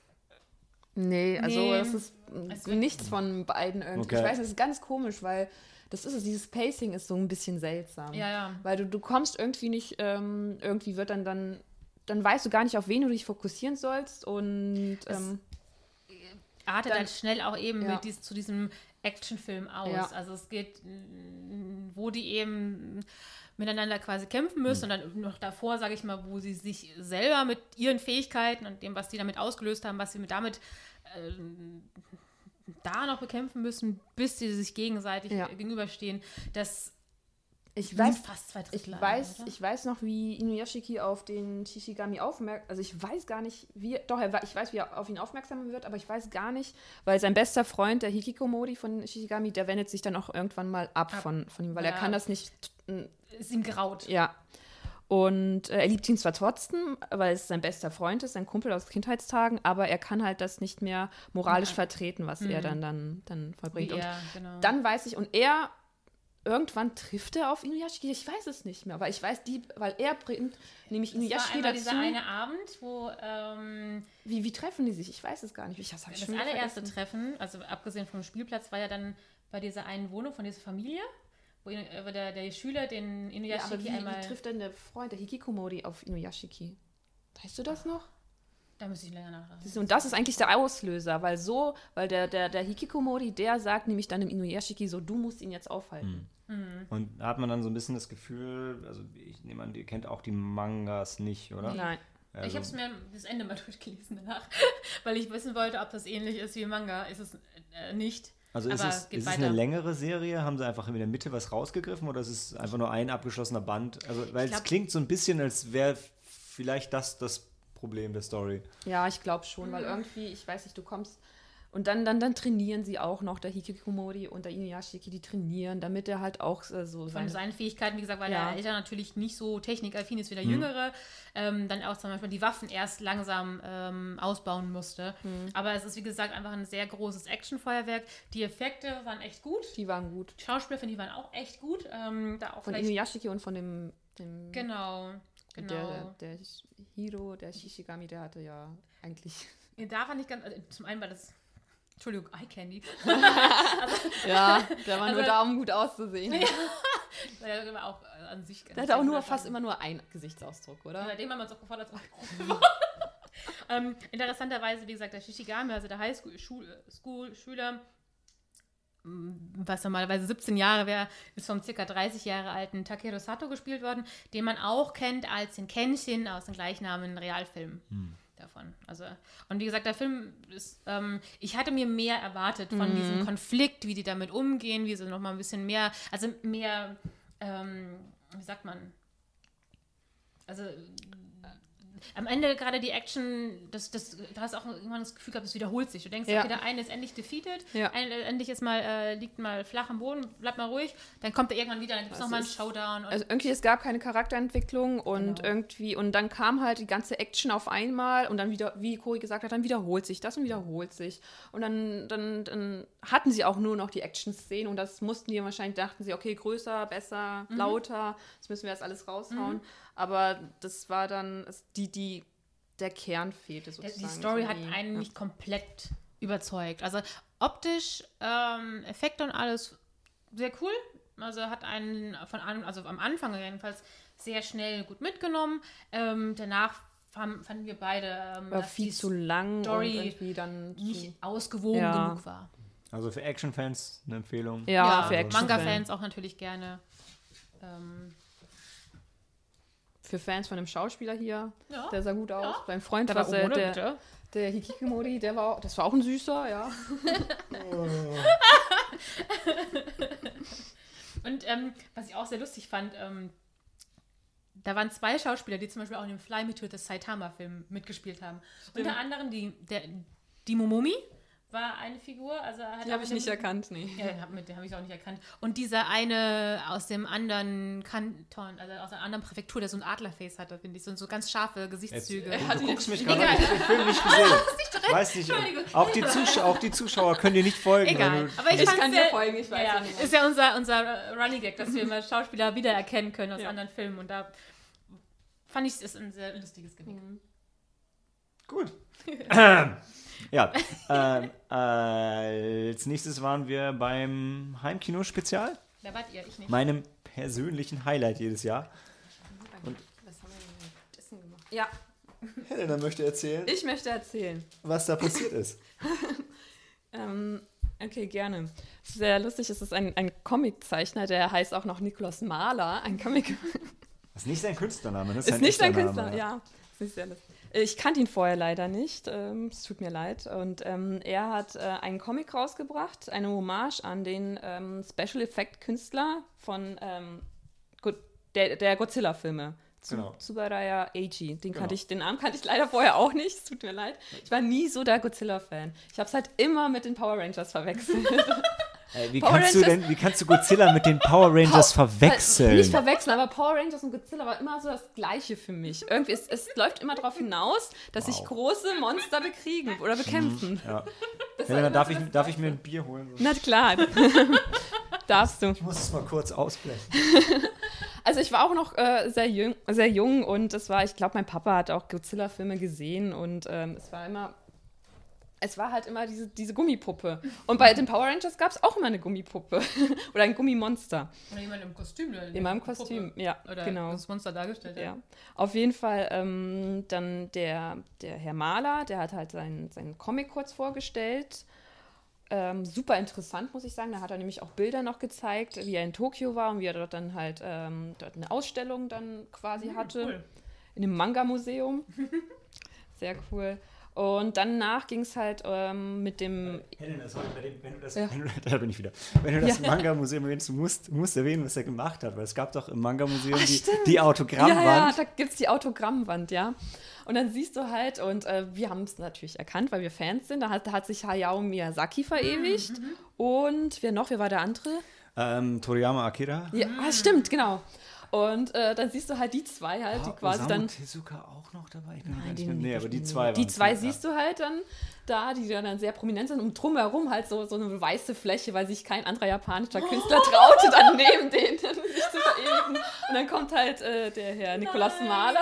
es ist nichts von beiden irgendwie. Okay. Ich weiß, das ist ganz komisch, weil dieses Pacing ist so ein bisschen seltsam. Ja. Weil du kommst irgendwie nicht, irgendwie wird dann dann weißt du gar nicht, auf wen du dich fokussieren sollst und artet dann schnell auch eben zu diesem Actionfilm aus. Ja. Also es geht, wo die eben miteinander quasi kämpfen müssen und dann noch davor, sage ich mal, wo sie sich selber mit ihren Fähigkeiten und dem, was die damit ausgelöst haben, was sie damit da noch bekämpfen müssen, bis sie sich gegenseitig gegenüberstehen. Das ich weiß noch, wie Inuyashiki auf den Shishigami aufmerksam, also ich weiß gar nicht, ich weiß, wie er auf ihn aufmerksam wird, aber ich weiß gar nicht, weil sein bester Freund, der Hikikomori von Shishigami, der wendet sich dann auch irgendwann mal ab von ihm, weil er kann das nicht. Ist ihm graut. Ja. Und er liebt ihn zwar trotzdem, weil es sein bester Freund ist, sein Kumpel aus Kindheitstagen, aber er kann halt das nicht mehr moralisch vertreten, was er dann vollbringt. Und dann weiß ich, und er irgendwann trifft er auf Inuyashiki, ich weiß es nicht mehr, aber ich weiß, weil er bringt nämlich Inuyashiki dazu. Dieser eine Abend, wo wie treffen die sich? Ich weiß es gar nicht. Das allererste Treffen, also abgesehen vom Spielplatz, war ja dann bei dieser einen Wohnung von dieser Familie, wo der Schüler den Inuyashiki wie trifft denn der Freund, der Hikikomori, auf Inuyashiki? Weißt du das noch? Da müsste ich länger nachdenken. Und das ist eigentlich der Auslöser, weil der Hikikomori, der sagt nämlich dann dem Inuyashiki so, du musst ihn jetzt aufhalten. Und da hat man dann so ein bisschen das Gefühl, also ich nehme an, ihr kennt auch die Mangas nicht, oder? Nein. Also, ich habe es mir das Ende mal durchgelesen danach, weil ich wissen wollte, ob das ähnlich ist wie Manga. Ist es nicht. Also ist es eine längere Serie? Haben sie einfach in der Mitte was rausgegriffen oder ist es einfach nur ein abgeschlossener Band? Also, weil es klingt so ein bisschen, als wäre vielleicht das Problem der Story. Ja, ich glaube schon, weil irgendwie, ich weiß nicht, du kommst und dann trainieren sie auch noch, der Hikikomori und der Inuyashiki, die trainieren, damit er halt auch so von seinen Fähigkeiten, wie gesagt, weil der Ältere natürlich nicht so technikaffin ist wie der Jüngere, dann auch zum Beispiel die Waffen erst langsam ausbauen musste. Aber es ist, wie gesagt, einfach ein sehr großes Actionfeuerwerk. Die Effekte waren echt gut. Die waren gut. Die Schauspieler, die waren auch echt gut. Da auch von Inuyashiki und von dem Genau. Der Hiro, der Shishigami, der hatte ja eigentlich... Ja, da fand ich zum einen war das, Entschuldigung, Eye Candy. Ja, der war nur da, um gut auszusehen. Ja. Der war auch an sich der hatte auch fast immer nur einen Gesichtsausdruck, oder? Bei dem haben wir uns auch gefordert. Interessanterweise, wie gesagt, der Shishigami, also der Highschool-Schüler, was normalerweise 17 Jahre wäre, ist vom ca. 30 Jahre alten Takeru Sato gespielt worden, den man auch kennt als den Kenshin aus dem gleichnamigen Realfilm davon. Also, und wie gesagt, der Film ist, ich hatte mir mehr erwartet von diesem Konflikt, wie die damit umgehen, wie sie nochmal ein bisschen mehr, also mehr, wie sagt man, also am Ende gerade die Action, du hast auch irgendwann das Gefühl gehabt, es wiederholt sich. Du denkst, okay, der eine ist endlich defeated, endlich ist liegt mal flach am Boden, bleibt mal ruhig, dann kommt er irgendwann wieder, dann gibt es nochmal einen Showdown. Also irgendwie, es gab keine Charakterentwicklung und und dann kam halt die ganze Action auf einmal und dann wieder, wie Cory gesagt hat, dann wiederholt sich das und wiederholt sich. Und dann hatten sie auch nur noch die Action-Szenen und das mussten die wahrscheinlich, dachten sie, okay, größer, besser, lauter, das müssen wir jetzt alles raushauen. Aber das war dann, der Kern fehlte sozusagen. Die Story hat einen nicht komplett überzeugt. Also optisch, Effekte und alles sehr cool. Also hat einen am Anfang jedenfalls sehr schnell gut mitgenommen. Danach fanden wir beide, dass viel zu lang Story und irgendwie dann nicht ausgewogen genug war. Also für Action-Fans eine Empfehlung. Ja, für Action-Fans. Manga-Fans auch natürlich gerne. Für Fans von dem Schauspieler hier, der sah gut aus. Beim Freund der war der Hikikomori, das war auch ein Süßer, ja. Und was ich auch sehr lustig fand, da waren 2 Schauspieler, die zum Beispiel auch in dem Fly Me to the Saitama-Film mitgespielt haben. Stimmt. Unter anderem die Momomi war eine Figur. Also die habe ich nicht erkannt, nee. Ja, den habe ich auch nicht erkannt. Und dieser eine aus dem anderen Kanton, also aus einer anderen Präfektur, der so ein Adlerface hatte, finde ich. So ganz scharfe Gesichtszüge. Du guckst mich gerade, ich habe den Film nicht gesehen. Weiß nicht. Auch die Zuschauer können dir nicht folgen. Egal. Aber ich kann dir folgen, ich weiß ja nicht. Ist ja unser Running Gag, dass wir immer Schauspieler wiedererkennen können aus anderen Filmen. Und da fand ich, es ist ein sehr lustiges Gimmick. Gut. Ja, als nächstes waren wir beim Heimkino-Spezial. Da wart ihr, ich nicht. Meinem persönlichen Highlight jedes Jahr. Und was haben wir denn mit Essen gemacht? Ja, Helena möchte erzählen. Ich möchte erzählen. Was da passiert ist. Okay, gerne. Sehr lustig, es ist ein Comiczeichner, der heißt auch noch Nikolaus Mahler, ein Comic. Das ist nicht sein Künstlername, das ist nicht sein Künstlername, ja. Ist nicht sehr lustig. Ich kannte ihn vorher leider nicht, es tut mir leid. Und er hat einen Comic rausgebracht, eine Hommage an den Special Effect Künstler von der Godzilla-Filme. Genau. Tsubaraya Eiji. Den Namen kannte ich leider vorher auch nicht, es tut mir leid. Ich war nie so der Godzilla-Fan. Ich habe es halt immer mit den Power Rangers verwechselt. Wie kannst du Godzilla mit den Power Rangers verwechseln? Nicht verwechseln, aber Power Rangers und Godzilla war immer so das Gleiche für mich. Irgendwie, es läuft immer darauf hinaus, dass sich große Monster bekriegen oder bekämpfen. Ja. Helena, darf ich mir ein Bier holen? Na klar. Darfst du. Ich muss es mal kurz ausblechen. Also ich war auch noch sehr jung und ich glaube, mein Papa hat auch Godzilla-Filme gesehen und es war halt immer diese Gummipuppe. Und bei den Power Rangers gab es auch immer eine Gummipuppe oder ein Gummimonster. Oder jemand im Kostüm. Immer im Kostüm, Puppe. Ja, oder genau. das Monster dargestellt hat. Ja. Auf jeden Fall dann der Herr Mahler, der hat halt seinen Comic kurz vorgestellt. Super interessant, muss ich sagen. Da hat er nämlich auch Bilder noch gezeigt, wie er in Tokio war und wie er dort dann halt dort eine Ausstellung dann quasi hatte. Cool. In dem Manga-Museum. Sehr cool. Und danach ging es halt mit dem... Helena, sorry, da bin ich wieder. Wenn du das Manga-Museum erwähnst, du musst erwähnen, was er gemacht hat, weil es gab doch im Manga-Museum die Autogrammwand. Ja, da gibt es die Autogrammwand, ja. Und dann siehst du halt, und wir haben es natürlich erkannt, weil wir Fans sind, da hat sich Hayao Miyazaki verewigt. Und wer noch? Wer war der andere? Toriyama Akira. Ja, stimmt, genau. Und dann siehst du halt die zwei halt, die quasi Osamu dann... Tezuka auch noch dabei? Nein, aber die zwei waren die zwei siehst du halt dann da, die dann sehr prominent sind und drumherum halt so eine weiße Fläche, weil sich kein anderer japanischer Künstler traute, dann neben denen sich zu verewigen. Und dann kommt halt der Herr Nikolaus Mahler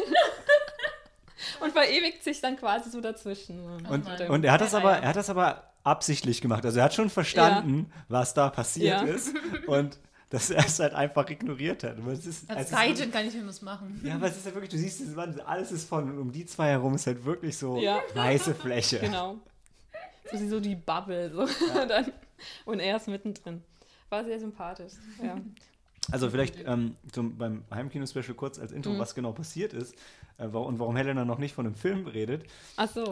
und verewigt sich dann quasi so dazwischen. Und er hat das aber absichtlich gemacht. Also er hat schon verstanden, was da passiert ist. Und dass er es halt einfach ignoriert hat. Als Gaijin kann ich mir was machen. Ja, aber es ist halt wirklich, du siehst, alles ist und um die zwei herum ist halt wirklich so weiße Fläche. Genau. So die Bubble. So. Ja. Und er ist mittendrin. War sehr sympathisch. Ja. Also vielleicht beim Heimkino-Special kurz als Intro, was genau passiert ist und warum Helena noch nicht von einem Film redet. Ach so,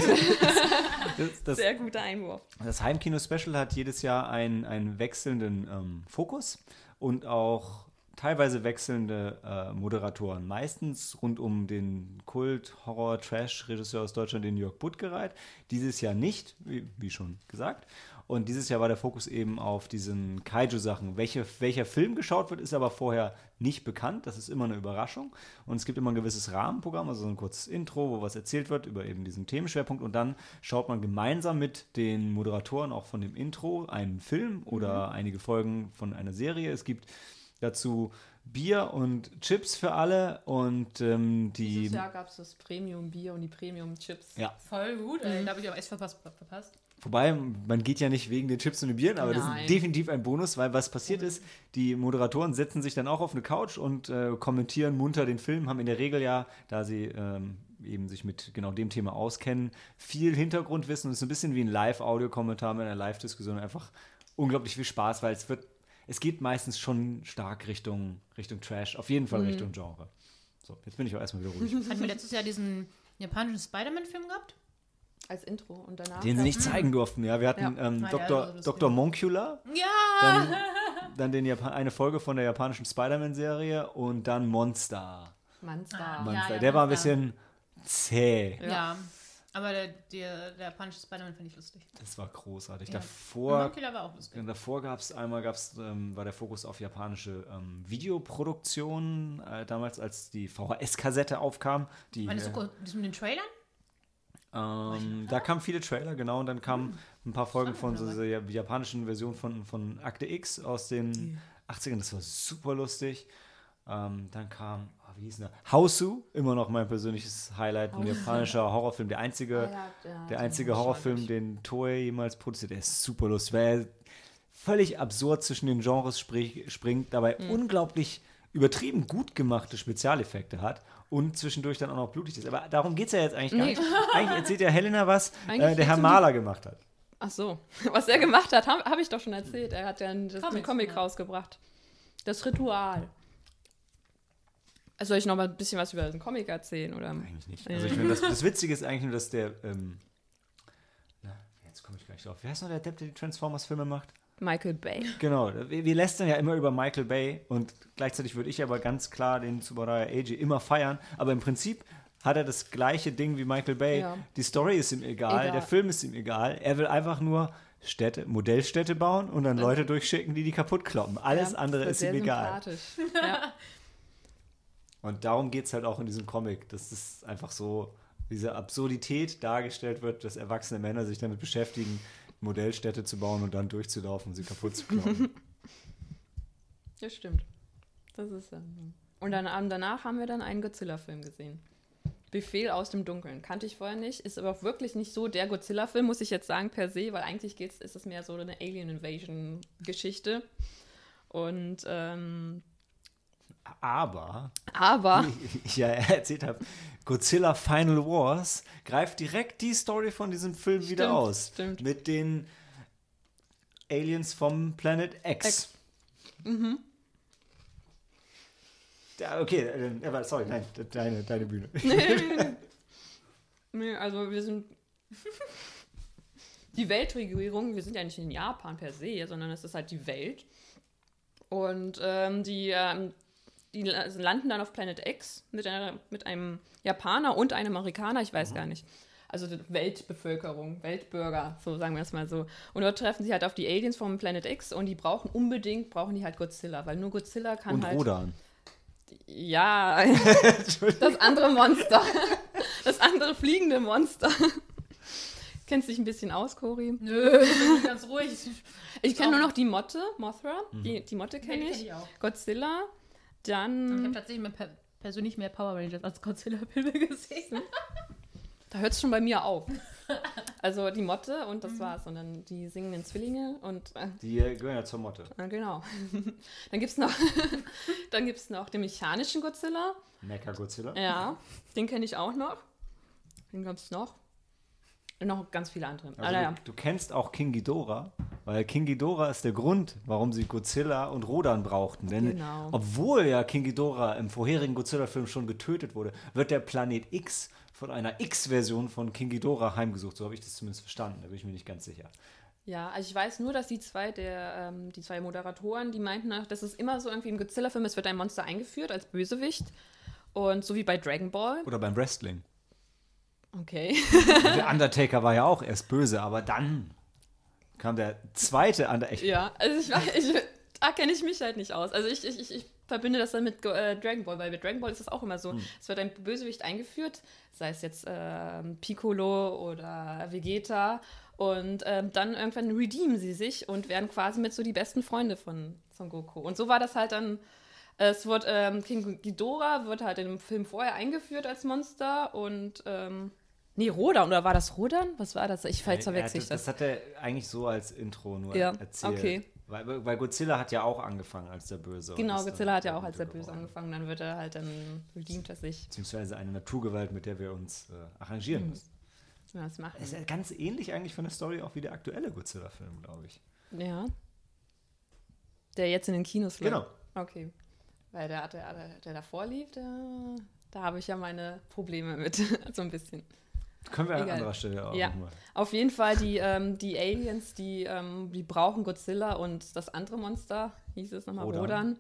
sehr guter Einwurf. Das Heimkino-Special hat jedes Jahr einen wechselnden Fokus und auch teilweise wechselnde Moderatoren. Meistens rund um den Kult-Horror-Trash-Regisseur aus Deutschland, den Jörg Buttgereit. Dieses Jahr nicht, wie schon gesagt. Und dieses Jahr war der Fokus eben auf diesen Kaiju-Sachen. Welcher Film geschaut wird, ist aber vorher nicht bekannt. Das ist immer eine Überraschung. Und es gibt immer ein gewisses Rahmenprogramm, also so ein kurzes Intro, wo was erzählt wird über eben diesen Themenschwerpunkt. Und dann schaut man gemeinsam mit den Moderatoren auch von dem Intro einen Film oder einige Folgen von einer Serie. Es gibt dazu Bier und Chips für alle und Dieses Jahr gab es das Premium-Bier und die Premium-Chips. Ja. Voll gut, da habe ich aber echt verpasst. Wobei, man geht ja nicht wegen den Chips und den Bieren, aber das ist definitiv ein Bonus, weil was passiert ist, die Moderatoren setzen sich dann auch auf eine Couch und kommentieren munter den Film, haben in der Regel ja, da sie eben sich mit genau dem Thema auskennen, viel Hintergrundwissen und es ist ein bisschen wie ein Live-Audio-Kommentar mit einer Live-Diskussion, einfach unglaublich viel Spaß, weil es geht meistens schon stark Richtung Trash, auf jeden Fall Richtung Genre. So, jetzt bin ich auch erstmal wieder ruhig. Hatten wir letztes Jahr diesen japanischen Spider-Man-Film gehabt? Als Intro und danach. Den sie nicht zeigen durften, ja. Wir hatten Dr. Moncula. Ja! Dann eine Folge von der japanischen Spider-Man-Serie und dann Monster. Monster. Ja, der war ein bisschen zäh. Ja. Aber der japanische Spider-Man finde ich lustig. Das war großartig. Ja. Moncula war auch lustig. Davor war der Fokus auf japanische Videoproduktionen, damals als die VHS-Kassette aufkam. Meinst du das mit den Trailern? Da kamen viele Trailer, genau, und dann kamen ein paar Folgen von so dieser japanischen Version von Akte X aus den 80ern, das war super lustig. Dann kam, wie hieß der? Hausu, immer noch mein persönliches Highlight, ein japanischer Horrorfilm, der einzige Horrorfilm, den Toei jemals produziert, der ist super lustig, weil er völlig absurd zwischen den Genres springt, dabei unglaublich übertrieben gut gemachte Spezialeffekte hat und zwischendurch dann auch noch blutig ist. Aber darum geht es ja jetzt eigentlich gar nicht. Eigentlich erzählt ja Helena was, der Herr Mahler gemacht hat. Ach so, was er gemacht hat, habe ich doch schon erzählt. Er hat ja einen Comic rausgebracht. Das Ritual. Soll ich noch mal ein bisschen was über den Comic erzählen? Oder? Eigentlich nicht. Also ich finde, das Witzige ist eigentlich nur, dass der jetzt komme ich gleich drauf. Wer ist noch der Depp, der die Transformers-Filme macht? Michael Bay. Genau, wir lästern ja immer über Michael Bay und gleichzeitig würde ich aber ganz klar den Tsuburaya Eiji immer feiern, aber im Prinzip hat er das gleiche Ding wie Michael Bay. Ja. Die Story ist ihm egal, der Film ist ihm egal. Er will einfach nur Modellstädte bauen und dann Leute durchschicken, die kaputt kloppen. Alles andere ist ihm egal. Ja. Und darum geht es halt auch in diesem Comic, dass es einfach so diese Absurdität dargestellt wird, dass erwachsene Männer sich damit beschäftigen, Modellstädte zu bauen und dann durchzulaufen und sie kaputt zu kloppen. Ja, stimmt. Das ist ja. Und dann danach haben wir dann einen Godzilla-Film gesehen. Befehl aus dem Dunkeln. Kannte ich vorher nicht. Ist aber auch wirklich nicht so der Godzilla-Film, muss ich jetzt sagen, per se, weil eigentlich ist es mehr so eine Alien-Invasion-Geschichte. Und aber wie ich ja erzählt habe, Godzilla Final Wars greift direkt die Story von diesem Film wieder aus. Stimmt. Mit den Aliens vom Planet X. Mhm. Okay, sorry, nein, deine Bühne. Nee, also wir sind die Weltregierung, wir sind ja nicht in Japan per se, sondern es ist halt die Welt. Und die landen dann auf Planet X mit einem Japaner und einem Amerikaner, ich weiß gar nicht. Also Weltbevölkerung, Weltbürger, so sagen wir es mal so. Und dort treffen sie halt auf die Aliens vom Planet X und die brauchen die halt Godzilla, weil nur Godzilla kann und Rodan. Ja, das andere Monster. Das andere fliegende Monster. Kennst du dich ein bisschen aus, Cori? Nö, ich bin ganz ruhig. Ich kenne nur noch die Motte, Mothra. Die Motte kenne ich. Godzilla. Dann. Ich habe tatsächlich persönlich mehr Power Rangers als Godzilla-Filme gesehen. Da hört es schon bei mir auf. Also die Motte und das war's. Und dann die singenden Zwillinge und. Die gehören ja zur Motte. Genau. Dann gibt's noch den mechanischen Godzilla. Mecha-Godzilla. Ja, den kenne ich auch noch. Den gab's noch. Und noch ganz viele andere. Also du kennst auch King Ghidorah, weil King Ghidorah ist der Grund, warum sie Godzilla und Rodan brauchten. Denn obwohl ja King Ghidorah im vorherigen Godzilla-Film schon getötet wurde, wird der Planet X von einer X-Version von King Ghidorah heimgesucht. So habe ich das zumindest verstanden, da bin ich mir nicht ganz sicher. Ja, also ich weiß nur, dass die zwei Moderatoren, die meinten, das ist immer so irgendwie im Godzilla-Film, es wird ein Monster eingeführt als Bösewicht. Und so wie bei Dragon Ball. Oder beim Wrestling. Okay. Der Undertaker war ja auch erst böse, aber dann kam der zweite Undertaker. Ja, also da kenne ich mich halt nicht aus. Also ich verbinde das dann mit Dragon Ball, weil bei Dragon Ball ist das auch immer so. Es wird ein Bösewicht eingeführt, sei es jetzt Piccolo oder Vegeta und dann irgendwann redeemen sie sich und werden quasi mit so die besten Freunde von Son Goku. Und so war das halt dann. Es wird King Ghidorah wird halt im Film vorher eingeführt als Monster und Rodan, oder war das Rodan? Was war das? Ich verwechsel das. Das hat er eigentlich so als Intro nur erzählt. Okay. Weil Godzilla hat ja auch angefangen als der Böse. Genau, Godzilla hat ja auch als der Böse angefangen. Dann wird er halt, dann redeemt er sich. Beziehungsweise eine Naturgewalt, mit der wir uns arrangieren müssen. Ja, das machen wir. Das ist ja ganz ähnlich eigentlich von der Story auch wie der aktuelle Godzilla-Film, glaube ich. Ja. Der jetzt in den Kinos läuft. Genau. Okay. Weil der davor lief, da habe ich ja meine Probleme mit, so ein bisschen. Können wir an anderer Stelle auch mal. Auf jeden Fall, die Aliens, die brauchen Godzilla und das andere Monster, hieß es nochmal Rodan,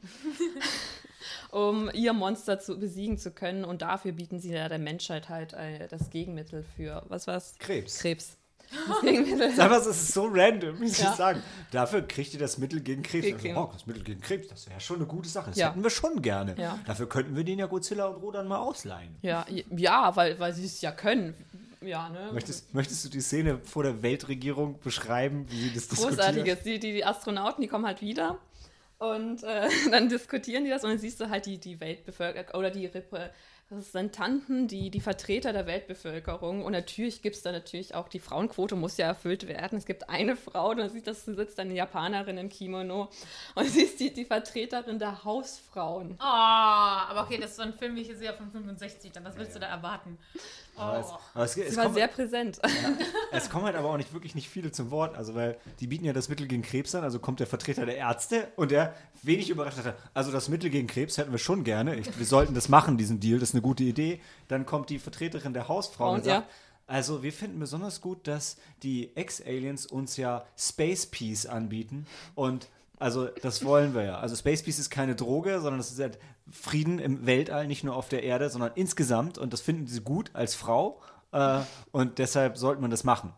um ihr Monster besiegen zu können. Und dafür bieten sie ja der Menschheit halt das Gegenmittel für, was war's? Krebs. Das Gegenmittel. Sag mal, es ist so random, muss ich sagen. Dafür kriegt ihr das Mittel gegen Krebs. Das Mittel gegen Krebs, das wäre ja schon eine gute Sache. Das hätten wir schon gerne. Ja. Dafür könnten wir den ja Godzilla und Rodan mal ausleihen. Ja, weil sie es ja können. Ja, ne? Möchtest du die Szene vor der Weltregierung beschreiben, wie sie das diskutieren? Großartiges. Die Astronauten, die kommen halt wieder Und dann diskutieren die das und dann siehst du halt die Weltbevölkerung oder die Repräsentanten, die Vertreter der Weltbevölkerung. Und natürlich gibt es da natürlich auch, die Frauenquote muss ja erfüllt werden. Es gibt eine Frau, da sitzt dann eine Japanerin im Kimono und siehst die Vertreterin der Hausfrauen. Oh, aber okay, das ist so ein Film, wie ich sehe, von 65, dann was willst du da erwarten? Es war sehr präsent. Ja, es kommen halt aber auch nicht viele zum Wort, also weil die bieten ja das Mittel gegen Krebs an, also kommt der Vertreter der Ärzte und der wenig überrascht hat, also das Mittel gegen Krebs hätten wir schon gerne, wir sollten das machen, diesen Deal, das ist eine gute Idee. Dann kommt die Vertreterin der Hausfrau und sagt, also wir finden besonders gut, dass die Ex-Aliens uns ja Space Peace anbieten und also das wollen wir ja. Also Space Peace ist keine Droge, sondern das ist halt Frieden im Weltall, nicht nur auf der Erde, sondern insgesamt. Und das finden sie gut als Frau. Und deshalb sollte man das machen.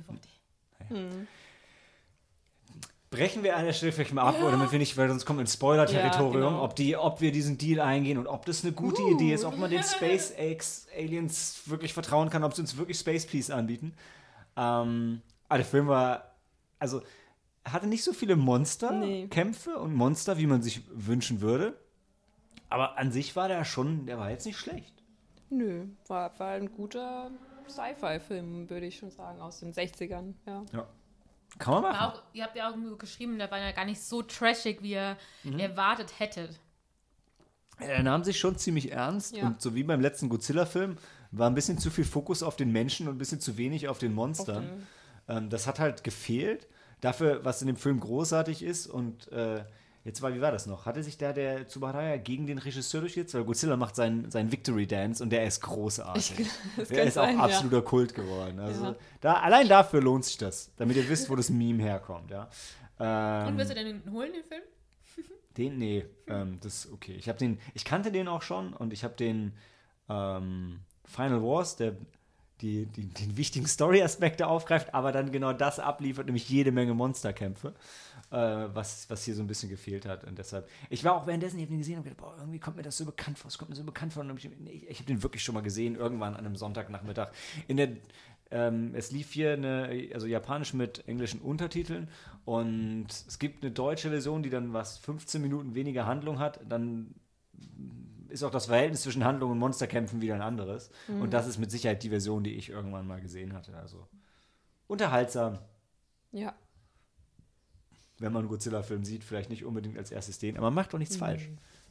Brechen wir an der Stelle vielleicht mal ab, oder damit wir nicht, weil sonst kommen wir ins Spoiler-Territorium, genau. ob wir diesen Deal eingehen und ob das eine gute Idee ist, ob man den SpaceX-Aliens wirklich vertrauen kann, ob sie uns wirklich Space Peace anbieten. Aber der Film war, also hatte nicht so viele Monsterkämpfe und Monster, wie man sich wünschen würde. Aber an sich war der war jetzt nicht schlecht. Nö, war ein guter Sci-Fi-Film, würde ich schon sagen, aus den 60ern. Ja. Kann man machen. Ihr habt ja auch irgendwo geschrieben, der war ja gar nicht so trashig, wie ihr erwartet hättet. Er nahm sich schon ziemlich ernst und so wie beim letzten Godzilla-Film war ein bisschen zu viel Fokus auf den Menschen und ein bisschen zu wenig auf den Monstern. Das hat halt gefehlt. Dafür, was in dem Film großartig ist und wie war das noch? Hatte sich da der Tsuburaya gegen den Regisseur durchgesetzt? Weil Godzilla macht seinen Victory Dance und der ist großartig. Der ist auch absoluter Kult geworden. Also allein dafür lohnt sich das, damit ihr wisst, wo das Meme herkommt. Ja. Und wirst du den holen, den Film? Nee, das ist okay. Ich kannte den auch schon und ich habe den Final Wars, der den wichtigen Story-Aspekte aufgreift, aber dann genau das abliefert, nämlich jede Menge Monsterkämpfe, was hier so ein bisschen gefehlt hat. Und deshalb, ich war auch währenddessen, ich habe den gesehen und gedacht, irgendwie kommt mir das so bekannt vor, Und ich habe den wirklich schon mal gesehen, irgendwann an einem Sonntagnachmittag. Es lief hier Japanisch mit englischen Untertiteln und es gibt eine deutsche Version, die dann 15 Minuten weniger Handlung hat, dann ist auch das Verhältnis zwischen Handlung und Monsterkämpfen wieder ein anderes. Und das ist mit Sicherheit die Version, die ich irgendwann mal gesehen hatte. Also unterhaltsam. Ja. Wenn man einen Godzilla-Film sieht, vielleicht nicht unbedingt als erstes den, aber man macht doch nichts falsch.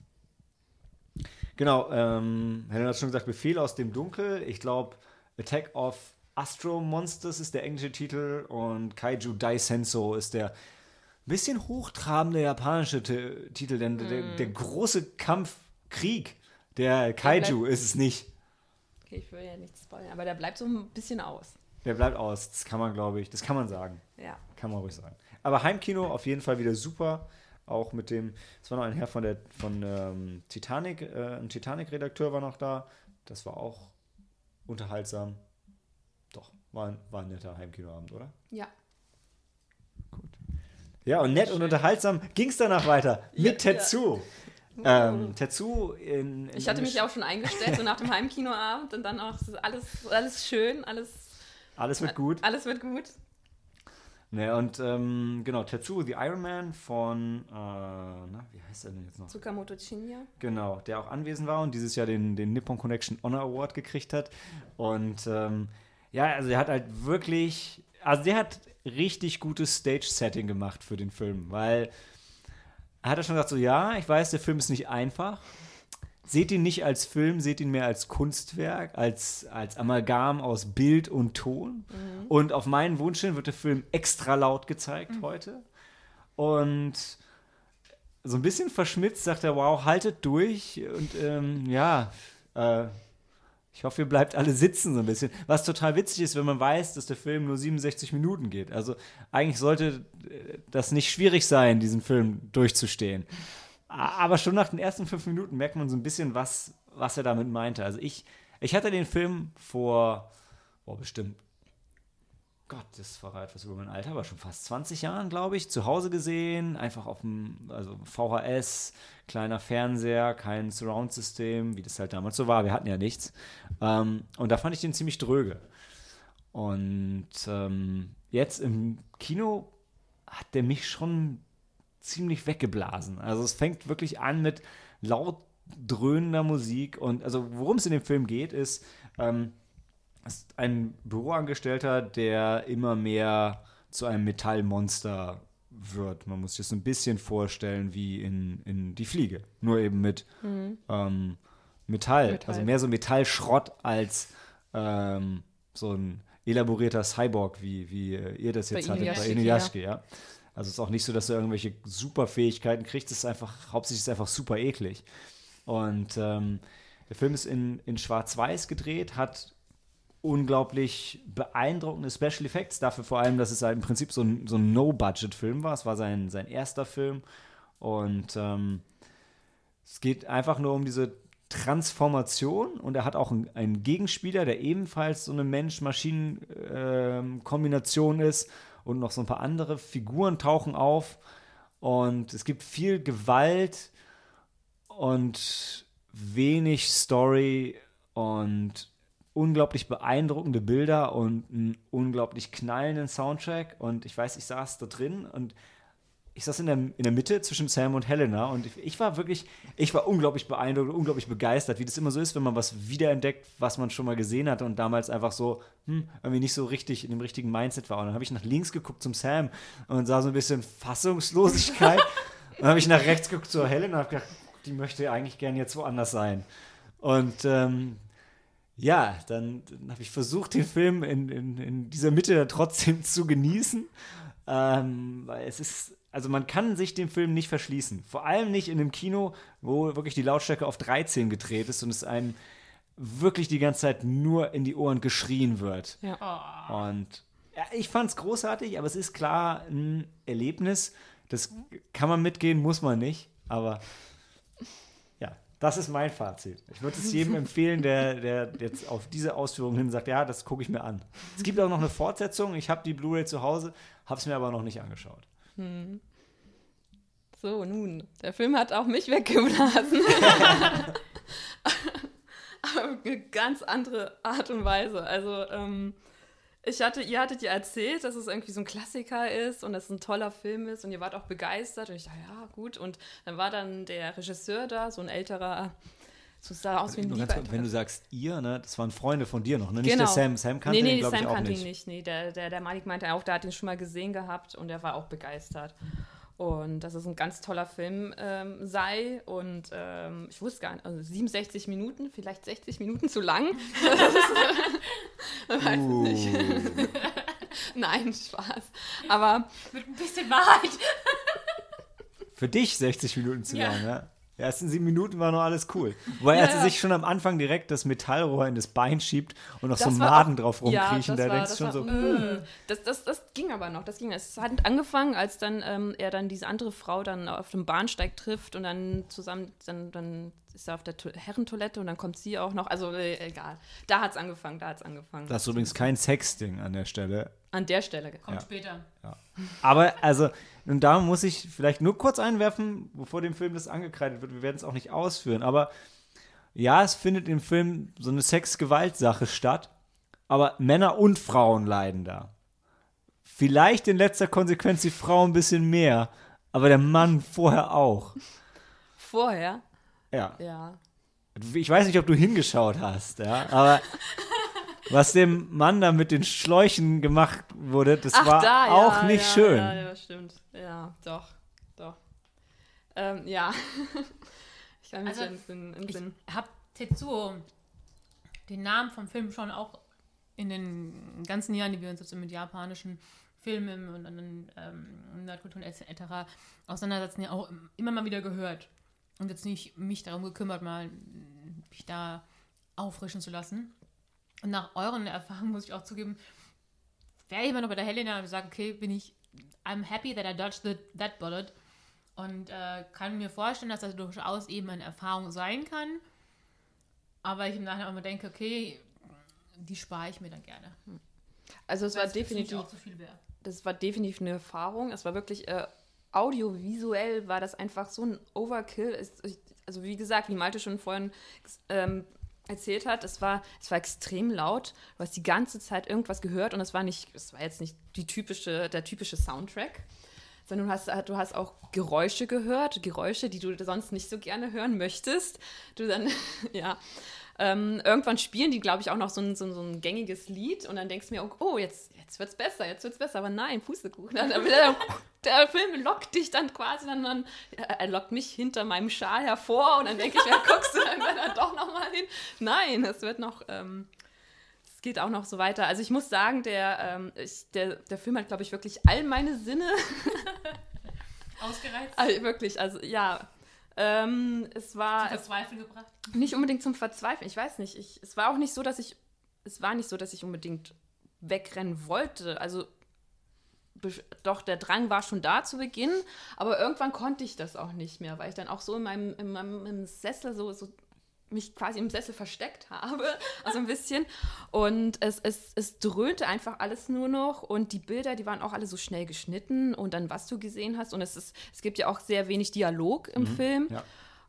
Genau, Helen hat schon gesagt, Befehl aus dem Dunkel. Ich glaube, Attack of Astro Monsters ist der englische Titel und Kaiju Daisenso ist der bisschen hochtrabende japanische Titel, denn der große Krieg, der Kaiju ist es nicht. Okay, ich will ja nichts spoilern, aber der bleibt so ein bisschen aus. Der bleibt aus, das kann man, glaube ich, sagen. Ja. Kann man ruhig sagen. Aber Heimkino auf jeden Fall wieder super, auch mit dem, es war noch ein Herr von Titanic, ein Titanic-Redakteur war noch da, das war auch unterhaltsam. Doch, war ein netter Heimkinoabend, oder? Ja. Gut. Ja, und nett und unterhaltsam ging es danach weiter mit Tetsu. Tetsu ich hatte mich auch schon eingestellt, so nach dem Heimkinoabend und dann auch alles schön, alles wird gut. Alles wird gut. Ne, und genau, Tetsu, The Iron Man von, wie heißt er denn jetzt noch? Tsukamoto Shinya. Genau, der auch anwesend war und dieses Jahr den Nippon Connection Honor Award gekriegt hat. Und also er hat halt wirklich, also der hat richtig gutes Stage-Setting gemacht für den Film, weil er hat schon gesagt, so ich weiß, der Film ist nicht einfach. Seht ihn nicht als Film, seht ihn mehr als Kunstwerk, als Amalgam aus Bild und Ton. Und auf meinen Wunsch hin wird der Film extra laut gezeigt heute. Und so ein bisschen verschmitzt sagt er, wow, haltet durch. Und ich hoffe, ihr bleibt alle sitzen so ein bisschen. Was total witzig ist, wenn man weiß, dass der Film nur 67 Minuten geht. Also eigentlich sollte das nicht schwierig sein, diesen Film durchzustehen. Aber schon nach den ersten 5 Minuten merkt man so ein bisschen, was er damit meinte. Also ich hatte den Film vor, bestimmt, Gott, das verrät was über mein Alter, aber schon fast 20 Jahren, glaube ich, zu Hause gesehen, einfach auf dem VHS, kleiner Fernseher, kein Surround-System, wie das halt damals so war, wir hatten ja nichts. Und da fand ich den ziemlich dröge. Und jetzt im Kino hat der mich schon ziemlich weggeblasen. Also es fängt wirklich an mit laut dröhnender Musik und also worum es in dem Film geht, ist ein Büroangestellter, der immer mehr zu einem Metallmonster wird. Man muss sich das ein bisschen vorstellen wie in Die Fliege. Nur eben mit Metall. Also mehr so Metallschrott als so ein elaborierter Cyborg, wie ihr das jetzt hattet bei Inuyashiki, ja. Also es ist auch nicht so, dass er irgendwelche Superfähigkeiten kriegt. Es ist einfach, hauptsächlich ist es einfach super eklig. Und der Film ist in Schwarz-Weiß gedreht, hat unglaublich beeindruckende Special Effects. Dafür vor allem, dass es halt im Prinzip so ein No-Budget-Film war. Es war sein erster Film. Und es geht einfach nur um diese Transformation. Und er hat auch einen Gegenspieler, der ebenfalls so eine Mensch-Maschinen-Kombination ist. Und noch so ein paar andere Figuren tauchen auf. Und es gibt viel Gewalt und wenig Story und unglaublich beeindruckende Bilder und einen unglaublich knallenden Soundtrack. Und ich weiß, ich saß da drin und ich saß in der Mitte zwischen Sam und Helena und ich war unglaublich beeindruckt, unglaublich begeistert, wie das immer so ist, wenn man was wiederentdeckt, was man schon mal gesehen hatte und damals einfach so irgendwie nicht so richtig in dem richtigen Mindset war. Und dann habe ich nach links geguckt zum Sam und sah so ein bisschen Fassungslosigkeit. Dann habe ich nach rechts geguckt zur Helena und habe gedacht, die möchte eigentlich gern jetzt woanders sein. Und dann habe ich versucht, den Film in dieser Mitte trotzdem zu genießen, weil es ist, also man kann sich dem Film nicht verschließen. Vor allem nicht in einem Kino, wo wirklich die Lautstärke auf 13 gedreht ist und es einem wirklich die ganze Zeit nur in die Ohren geschrien wird. Ja. Und ja, ich fand es großartig, aber es ist klar ein Erlebnis. Das kann man mitgehen, muss man nicht, aber ja, das ist mein Fazit. Ich würde es jedem empfehlen, der jetzt auf diese Ausführungen hin sagt, ja, das gucke ich mir an. Es gibt auch noch eine Fortsetzung. Ich habe die Blu-ray zu Hause, habe es mir aber noch nicht angeschaut. So, nun, der Film hat auch mich weggeblasen. Aber auf eine ganz andere Art und Weise. Also, ihr hattet ja erzählt, dass es irgendwie so ein Klassiker ist und dass es ein toller Film ist und ihr wart auch begeistert. Und ich dachte, ja, gut. Und dann war dann der Regisseur da, so ein älterer, so sah aus wie ein Lieber. Wenn du sagst ihr, ne, das waren Freunde von dir noch, ne? Nicht genau. der Sam. Sam kannte ihn, glaube ich, auch nicht. Nee, Sam kannte ihn nicht. Nee, der Malik meinte auch, der hat ihn schon mal gesehen gehabt und er war auch begeistert. Und dass es ein ganz toller Film sei. Und ich wusste gar nicht, also 67 Minuten, vielleicht 60 Minuten zu lang. Weiß nicht. Nein, Spaß. Aber mit ein bisschen Wahrheit. Für dich 60 Minuten zu lang, ja? Die ersten 7 Minuten war noch alles cool. Wobei, als er sich schon am Anfang direkt das Metallrohr in das Bein schiebt und noch so Maden drauf rumkriechen, da denkst du schon so, Das ging aber noch, Es hat angefangen, als dann er dann diese andere Frau dann auf dem Bahnsteig trifft und dann zusammen, dann ist er auf der Herrentoilette und dann kommt sie auch noch, also egal. Da hat's angefangen. Das ist übrigens kein Sexding an der Stelle. An der Stelle. Kommt später. Ja. Aber, also, und da muss ich vielleicht nur kurz einwerfen, bevor dem Film das angekreidet wird, wir werden es auch nicht ausführen, aber ja, es findet im Film so eine Sex-Gewalt-Sache statt, aber Männer und Frauen leiden da. Vielleicht in letzter Konsequenz die Frau ein bisschen mehr, aber der Mann vorher auch. Vorher? Ja. Ich weiß nicht, ob du hingeschaut hast, ja, aber was dem Mann da mit den Schläuchen gemacht wurde, das war auch nicht schön. Ja, stimmt. Ja, doch. Ja. Ich kann mich entsinnen. Ich habe Tetsuo, den Namen vom Film, schon auch in den ganzen Jahren, die wir uns jetzt mit japanischen Filmen und anderen Nerdkulturen etc. auseinandersetzen, ja auch immer mal wieder gehört. Und jetzt nicht mich darum gekümmert, mal mich da auffrischen zu lassen. Und nach euren Erfahrungen muss ich auch zugeben, wäre ich immer noch bei der Helena und sage, okay, I'm happy that I dodged that bullet. Und kann mir vorstellen, dass das durchaus eben eine Erfahrung sein kann. Aber ich im Nachhinein auch immer denke, okay, die spare ich mir dann gerne. Also es war definitiv auch zu viel wäre. Das war definitiv eine Erfahrung. Es war wirklich audiovisuell war das einfach so ein Overkill. Also wie gesagt, wie Malte schon vorhin erzählt hat, es war extrem laut. Du hast die ganze Zeit irgendwas gehört und es war jetzt nicht der typische Soundtrack. sondern du hast auch Geräusche gehört, Geräusche, die du sonst nicht so gerne hören möchtest. Du dann, ja, irgendwann spielen die, glaube ich, auch noch so ein gängiges Lied und dann denkst du mir, oh, jetzt wird's besser, aber nein, Pustekuchen. Der Film lockt dich dann quasi, er lockt mich hinter meinem Schal hervor und dann denke ich, guckst du dann doch noch mal hin? Nein, es wird noch... Es geht auch noch so weiter. Also ich muss sagen, der Film hat, glaube ich, wirklich all meine Sinne ausgereizt. Also wirklich, also ja. Es war... Zum Verzweifeln gebracht? Nicht unbedingt zum Verzweifeln. Ich weiß nicht. Es war nicht so, dass ich unbedingt wegrennen wollte. Also doch, der Drang war schon da zu Beginn, aber irgendwann konnte ich das auch nicht mehr, weil ich dann auch so in meinem Sessel so mich quasi im Sessel versteckt habe, also ein bisschen. Und es dröhnte einfach alles nur noch und die Bilder, die waren auch alle so schnell geschnitten und dann, was du gesehen hast. Und es gibt ja auch sehr wenig Dialog im Film. Ja.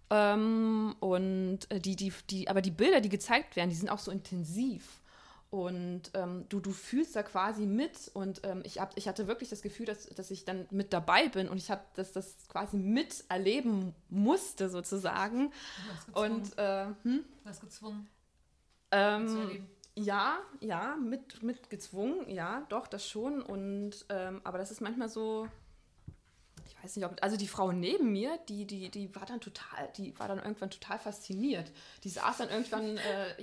Und aber die Bilder, die gezeigt werden, die sind auch so intensiv. Und du fühlst da quasi mit und ich hatte wirklich das Gefühl, dass ich dann mit dabei bin und ich habe das quasi miterleben musste sozusagen. Du hast gezwungen. zu erleben. Ja, mit gezwungen, ja, doch, das schon. Und aber das ist manchmal so, ich weiß nicht, also die Frau neben mir, die war dann irgendwann total fasziniert. Die saß dann irgendwann,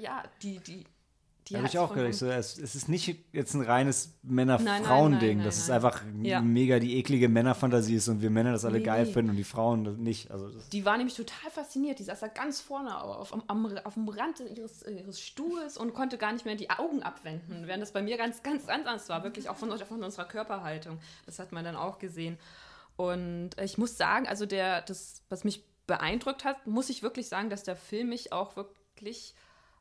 habe ich auch gedacht. So, es ist nicht jetzt ein reines Männer-Frauen-Ding, dass es einfach mega die eklige Männerfantasie ist und wir Männer das alle geil finden und die Frauen das nicht. Also die war nämlich total fasziniert. Die saß da ganz vorne auf dem Rand ihres Stuhls und konnte gar nicht mehr die Augen abwenden, während das bei mir ganz, ganz anders war. Wirklich auch von unserer Körperhaltung. Das hat man dann auch gesehen. Und ich muss sagen, also was mich beeindruckt hat, muss ich wirklich sagen, dass der Film mich auch wirklich,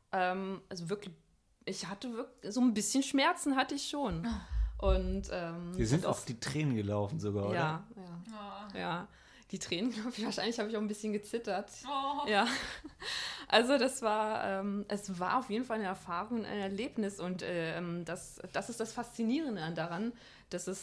ich hatte wirklich, so ein bisschen Schmerzen hatte ich schon. Und die sind auch die Tränen gelaufen sogar, oder? Ja. Die Tränen, glaube ich, wahrscheinlich habe ich auch ein bisschen gezittert. Oh. Ja. Also es war auf jeden Fall eine Erfahrung, ein Erlebnis und das ist das Faszinierende daran, dass es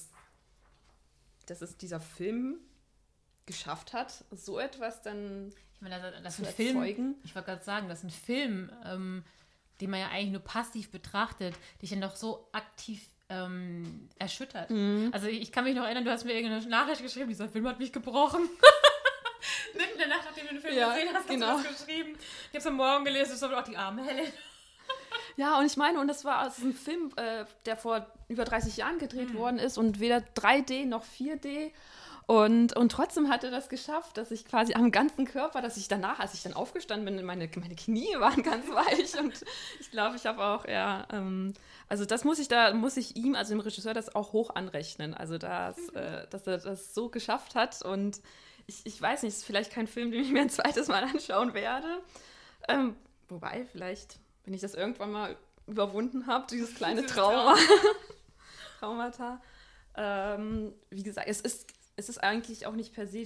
dieser Film geschafft hat, so etwas dann ich meine, das zu erzeugen. Ich wollte gerade sagen, das ist ein Film, den man ja eigentlich nur passiv betrachtet, dich dann doch so aktiv erschüttert. Mhm. Also ich kann mich noch erinnern, du hast mir irgendeine Nachricht geschrieben, dieser Film hat mich gebrochen. Mitten in der Nacht, nachdem du den Film gesehen hast, hast du das geschrieben. Ich habe es am Morgen gelesen, das war auch die arme Helen. Ja, und ich meine, das ist ein Film, der vor über 30 Jahren gedreht worden ist und weder 3D noch 4D. Und trotzdem hat er das geschafft, dass ich quasi am ganzen Körper, dass ich danach, als ich dann aufgestanden bin, meine Knie waren ganz weich. Und ich glaube, ich habe auch, also das muss ich ihm, also dem Regisseur, das auch hoch anrechnen. Also dass er das so geschafft hat. Und ich weiß nicht, es ist vielleicht kein Film, den ich mir ein zweites Mal anschauen werde. Wobei, vielleicht, wenn ich das irgendwann mal überwunden habe, dieses kleine Traumata. Wie gesagt, es ist eigentlich auch nicht per se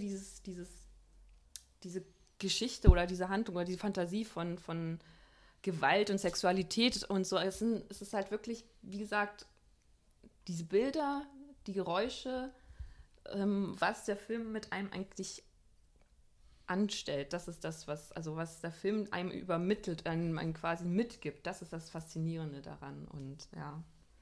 diese Geschichte oder diese Handlung oder diese Fantasie von Gewalt und Sexualität und so. Es ist halt wirklich, wie gesagt, diese Bilder, die Geräusche, was der Film mit einem eigentlich anstellt. Das ist das, was der Film einem übermittelt, einem quasi mitgibt. Das ist das Faszinierende daran. Und ja,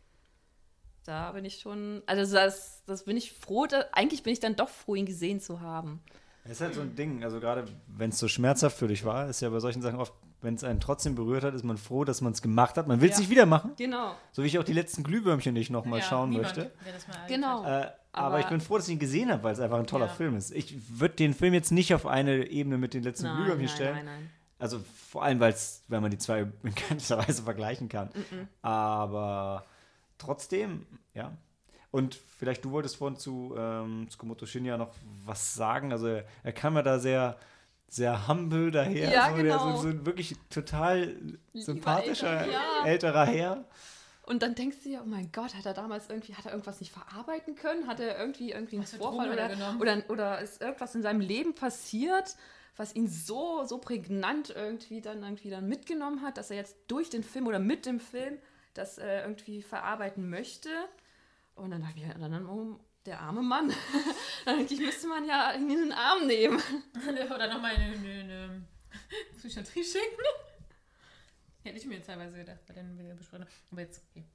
da bin ich schon, also das bin ich froh, eigentlich bin ich dann doch froh, ihn gesehen zu haben. Es ist halt so ein Ding, also gerade wenn es so schmerzhaft für dich war, ist ja bei solchen Sachen oft, wenn es einen trotzdem berührt hat, ist man froh, dass man es gemacht hat. Man will es nicht wieder machen. Genau. So wie ich auch die letzten Glühwürmchen nicht nochmal schauen möchte. Genau. Aber ich bin froh, dass ich ihn gesehen habe, weil es einfach ein toller Film ist. Ich würde den Film jetzt nicht auf eine Ebene mit den letzten Glühwürmchen stellen. Nein. Also vor allem, weil man die zwei in keinster Weise vergleichen kann. Aber trotzdem, ja. Und vielleicht du wolltest vorhin zu Tsukamoto Shinya noch was sagen. Also er kam ja da sehr, sehr humble daher. Ja, so, genau. So ein wirklich total sympathischer älterer Herr. Und dann denkst du dir, oh mein Gott, hat er irgendwas nicht verarbeiten können? Hat er irgendwie einen Vorfall oder ist irgendwas in seinem Leben passiert, was ihn so prägnant irgendwie dann mitgenommen hat, dass er jetzt durch den Film oder mit dem Film das irgendwie verarbeiten möchte? Und dann dachte ich, der arme Mann. Dann denke ich, müsste man ja in den Arm nehmen. Oder nochmal eine Psychiatrie schicken. Hätte ich mir jetzt teilweise gedacht, bei den Besprechungen. Aber jetzt, okay.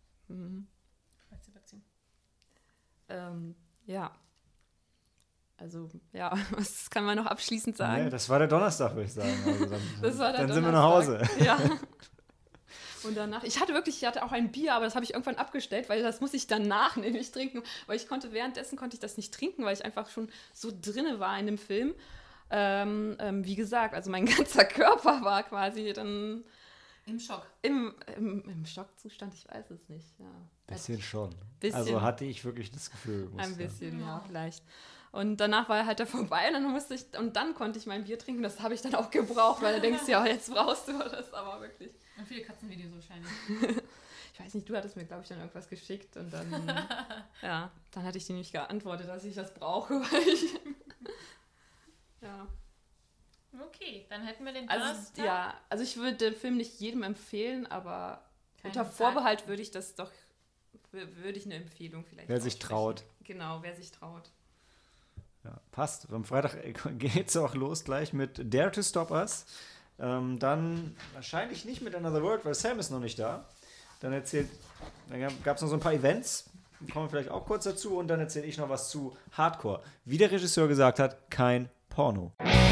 Ja. Also, ja, was kann man noch abschließend sagen? Ja, das war der Donnerstag, würde ich sagen. Also dann sind wir nach Hause. Ja. Und danach, ich hatte auch ein Bier, aber das habe ich irgendwann abgestellt, weil das muss ich danach nämlich trinken, weil währenddessen konnte ich das nicht trinken, weil ich einfach schon so drinne war in dem Film. Wie gesagt, also mein ganzer Körper war quasi dann im Schock. Im Schockzustand, ich weiß es nicht. Ja. Bisschen schon. Bisschen. Also hatte ich wirklich das Gefühl. Ein bisschen, ja, vielleicht. Und danach war halt weiß und dann konnte ich mein Bier trinken. Das habe ich dann auch gebraucht, weil du denkst, ja, jetzt brauchst du das aber wirklich. Und viele Katzenvideos wahrscheinlich. Ich weiß nicht, du hattest mir, glaube ich, dann irgendwas geschickt und dann, dann hatte ich dir nicht geantwortet, dass ich das brauche, weil ich, ja. Okay, dann hätten wir den Donnerstag. Also ich würde den Film nicht jedem empfehlen, aber unter Vorbehalt würde ich eine Empfehlung vielleicht Wer sich traut. Genau, wer sich traut. Ja, passt. Am Freitag geht es auch los gleich mit Dare to Stop Us. Dann wahrscheinlich nicht mit Another World, weil Sam ist noch nicht da. Dann gab es noch so ein paar Events, kommen wir vielleicht auch kurz dazu, und dann erzähle ich noch was zu Hardcore. Wie der Regisseur gesagt hat, kein Porno.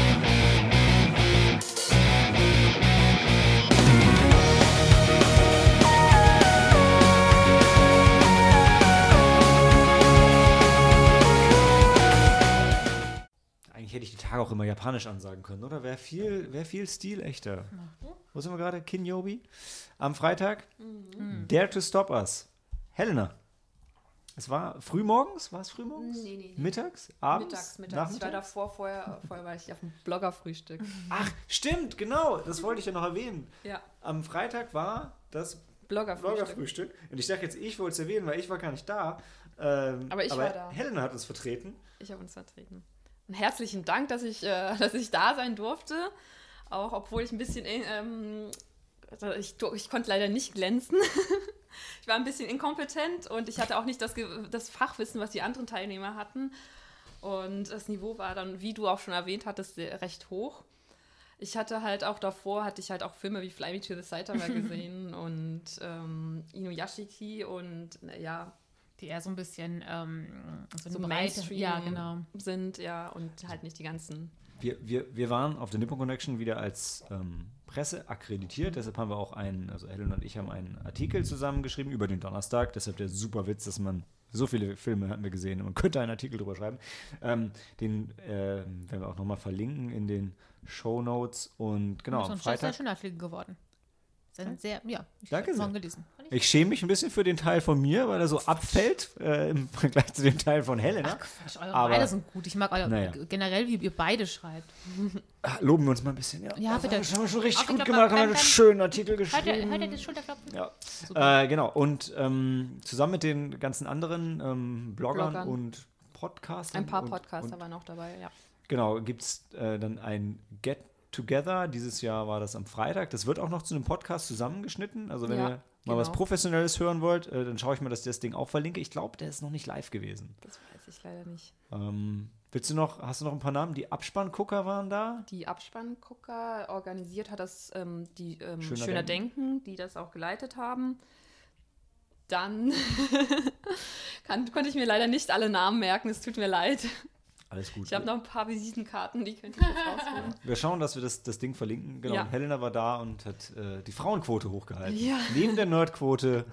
Hätte ich die Tage auch immer japanisch ansagen können, oder? Wäre viel stilechter. Wo sind wir gerade? Kinyobi. Am Freitag. Dare to Stop Us. Helena. Es war frühmorgens? War es frühmorgens? Nee. Mittags? Abends? Mittags. Ich war davor, vorher war ich auf dem Bloggerfrühstück. Ach, stimmt, genau. Das wollte ich ja noch erwähnen. Ja. Am Freitag war das Bloggerfrühstück. Und ich sage jetzt, ich wollte es erwähnen, weil ich war gar nicht da. Aber war da. Helena hat uns vertreten. Ich habe uns vertreten. Und herzlichen Dank, dass ich da sein durfte. Auch obwohl ich ein bisschen, ich konnte leider nicht glänzen. Ich war ein bisschen inkompetent und ich hatte auch nicht das Fachwissen, was die anderen Teilnehmer hatten. Und das Niveau war dann, wie du auch schon erwähnt hattest, recht hoch. Ich hatte halt auch Filme wie Fly Me to the Saitama gesehen und Inuyashiki und die eher so ein bisschen so Mainstream sind, und halt nicht die ganzen. Wir waren auf der Nippon Connection wieder als Presse akkreditiert, deshalb haben wir auch Helen und ich haben einen Artikel zusammengeschrieben über den Donnerstag, deshalb der super Witz, dass so viele Filme hatten wir gesehen, man könnte einen Artikel drüber schreiben. Den werden wir auch nochmal verlinken in den Shownotes und genau, am Freitag. Das ist ein schöner Artikel geworden. Danke sehr. Gelesen. Ich schäme mich ein bisschen für den Teil von mir, weil er so abfällt im Vergleich zu dem Teil von Helena. Quatsch, beide sind gut. Ich mag generell, wie ihr beide schreibt. Loben wir uns mal ein bisschen, ja. Ja, bitte. Das haben wir schon richtig gut gemacht, haben einen schönen Artikel geschrieben. Hört ihr das Schulterklopfen? Ja. Genau, und zusammen mit den ganzen anderen Bloggern und Podcastern. Ein paar Podcaster waren auch dabei, ja. Genau, gibt es dann ein Get-Together. Dieses Jahr war das am Freitag. Das wird auch noch zu einem Podcast zusammengeschnitten. Also wenn ihr mal was Professionelles hören wollt, dann schaue ich mal, dass ich das Ding auch verlinke. Ich glaube, der ist noch nicht live gewesen. Das weiß ich leider nicht. Hast du noch ein paar Namen? Die Abspanngucker waren da? Die Abspanngucker, organisiert hat das die Schöner Denken, die das auch geleitet haben. Dann konnte ich mir leider nicht alle Namen merken, es tut mir leid. Alles gut. Ich habe noch ein paar Visitenkarten, die könnte ich jetzt rausholen. Wir schauen, dass wir das Ding verlinken. Genau, ja. Helena war da und hat die Frauenquote hochgehalten. Ja. Neben der Nerdquote.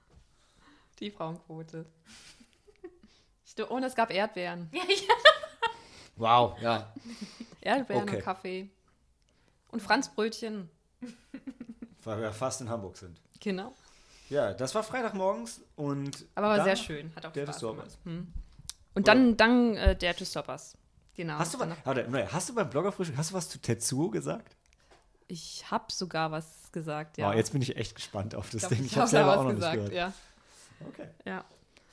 Die Frauenquote. Und es gab Erdbeeren. Ja. Wow, ja. Erdbeeren und Kaffee. Und Franzbrötchen. Weil wir fast in Hamburg sind. Genau. Ja, das war Freitagmorgens und. Aber war sehr schön. Hat auch Spaß gemacht. Und Oder? dann Dare to Stop Us. Genau. Hast du beim Bloggerfrühstück was zu Tetsuo gesagt? Ich habe sogar was gesagt, ja. Oh, jetzt bin ich echt gespannt auf das Ding. Ich habe selber auch noch nicht gehört. Ja. Okay. Ja.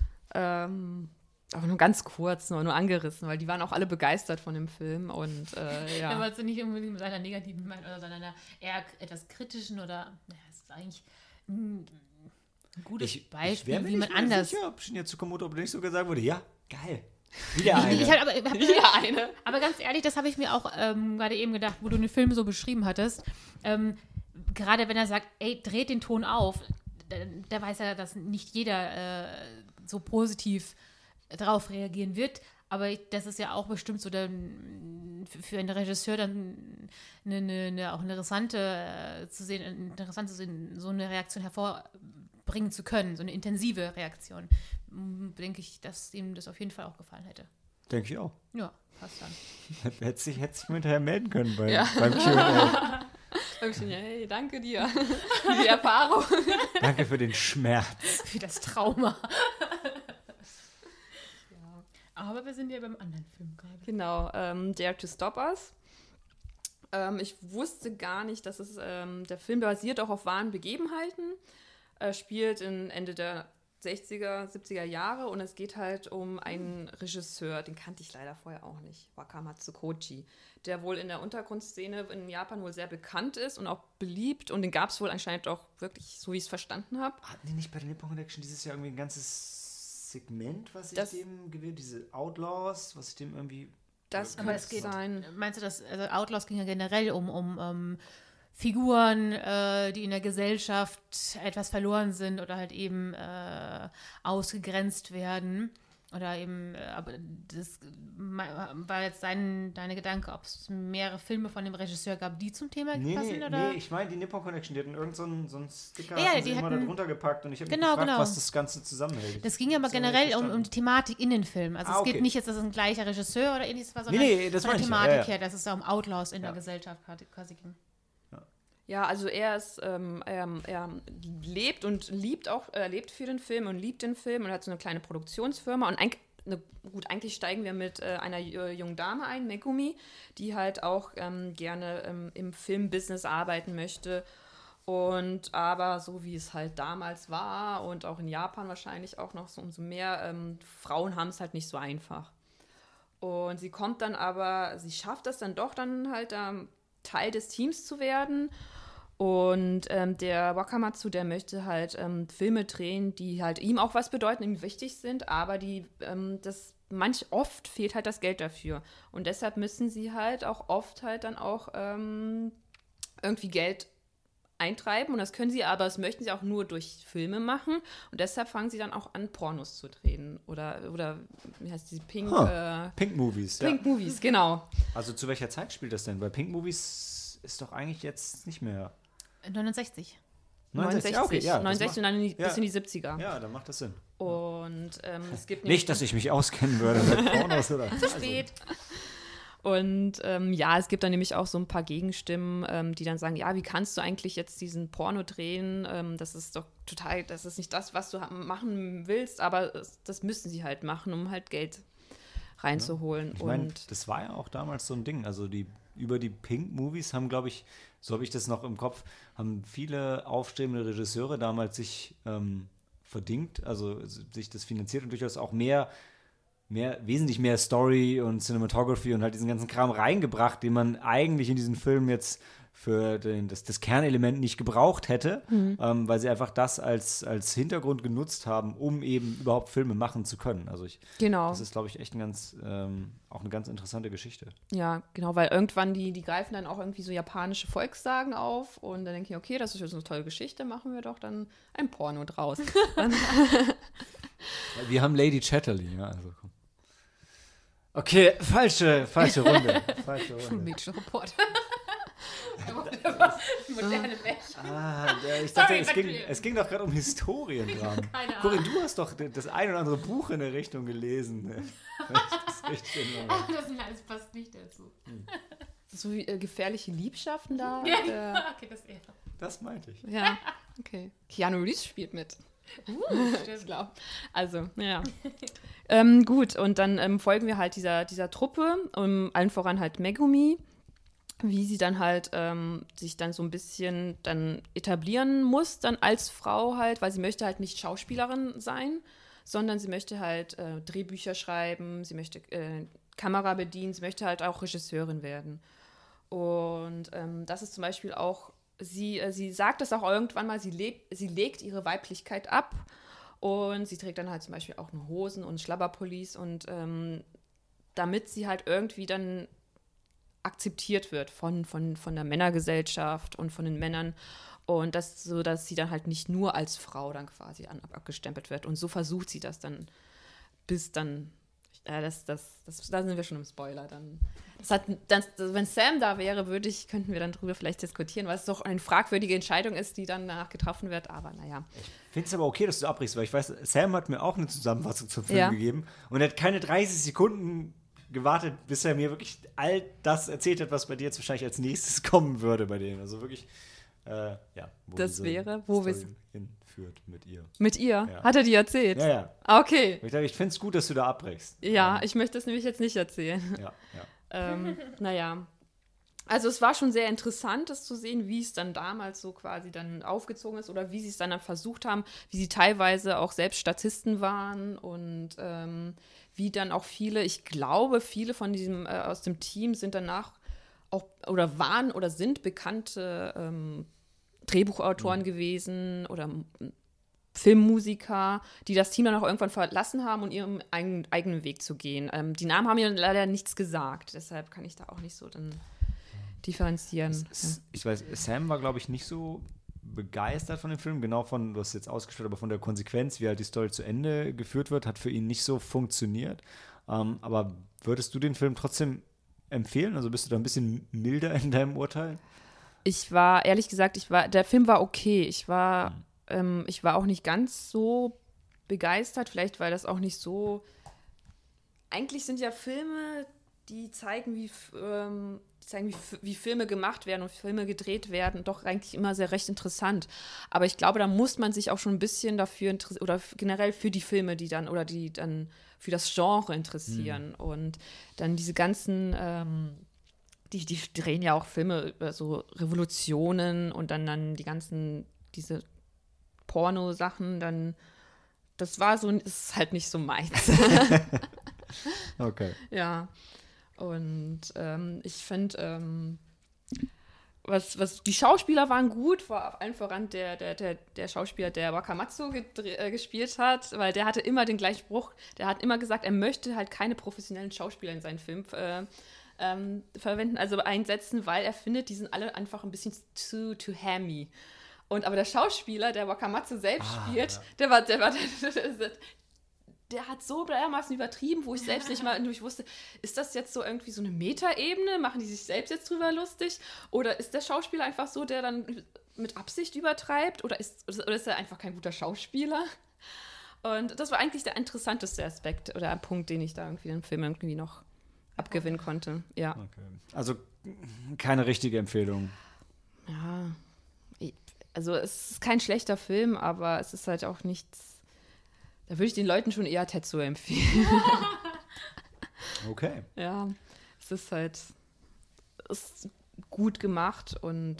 Aber nur ganz kurz, nur angerissen, weil die waren auch alle begeistert von dem Film und ja. Ja, weil du nicht unbedingt mit seiner negativen Meinung oder seiner eher etwas kritischen oder, es ist eigentlich ein gutes Beispiel, wie man anders. Sicher, ob Shinya Tsukamoto nicht so gesagt wurde, ja, Geil. Wieder eine. Wieder eine. Aber ganz ehrlich, das habe ich mir auch gerade eben gedacht, wo du den Film so beschrieben hattest. Gerade wenn er sagt, ey, dreht den Ton auf, da weiß er, dass nicht jeder so positiv darauf reagieren wird. Aber das ist ja auch bestimmt so für einen Regisseur dann auch interessant zu sehen, so eine Reaktion hervorbringen zu können, so eine intensive Reaktion. Denke ich, dass ihm das auf jeden Fall auch gefallen hätte. Denke ich auch. Ja, passt dann. Hätte sich hinterher melden können beim Q&A. Hey, danke dir für die Erfahrung. Danke für den Schmerz. Für das Trauma. Aber wir sind ja beim anderen Film gerade. Genau, Dare to Stop Us. Ich wusste gar nicht, dass der Film basiert auch auf wahren Begebenheiten. Spielt in Ende der 60er, 70er Jahre und es geht halt um einen Regisseur, den kannte ich leider vorher auch nicht, Wakamatsu Koji, der wohl in der Untergrundszene in Japan wohl sehr bekannt ist und auch beliebt und den gab es wohl anscheinend auch wirklich, so wie ich es verstanden habe. Hatten die nicht bei der Nippon Connection dieses Jahr irgendwie ein ganzes Segment, was ich dem gewählt, diese Outlaws, was ich dem irgendwie... Das kann es sein. Meinst du, dass Outlaws ging ja generell um Figuren, die in der Gesellschaft etwas verloren sind oder halt eben ausgegrenzt werden. Oder eben, aber das war jetzt deine Gedanke, ob es mehrere Filme von dem Regisseur gab, die zum Thema passen? Oder? Nee, ich meine die Nippon Connection, die hatten irgend so einen Sticker immer da drunter gepackt und ich habe mich gefragt, was das Ganze zusammenhält. Das ging aber generell um die Thematik in den Filmen. Also es geht nicht jetzt, dass es ein gleicher Regisseur oder ähnliches war, sondern das von der Thematik her, dass es da um Outlaws in der Gesellschaft quasi ging. Ja, also er lebt und liebt auch, lebt für den Film und liebt den Film und hat so eine kleine Produktionsfirma und eigentlich steigen wir mit einer jungen Dame ein, Megumi, die halt auch gerne im Filmbusiness arbeiten möchte und aber so wie es halt damals war und auch in Japan wahrscheinlich auch noch so umso mehr, Frauen haben es halt nicht so einfach. Und sie schafft das dann doch dann halt Teil des Teams zu werden. Und der Wakamatsu, der möchte halt Filme drehen, die halt ihm auch was bedeuten, ihm wichtig sind, aber oft fehlt halt das Geld dafür. Und deshalb müssen sie halt auch oft halt dann auch irgendwie Geld eintreiben. Und das können sie, aber das möchten sie auch nur durch Filme machen. Und deshalb fangen sie dann auch an, Pornos zu drehen. Oder wie heißt die? Pink Movies. Pink Movies, genau. Also zu welcher Zeit spielt das denn? Weil Pink Movies ist doch eigentlich jetzt nicht mehr... 69. 69, okay, ja, 69 und dann bis in die 70er. Ja, dann macht das Sinn. Und es gibt nicht, dass ich mich auskennen würde mit Pornos oder... Zu spät. Und es gibt dann nämlich auch so ein paar Gegenstimmen, die dann sagen, ja, wie kannst du eigentlich jetzt diesen Porno drehen? Das ist doch total, das ist nicht das, was du machen willst, aber das müssen sie halt machen, um halt Geld reinzuholen. Ich meine, das war ja auch damals so ein Ding. Also über die Pink-Movies haben, glaube ich, so habe ich das noch im Kopf, haben viele aufstrebende Regisseure damals sich verdingt, also sich das finanziert und durchaus auch wesentlich mehr Story und Cinematography und halt diesen ganzen Kram reingebracht, den man eigentlich in diesen Film jetzt für das Kernelement nicht gebraucht hätte, weil sie einfach das als Hintergrund genutzt haben, um eben überhaupt Filme machen zu können. Also das ist, glaube ich, echt auch eine ganz interessante Geschichte. Ja, genau, weil irgendwann die greifen dann auch irgendwie so japanische Volkssagen auf und dann denke ich, okay, das ist jetzt eine tolle Geschichte, machen wir doch dann ein Porno draus. Wir haben Lady Chatterley, ja, also komm. Okay, falsche Runde. Mädchenreport. Moderne Welt. Ich dachte, es ging doch gerade um Historiendramen. Corinne, du hast doch das ein oder andere Buch in der Richtung gelesen. Das passt nicht dazu. So wie gefährliche Liebschaften da? Okay, das meinte ich. Ja, okay. Keanu Reeves spielt mit. Ich glaube. Also, ja. Gut, und dann folgen wir halt dieser Truppe, allen voran halt Megumi, wie sie dann halt sich dann so ein bisschen dann etablieren muss, dann als Frau halt, weil sie möchte halt nicht Schauspielerin sein, sondern sie möchte halt Drehbücher schreiben, sie möchte Kamera bedienen, sie möchte halt auch Regisseurin werden. Und das ist zum Beispiel auch, sie sagt das auch irgendwann mal, sie legt ihre Weiblichkeit ab Und sie trägt dann halt zum Beispiel auch nur Hosen und Schlabberpullis und damit sie halt irgendwie dann akzeptiert wird von der Männergesellschaft und von den Männern. Und das so, dass sie dann halt nicht nur als Frau dann quasi abgestempelt wird. Und so versucht sie das dann, bis dann, da sind wir schon im Spoiler dann. Wenn Sam da wäre, könnten wir dann drüber vielleicht diskutieren, weil es doch eine fragwürdige Entscheidung ist, die dann danach getroffen wird. Aber naja. Ich finde es aber okay, dass du abbrichst, weil ich weiß, Sam hat mir auch eine Zusammenfassung zum Film gegeben und er hat keine 30 Sekunden gewartet, bis er mir wirklich all das erzählt hat, was bei dir jetzt wahrscheinlich als nächstes kommen würde bei denen. Also wirklich. Das wäre, wo wir hinführt mit ihr. Mit ihr? Ja. Hat er die erzählt? Ja. Okay. Ich finde es gut, dass du da abbrichst. Ja, ich möchte es nämlich jetzt nicht erzählen. Ja. Naja. Also es war schon sehr interessant, das zu sehen, wie es dann damals so quasi dann aufgezogen ist oder wie sie es dann versucht haben, wie sie teilweise auch selbst Statisten waren und wie dann auch ich glaube, viele von diesem aus dem Team sind danach auch oder waren oder sind bekannte Drehbuchautoren gewesen oder Filmmusiker, die das Team dann auch irgendwann verlassen haben und ihren eigenen Weg zu gehen. Die Namen haben mir leider nichts gesagt, deshalb kann ich da auch nicht so dann differenzieren. Ich weiß, Sam war, glaube ich, nicht so begeistert von dem Film, du hast es jetzt ausgestellt, aber von der Konsequenz, wie halt die Story zu Ende geführt wird, hat für ihn nicht so funktioniert. Aber würdest du den Film trotzdem empfehlen? Also bist du da ein bisschen milder in deinem Urteil? Ich war, ehrlich gesagt, der Film war okay. Ich war auch nicht ganz so begeistert, vielleicht weil das auch nicht so. Eigentlich sind ja Filme, die zeigen, wie Filme gemacht werden und Filme gedreht werden, doch eigentlich immer sehr recht interessant. Aber ich glaube, da muss man sich auch schon ein bisschen dafür interessieren oder generell für die Filme, die dann für das Genre interessieren. Und dann diese ganzen, die drehen ja auch Filme über so Revolutionen und dann diese Porno-Sachen, dann das ist halt nicht so meins. Okay. Ja. Und ich finde, was die Schauspieler waren gut, vor allen voran der Schauspieler, der Wakamatsu gespielt hat, weil der hatte immer den gleichen Spruch. Der hat immer gesagt, er möchte halt keine professionellen Schauspieler in seinen Film verwenden, also einsetzen, weil er findet, die sind alle einfach ein bisschen too hammy. Aber der Schauspieler, der Wakamatsu selbst spielt, ja. der hat so dermaßen übertrieben, wo ich selbst nicht mal wusste, ist das jetzt so irgendwie so eine Metaebene? Machen die sich selbst jetzt drüber lustig? Oder ist der Schauspieler einfach so, der dann mit Absicht übertreibt? Oder ist er einfach kein guter Schauspieler? Und das war eigentlich der interessanteste Aspekt oder Punkt, den ich da irgendwie im Film irgendwie noch abgewinnen konnte. Ja. Okay. Also keine richtige Empfehlung. Ja. Also es ist kein schlechter Film, aber es ist halt auch nichts. Da würde ich den Leuten schon eher Tetsuo empfehlen. Okay. Ja, es ist gut gemacht und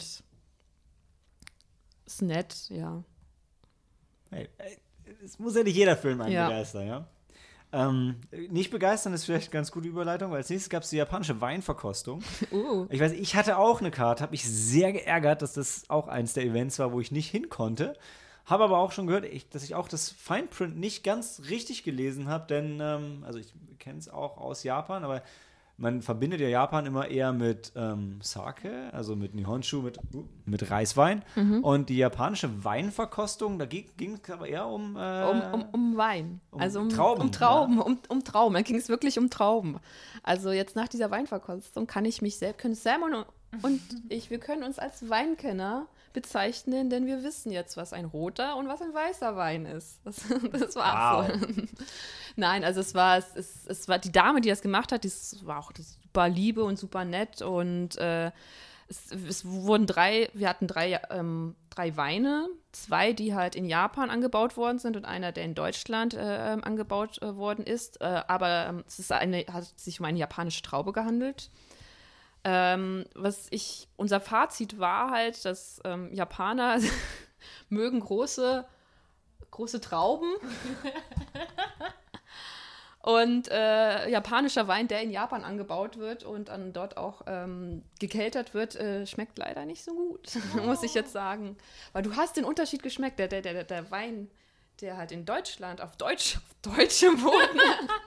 ist nett, ja. Hey, es muss ja nicht jeder Film einen begeistern, ja? Nicht begeistern ist vielleicht eine ganz gute Überleitung, weil als nächstes gab es die japanische Weinverkostung. Ich weiß, ich hatte auch eine Karte, habe mich sehr geärgert, dass das auch eins der Events war, wo ich nicht hin konnte. Habe aber auch schon gehört, dass ich auch das Fine Print nicht ganz richtig gelesen habe, denn also ich kenne es auch aus Japan, aber man verbindet ja Japan immer eher mit Sake, also mit Nihonshu, mit Reiswein. Mhm. Und die japanische Weinverkostung, da ging es aber eher um Wein. Also Trauben. Um Trauben, ja. um Trauben. Da ging es wirklich um Trauben. Also jetzt nach dieser Weinverkostung können Sam und ich, wir können uns als Weinkenner bezeichnen, denn wir wissen jetzt, was ein roter und was ein weißer Wein ist. Das war wow. So. Nein, also es war die Dame, die das gemacht hat, das war auch super liebe und super nett und es wurden wir hatten drei Weine, 2, die halt in Japan angebaut worden sind und einer, der in Deutschland angebaut worden ist, aber hat sich um eine japanische Traube gehandelt. Unser Fazit war halt, dass Japaner mögen große Trauben und japanischer Wein, der in Japan angebaut wird und dann dort auch gekeltert wird, schmeckt leider nicht so gut, muss ich jetzt sagen. Weil du hast den Unterschied geschmeckt, der Wein, der halt in Deutschland auf deutschem Boden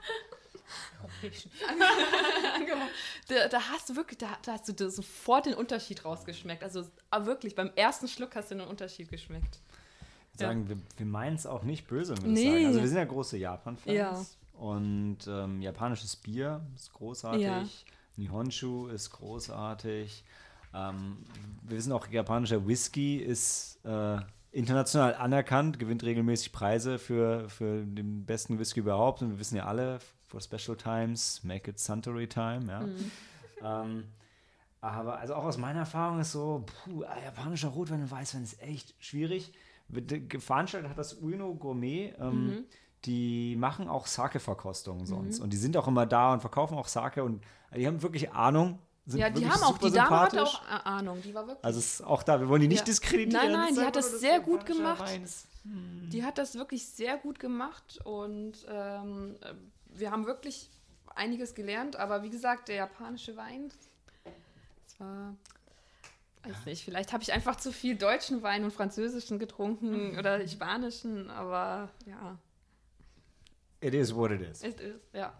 da hast du sofort den Unterschied rausgeschmeckt. Also wirklich, beim ersten Schluck hast du den Unterschied geschmeckt. Ich würde sagen, wir meinen es auch nicht böse, muss ich sagen. Also wir sind ja große Japan-Fans. Ja. Und japanisches Bier ist großartig. Ja. Nihonshu ist großartig. Wir wissen auch, japanischer Whisky ist international anerkannt, gewinnt regelmäßig Preise für den besten Whisky überhaupt. Und wir wissen ja alle, for special times, make it Suntory time. Ja. Aber also auch aus meiner Erfahrung ist so, japanischer Rotwein und Weißwein ist echt schwierig. Veranstaltet hat das Ueno Gourmet. Die machen auch Sake-Verkostungen sonst. Und die sind auch immer da und verkaufen auch Sake. Und die haben wirklich Ahnung. Ja, die haben auch, die Dame hatte auch Ahnung. Die war wirklich. Also es ist auch da, wir wollen die nicht diskreditieren. Nein, die hat das sehr gut gemacht. Die hat das wirklich sehr gut gemacht. Und wir haben wirklich einiges gelernt. Aber wie gesagt, der japanische Wein, das war... Weiß nicht, vielleicht habe ich einfach zu viel deutschen Wein und französischen getrunken oder spanischen, aber ja. It is what it is. It is, ja.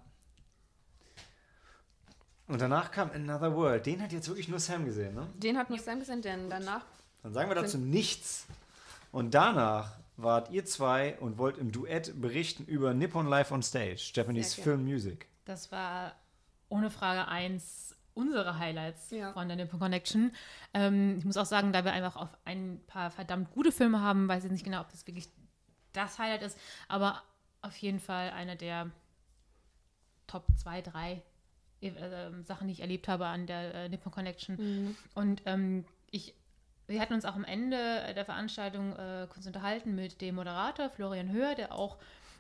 Und danach kam Another World. Den hat jetzt wirklich nur Sam gesehen, ne? Den hat nur Sam gesehen, denn danach... Dann sagen wir dazu nichts. Und danach wart ihr zwei und wollt im Duett berichten über Nippon Live on Stage, Japanese Film Music. Das war ohne Frage eins unsere Highlights von der Nippon Connection. Ich muss auch sagen, da wir einfach auf ein paar verdammt gute Filme haben, weiß ich nicht genau, ob das wirklich das Highlight ist, aber auf jeden Fall eine der Top 2, 3 Sachen, die ich erlebt habe an der Nippon Connection. Und wir hatten uns auch am Ende der Veranstaltung kurz unterhalten mit dem Moderator Florian Höher, der auch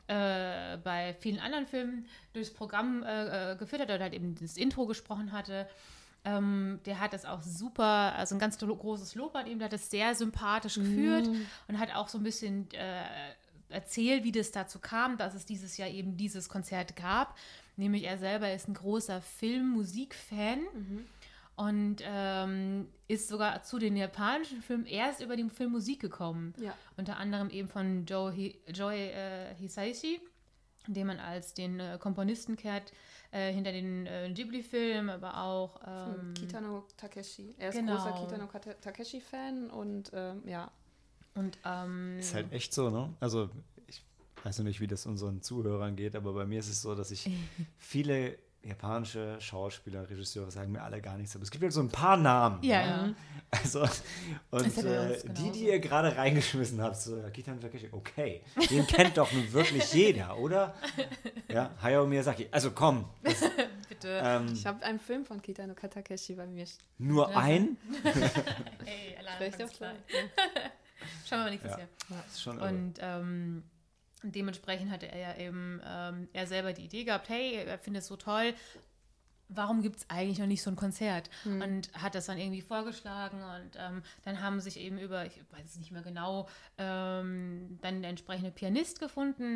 bei vielen anderen Filmen durchs Programm geführt hat oder halt eben das Intro gesprochen hatte. Der hat das auch super, also ein ganz großes Lob an ihm, der hat das sehr sympathisch geführt und hat auch so ein bisschen erzählt, wie das dazu kam, dass es dieses Jahr eben dieses Konzert gab. Nämlich er selber ist ein großer Film-Musik-Fan und ist sogar zu den japanischen Filmen erst über die Filmmusik gekommen. Ja. Unter anderem eben von Joe Hisaishi, den man als den Komponisten kennt, hinter den Ghibli-Filmen, aber auch Kitano Takeshi. Er ist großer Kitano Takeshi-Fan und ja. Und ist halt echt so, ne? Also ich weiß noch nicht, wie das unseren Zuhörern geht, aber bei mir ist es so, dass ich viele japanische Schauspieler, Regisseure sagen mir alle gar nichts, aber es gibt halt so ein paar Namen. Ja. Ne? Also, und die ihr gerade reingeschmissen habt, so Kitano Takeshi, okay, den kennt doch nun wirklich jeder, oder? Ja, Hayao Miyazaki. Also komm. Bitte. Ich habe einen Film von Kitano Takeshi bei mir. Nur ein? Ey, allein schauen wir mal nächstes Jahr. Das ist schon und dementsprechend hatte er ja eben er selber die Idee gehabt, hey, er findet es so toll, warum gibt es eigentlich noch nicht so ein Konzert? Und hat das dann irgendwie vorgeschlagen und dann haben sich eben über, ich weiß es nicht mehr genau, dann der entsprechende Pianist gefunden,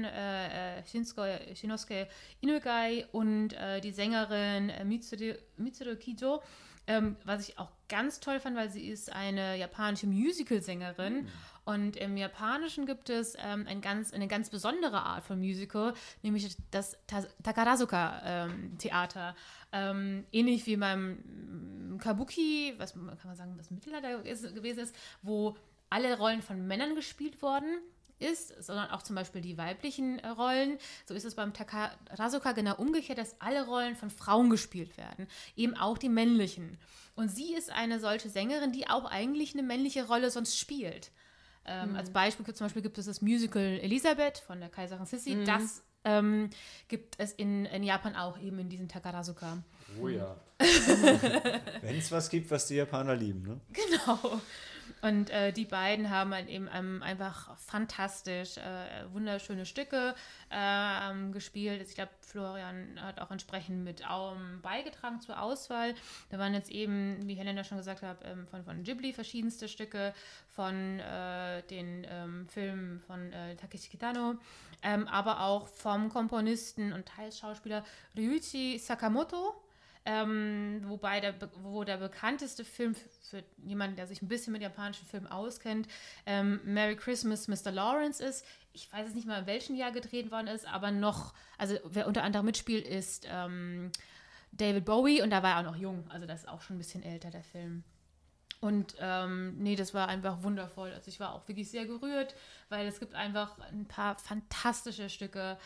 Shinosuke Inugai und die Sängerin Mitsuru Kijo, was ich auch ganz toll fand, weil sie ist eine japanische Musical-Sängerin. Und im Japanischen gibt es eine ganz besondere Art von Musical, nämlich das Takarazuka-Theater. Ähnlich wie beim Kabuki, was kann man sagen, das Mittelalter gewesen ist, wo alle Rollen von Männern gespielt worden ist, sondern auch zum Beispiel die weiblichen Rollen. So ist es beim Takarazuka genau umgekehrt, dass alle Rollen von Frauen gespielt werden, eben auch die männlichen. Und sie ist eine solche Sängerin, die auch eigentlich eine männliche Rolle sonst spielt. Als Beispiel zum Beispiel gibt es das Musical Elisabeth von der Kaiserin Sissi. Das gibt es in Japan auch eben in diesem Takarazuka. Oh ja. Wenn es was gibt, was die Japaner lieben, ne? Genau. Und die beiden haben halt eben einfach fantastisch wunderschöne Stücke gespielt. Ich glaube, Florian hat auch entsprechend mit beigetragen zur Auswahl. Da waren jetzt eben, wie Helena schon gesagt hat, von Ghibli verschiedenste Stücke, von den Filmen von Takeshi Kitano, aber auch vom Komponisten und teils Schauspieler Ryuichi Sakamoto. wo der bekannteste Film für jemanden, der sich ein bisschen mit japanischen Filmen auskennt, Merry Christmas, Mr. Lawrence ist. Ich weiß jetzt nicht mal, in welchem Jahr gedreht worden ist, aber also wer unter anderem mitspielt, ist David Bowie und da war er auch noch jung. Also das ist auch schon ein bisschen älter, der Film. Und das war einfach wundervoll. Also ich war auch wirklich sehr gerührt, weil es gibt einfach ein paar fantastische Stücke,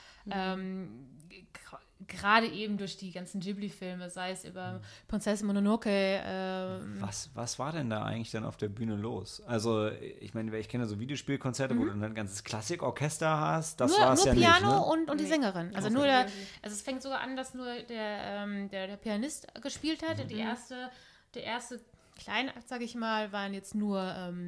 gerade eben durch die ganzen Ghibli-Filme, sei es über Prinzessin Mononoke. Was war denn da eigentlich dann auf der Bühne los? Also ich meine, ich kenne so Videospielkonzerte, wo du dann ein ganzes Klassikorchester hast. Das war es ja Piano nicht, ne? und die Sängerin. Also es fängt sogar an, dass nur der Pianist gespielt hat. Der erste Kleinakt, sage ich mal, waren jetzt nur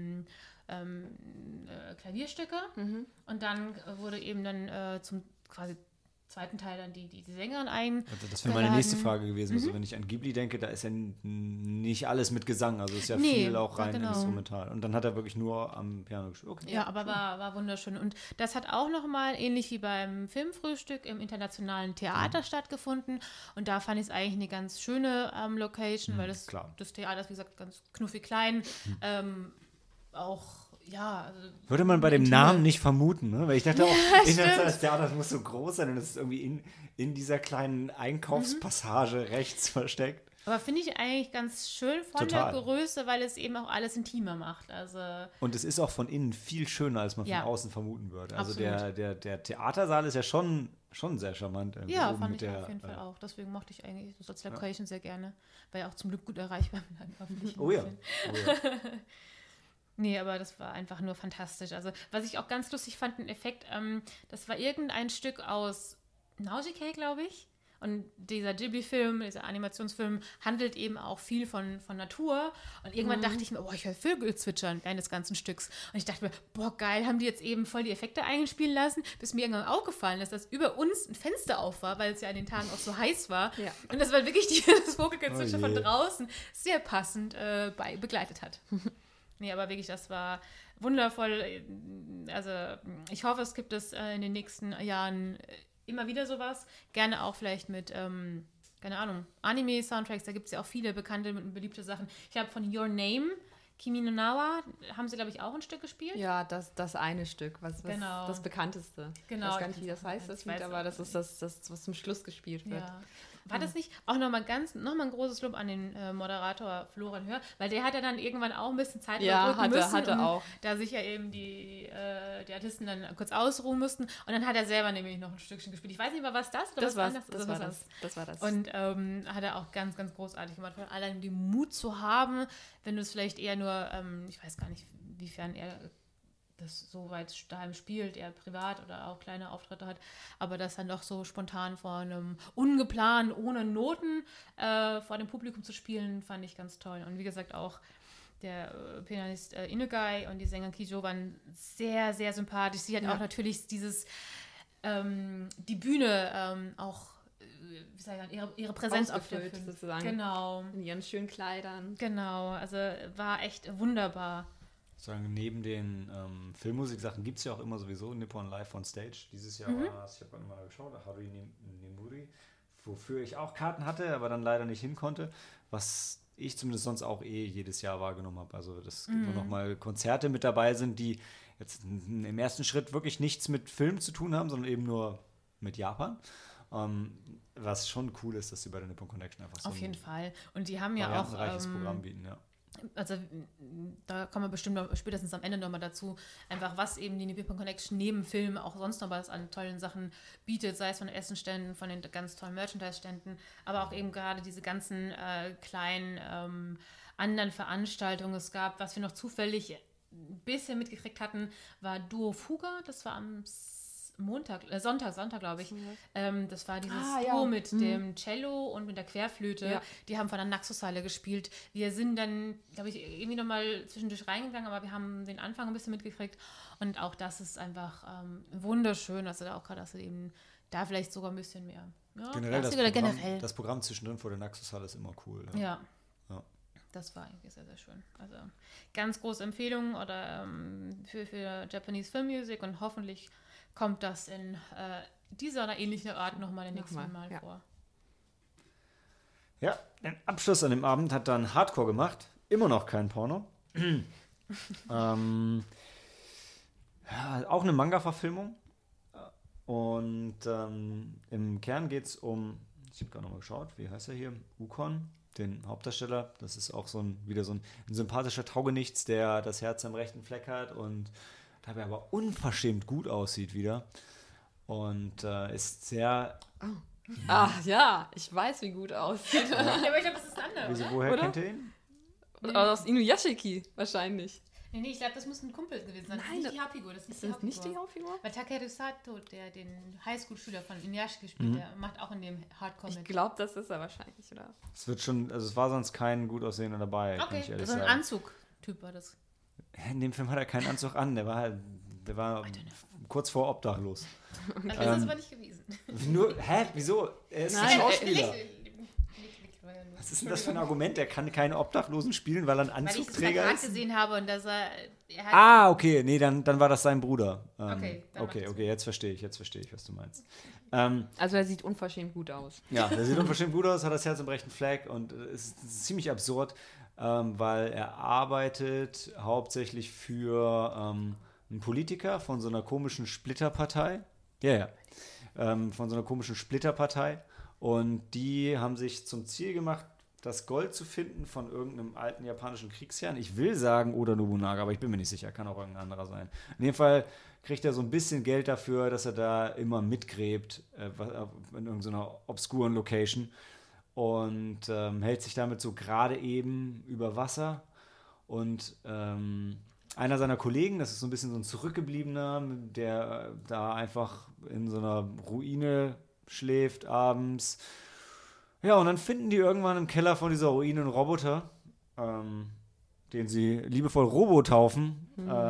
Klavierstücke und dann wurde eben dann zum quasi zweiten Teil dann die Sängerin ein. Das wäre meine nächste Frage gewesen. Also wenn ich an Ghibli denke, da ist ja nicht alles mit Gesang, also ist ja viel auch rein instrumental. Und dann hat er wirklich nur am Piano gespielt. Okay. Ja, aber war wunderschön. Und das hat auch nochmal, ähnlich wie beim Filmfrühstück, im Internationalen Theater stattgefunden. Und da fand ich es eigentlich eine ganz schöne Location, weil das Theater ist, wie gesagt, ganz knuffig klein. Auch also würde man bei dem Namen nicht vermuten, ne? Weil ich dachte auch, das Theater muss so groß sein und es ist irgendwie in dieser kleinen Einkaufspassage rechts versteckt. Aber finde ich eigentlich ganz schön von der Größe, weil es eben auch alles intimer macht. Also und es ist auch von innen viel schöner, als man von außen vermuten würde. Also der Theatersaal ist ja schon sehr charmant. Ja, fand ich auf jeden Fall auch. Deswegen mochte ich eigentlich das Location sehr gerne. War ja auch zum Glück gut erreichbar mit einem öffentlichen Sinn. Nee, aber das war einfach nur fantastisch. Also, was ich auch ganz lustig fand, ein Effekt, das war irgendein Stück aus Nausicaa, glaube ich. Und dieser Ghibli-Film, dieser Animationsfilm, handelt eben auch viel von Natur. Und irgendwann dachte ich mir, ich höre Vögel zwitschern während des ganzen Stücks. Und ich dachte mir, geil, haben die jetzt eben voll die Effekte einspielen lassen, bis mir irgendwann aufgefallen ist, dass über uns ein Fenster auf war, weil es ja an den Tagen auch so heiß war. Ja. Und das war wirklich das Vogelgezwitscher von draußen sehr passend begleitet hat. Nee, aber wirklich, das war wundervoll. Also ich hoffe, es gibt es in den nächsten Jahren immer wieder sowas. Gerne auch vielleicht mit, keine Ahnung, Anime-Soundtracks. Da gibt es ja auch viele bekannte und beliebte Sachen. Ich habe von Your Name, Kimi no Nawa, haben sie, glaube ich, auch ein Stück gespielt. Ja, das eine Stück, was das bekannteste. Genau. Ich weiß gar nicht, wie das heißt, aber das ist das, was zum Schluss gespielt wird. Ja. War das nicht auch nochmal ein großes Lob an den Moderator Florian Hör, weil der hat ja dann irgendwann auch ein bisschen Zeit überbrücken müssen, hatte auch. Da sich ja eben die Artisten dann kurz ausruhen mussten und dann hat er selber nämlich noch ein Stückchen gespielt. Ich weiß nicht mehr, was das oder das was anderes. Das war das. Und hat er auch ganz, ganz großartig gemacht, weil allein den Mut zu haben, wenn du es vielleicht eher nur, ich weiß gar nicht, wiefern er das so weit daheim spielt, eher privat oder auch kleine Auftritte hat, aber das dann doch so spontan vor einem ungeplant, ohne Noten vor dem Publikum zu spielen, fand ich ganz toll. Und wie gesagt auch der Pianist Inugai und die Sängerin Kijo waren sehr, sehr sympathisch. Sie hat auch natürlich die Bühne auch wie soll ich sagen, ihre Präsenz aufgefüllt sozusagen. Genau. In ihren schönen Kleidern. Genau, also war echt wunderbar. Neben den Filmmusik-Sachen gibt es ja auch immer sowieso Nippon Live on Stage. Dieses Jahr war es, ich habe mal geschaut, Haruhi Nemuri, wofür ich auch Karten hatte, aber dann leider nicht hin konnte, was ich zumindest sonst auch jedes Jahr wahrgenommen habe. Also dass immer noch mal Konzerte mit dabei sind, die jetzt im ersten Schritt wirklich nichts mit Film zu tun haben, sondern eben nur mit Japan. Was schon cool ist, dass sie bei der Nippon Connection einfach so auf jeden Fall. Und die haben ja auch reiches Programm bieten, ja. Also da kommen wir bestimmt spätestens am Ende nochmal dazu, einfach was eben die Nippon Connection neben Film auch sonst noch was an tollen Sachen bietet, sei es von den Essenständen, von den ganz tollen Merchandise-Ständen, aber auch eben gerade diese ganzen kleinen anderen Veranstaltungen es gab. Was wir noch zufällig ein bisschen mitgekriegt hatten, war Duo Fuga, das war am Sonntag, glaube ich. Das war dieses Duo mit dem Cello und mit der Querflöte. Ja. Die haben von der Naxos-Halle gespielt. Wir sind dann, glaube ich, irgendwie nochmal zwischendurch reingegangen, aber wir haben den Anfang ein bisschen mitgekriegt. Und auch das ist einfach wunderschön. Also auch gerade, dass du eben da vielleicht sogar ein bisschen mehr. Ja, generell das Programm zwischendrin vor der Naxos-Halle ist immer cool. Ja. Das war eigentlich sehr, sehr schön. Also ganz große Empfehlung oder für Japanese Film Music und hoffentlich kommt das in dieser oder ähnlichen Art nochmal im nächsten Mal vor. Ja, den Abschluss an dem Abend hat dann Hardcore gemacht. Immer noch kein Porno. Ja, auch eine Manga-Verfilmung. Und im Kern geht es um, ich habe gerade nochmal geschaut, wie heißt er hier? Ukon, den Hauptdarsteller. Das ist auch wieder so ein sympathischer Taugenichts, der das Herz am rechten Fleck hat und dabei aber unverschämt gut aussieht wieder. Und ist sehr... Ach ja, ich weiß, wie gut aussieht. Ja, aber ich glaube, das ist ein anderer. Wieso, woher Oder? kennt ihr ihn? Aus Inuyashiki wahrscheinlich. Nee, ich glaube, das muss ein Kumpel gewesen sein. Nein, das ist nicht die Hauptfigur. Das Ist das nicht die Hauptfigur? Weil Takeru Sato, der den Highschool-Schüler von Inuyashiki spielt, der macht auch in dem Hardcore Ich mit. glaube, das ist er wahrscheinlich, oder? Es war sonst kein gut aussehender dabei, kann ich Okay, ehrlich so ein sagen. Anzug-Typ war das. In dem Film hat er keinen Anzug an, der war kurz vor obdachlos. Also ist das aber nicht gewesen. Wieso? Er ist ein Nein, Schauspieler. Was ist denn das für ein Argument? Der kann keinen Obdachlosen spielen, weil er ein Weil ich das Anzugträger Plakat ist? gesehen habe und dass er hat Okay, nee, dann war das sein Bruder. Okay, dann macht Okay, jetzt verstehe ich, was du meinst. Also er sieht unverschämt gut aus. Ja, der sieht unverschämt gut aus, hat das Herz am rechten Fleck und ist ziemlich absurd, weil er arbeitet hauptsächlich für einen Politiker von so einer komischen Splitterpartei. Ja. Von so einer komischen Splitterpartei. Und die haben sich zum Ziel gemacht, das Gold zu finden von irgendeinem alten japanischen Kriegsherrn. Ich will sagen Oda Nobunaga, aber ich bin mir nicht sicher, kann auch irgendein anderer sein. In dem Fall kriegt er so ein bisschen Geld dafür, dass er da immer mitgräbt in irgendeiner obskuren Location und hält sich damit so gerade eben über Wasser. Und einer seiner Kollegen, das ist so ein bisschen so ein Zurückgebliebener, der da einfach in so einer Ruine schläft abends. Ja, und dann finden die irgendwann im Keller von dieser Ruine einen Roboter, den sie liebevoll Robo taufen,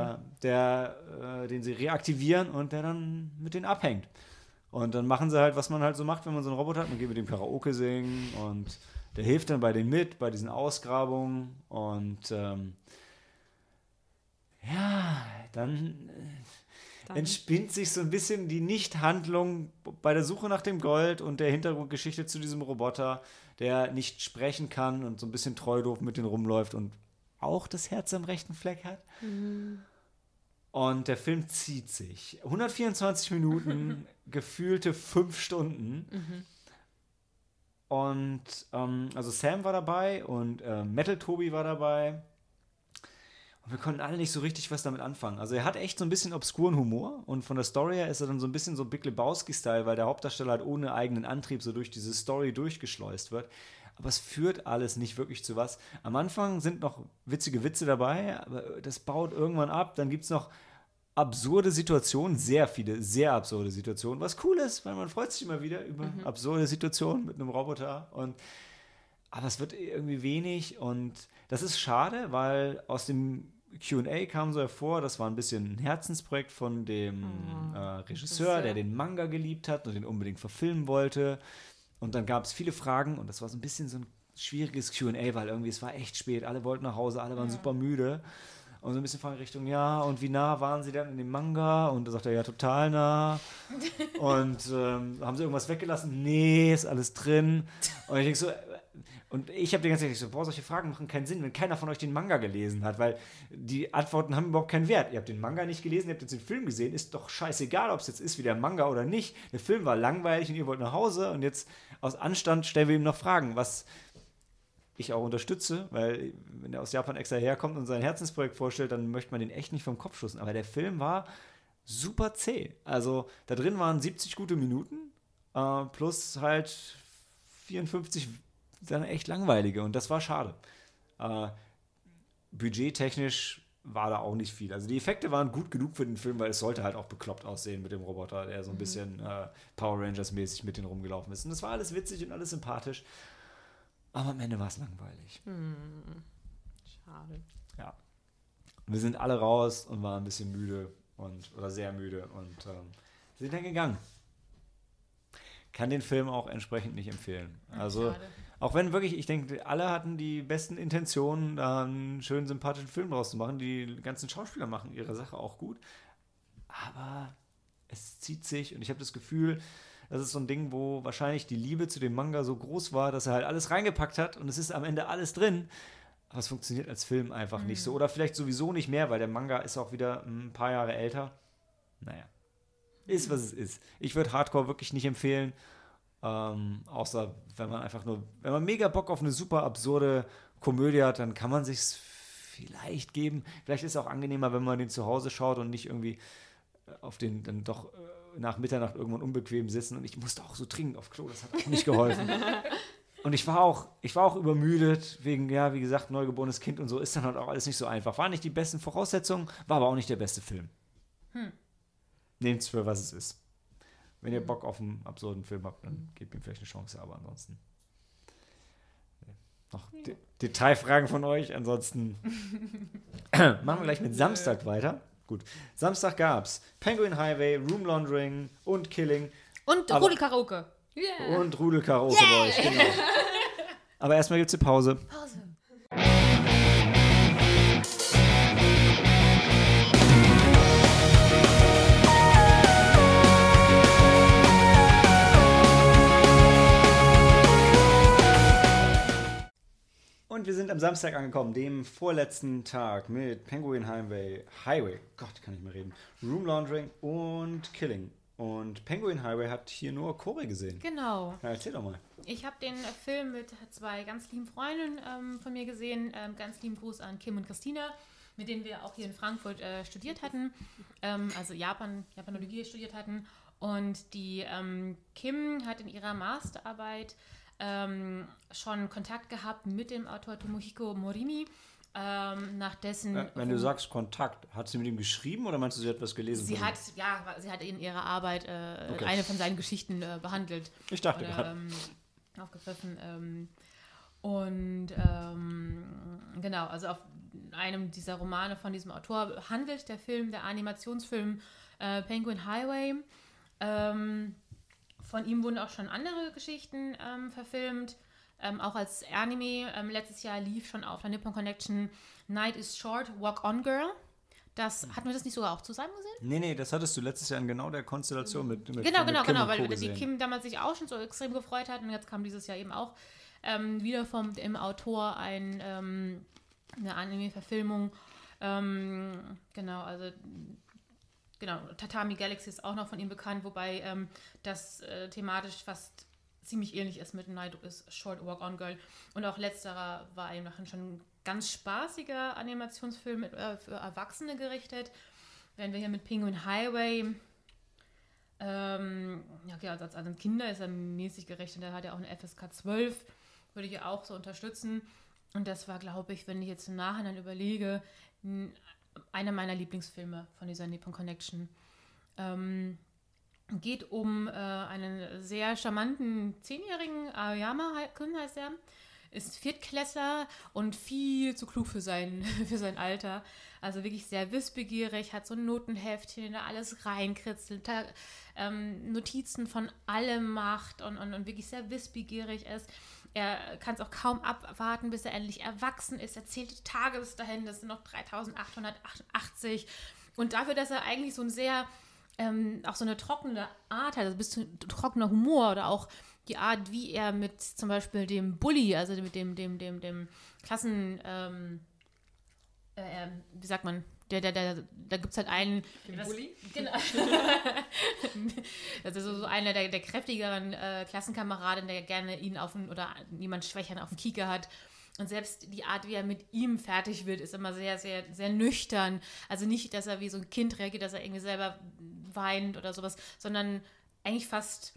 den sie reaktivieren und der dann mit denen abhängt. Und dann machen sie halt, was man halt so macht, wenn man so einen Roboter hat. Man geht mit dem Karaoke singen und der hilft dann bei denen mit, bei diesen Ausgrabungen. Und dann entspinnt sich so ein bisschen die Nichthandlung bei der Suche nach dem Gold und der Hintergrundgeschichte zu diesem Roboter, der nicht sprechen kann und so ein bisschen treu doof mit denen rumläuft und auch das Herz am rechten Fleck hat. Und der Film zieht sich. 124 Minuten, gefühlte 5 Stunden. Und also Sam war dabei und Metal Tobi war dabei. Und wir konnten alle nicht so richtig was damit anfangen. Also er hat echt so ein bisschen obskuren Humor und von der Story her ist er dann so ein bisschen so Big Lebowski-Style, weil der Hauptdarsteller halt ohne eigenen Antrieb so durch diese Story durchgeschleust wird. Aber es führt alles nicht wirklich zu was. Am Anfang sind noch witzige Witze dabei, aber das baut irgendwann ab. Dann gibt es noch absurde Situationen, sehr viele, sehr absurde Situationen, was cool ist, weil man freut sich immer wieder über absurde Situationen mit einem Roboter. Aber es wird irgendwie wenig und das ist schade, weil aus dem Q&A kam so hervor, das war ein bisschen ein Herzensprojekt von dem Regisseur, der den Manga geliebt hat und den unbedingt verfilmen wollte. Und dann gab es viele Fragen und das war so ein bisschen so ein schwieriges Q&A, weil irgendwie es war echt spät, alle wollten nach Hause, alle waren super müde. Und so ein bisschen Fragen Richtung, ja, und wie nah waren sie dann in dem Manga? Und da sagt er, ja, total nah. Und haben sie irgendwas weggelassen? Nee, ist alles drin. Und ich denke so, und ich habe die ganze Zeit so, boah, solche Fragen machen keinen Sinn, wenn keiner von euch den Manga gelesen hat, weil die Antworten haben überhaupt keinen Wert. Ihr habt den Manga nicht gelesen, ihr habt jetzt den Film gesehen, ist doch scheißegal, ob es jetzt ist wie der Manga oder nicht. Der Film war langweilig und ihr wollt nach Hause und jetzt aus Anstand stellen wir ihm noch Fragen, was ich auch unterstütze, weil wenn er aus Japan extra herkommt und sein Herzensprojekt vorstellt, dann möchte man den echt nicht vom Kopf stoßen. Aber der Film war super zäh. Also da drin waren 70 gute Minuten plus halt 54 dann echt langweilige und das war schade. Budgettechnisch war da auch nicht viel. Also die Effekte waren gut genug für den Film, weil es sollte halt auch bekloppt aussehen mit dem Roboter, der so ein bisschen Power Rangers-mäßig mit denen rumgelaufen ist. Und das war alles witzig und alles sympathisch. Aber am Ende war es langweilig. Schade. Ja. Wir sind alle raus und waren ein bisschen müde oder sehr müde und sind dann gegangen. Kann den Film auch entsprechend nicht empfehlen. Also, auch wenn wirklich, ich denke, alle hatten die besten Intentionen, da einen schönen, sympathischen Film draus zu machen. Die ganzen Schauspieler machen ihre Sache auch gut. Aber es zieht sich und ich habe das Gefühl, das ist so ein Ding, wo wahrscheinlich die Liebe zu dem Manga so groß war, dass er halt alles reingepackt hat und es ist am Ende alles drin. Aber es funktioniert als Film einfach nicht so. Oder vielleicht sowieso nicht mehr, weil der Manga ist auch wieder ein paar Jahre älter. Naja. Ist, was es ist. Ich würde Hardcore wirklich nicht empfehlen. Außer, wenn man mega Bock auf eine super absurde Komödie hat, dann kann man sich's vielleicht geben. Vielleicht ist es auch angenehmer, wenn man den zu Hause schaut und nicht irgendwie auf den dann doch nach Mitternacht irgendwann unbequem sitzen. Und ich musste auch so dringend auf Klo, das hat auch nicht geholfen. Und ich war auch übermüdet, wegen, ja, wie gesagt, neugeborenes Kind und so, ist dann halt auch alles nicht so einfach. War nicht die besten Voraussetzungen, war aber auch nicht der beste Film. Nehmt's für, was es ist. Wenn ihr Bock auf einen absurden Film habt, dann gebt ihm vielleicht eine Chance, aber ansonsten noch Detailfragen von euch, ansonsten machen wir gleich mit Samstag weiter. Gut, Samstag gab's Penguin Highway, Room Laundering und Killing. Und Rudelkaraoke. Yeah. Und Rudelkaraoke bei euch, genau. Aber erstmal gibt's eine Pause. Und wir sind am Samstag angekommen, dem vorletzten Tag mit Penguin Highway, Gott, kann ich mehr reden, Room Laundering und Killing. Und Penguin Highway hat hier nur Corey gesehen. Genau. Ja, erzähl doch mal. Ich habe den Film mit 2 ganz lieben Freundinnen von mir gesehen. Ganz lieben Gruß an Kim und Christina, mit denen wir auch hier in Frankfurt studiert hatten. Also Japanologie studiert hatten. Und die Kim hat in ihrer Masterarbeit schon Kontakt gehabt mit dem Autor Tomohiko Morimi. Nach dessen... Wenn du sagst Kontakt, hat sie mit ihm geschrieben oder meinst du, sie hat was gelesen? Sie hat in ihrer Arbeit eine von seinen Geschichten behandelt. Ich dachte gerade. Aufgegriffen. Genau, also auf einem dieser Romane von diesem Autor handelt der Film, der Animationsfilm Penguin Highway. Von ihm wurden auch schon andere Geschichten verfilmt. Auch als Anime. Letztes Jahr lief schon auf der Nippon Connection Night is Short, Walk On Girl. Hatten wir das nicht sogar auch zusammen gesehen? Nee, das hattest du letztes Jahr in genau der Konstellation mit Genau, Kim weil gesehen. Die Kim damals sich auch schon so extrem gefreut hat und jetzt kam dieses Jahr eben auch wieder vom Autor eine Anime-Verfilmung. Tatami Galaxy ist auch noch von ihm bekannt, wobei das thematisch fast ziemlich ähnlich ist mit Night is Short, Walk On Girl. Und auch letzterer war einfach schon ein ganz spaßiger Animationsfilm für Erwachsene gerichtet. Während wir hier mit Penguin Highway also an Kinder ist er mäßig gerichtet. Der hat ja auch eine FSK 12, würde ich ja auch so unterstützen. Und das war, glaube ich, wenn ich jetzt im Nachhinein überlege, einer meiner Lieblingsfilme von dieser Nippon Connection. Geht um einen sehr charmanten 10-jährigen Aoyama-Kun heißt er. Ist Viertklässler und viel zu klug für sein Alter. Also wirklich sehr wissbegierig, hat so ein Notenheftchen, in da alles reinkritzelt, Notizen von allem macht und wirklich sehr wissbegierig ist. Er kann es auch kaum abwarten, bis er endlich erwachsen ist. Er zählt die Tage bis dahin, das sind noch 3888. Und dafür, dass er eigentlich so ein sehr, auch so eine trockene Art hat, also bis zu trockener Humor oder auch die Art, wie er mit zum Beispiel dem Bully, also mit dem Klassen, wie sagt man, da gibt es halt einen... Den Bully? Genau. Also so einer der kräftigeren Klassenkameraden, der gerne ihn oder jemand Schwächeren auf dem Kieker hat. Und selbst die Art, wie er mit ihm fertig wird, ist immer sehr, sehr, sehr nüchtern. Also nicht, dass er wie so ein Kind reagiert, dass er irgendwie selber weint oder sowas, sondern eigentlich fast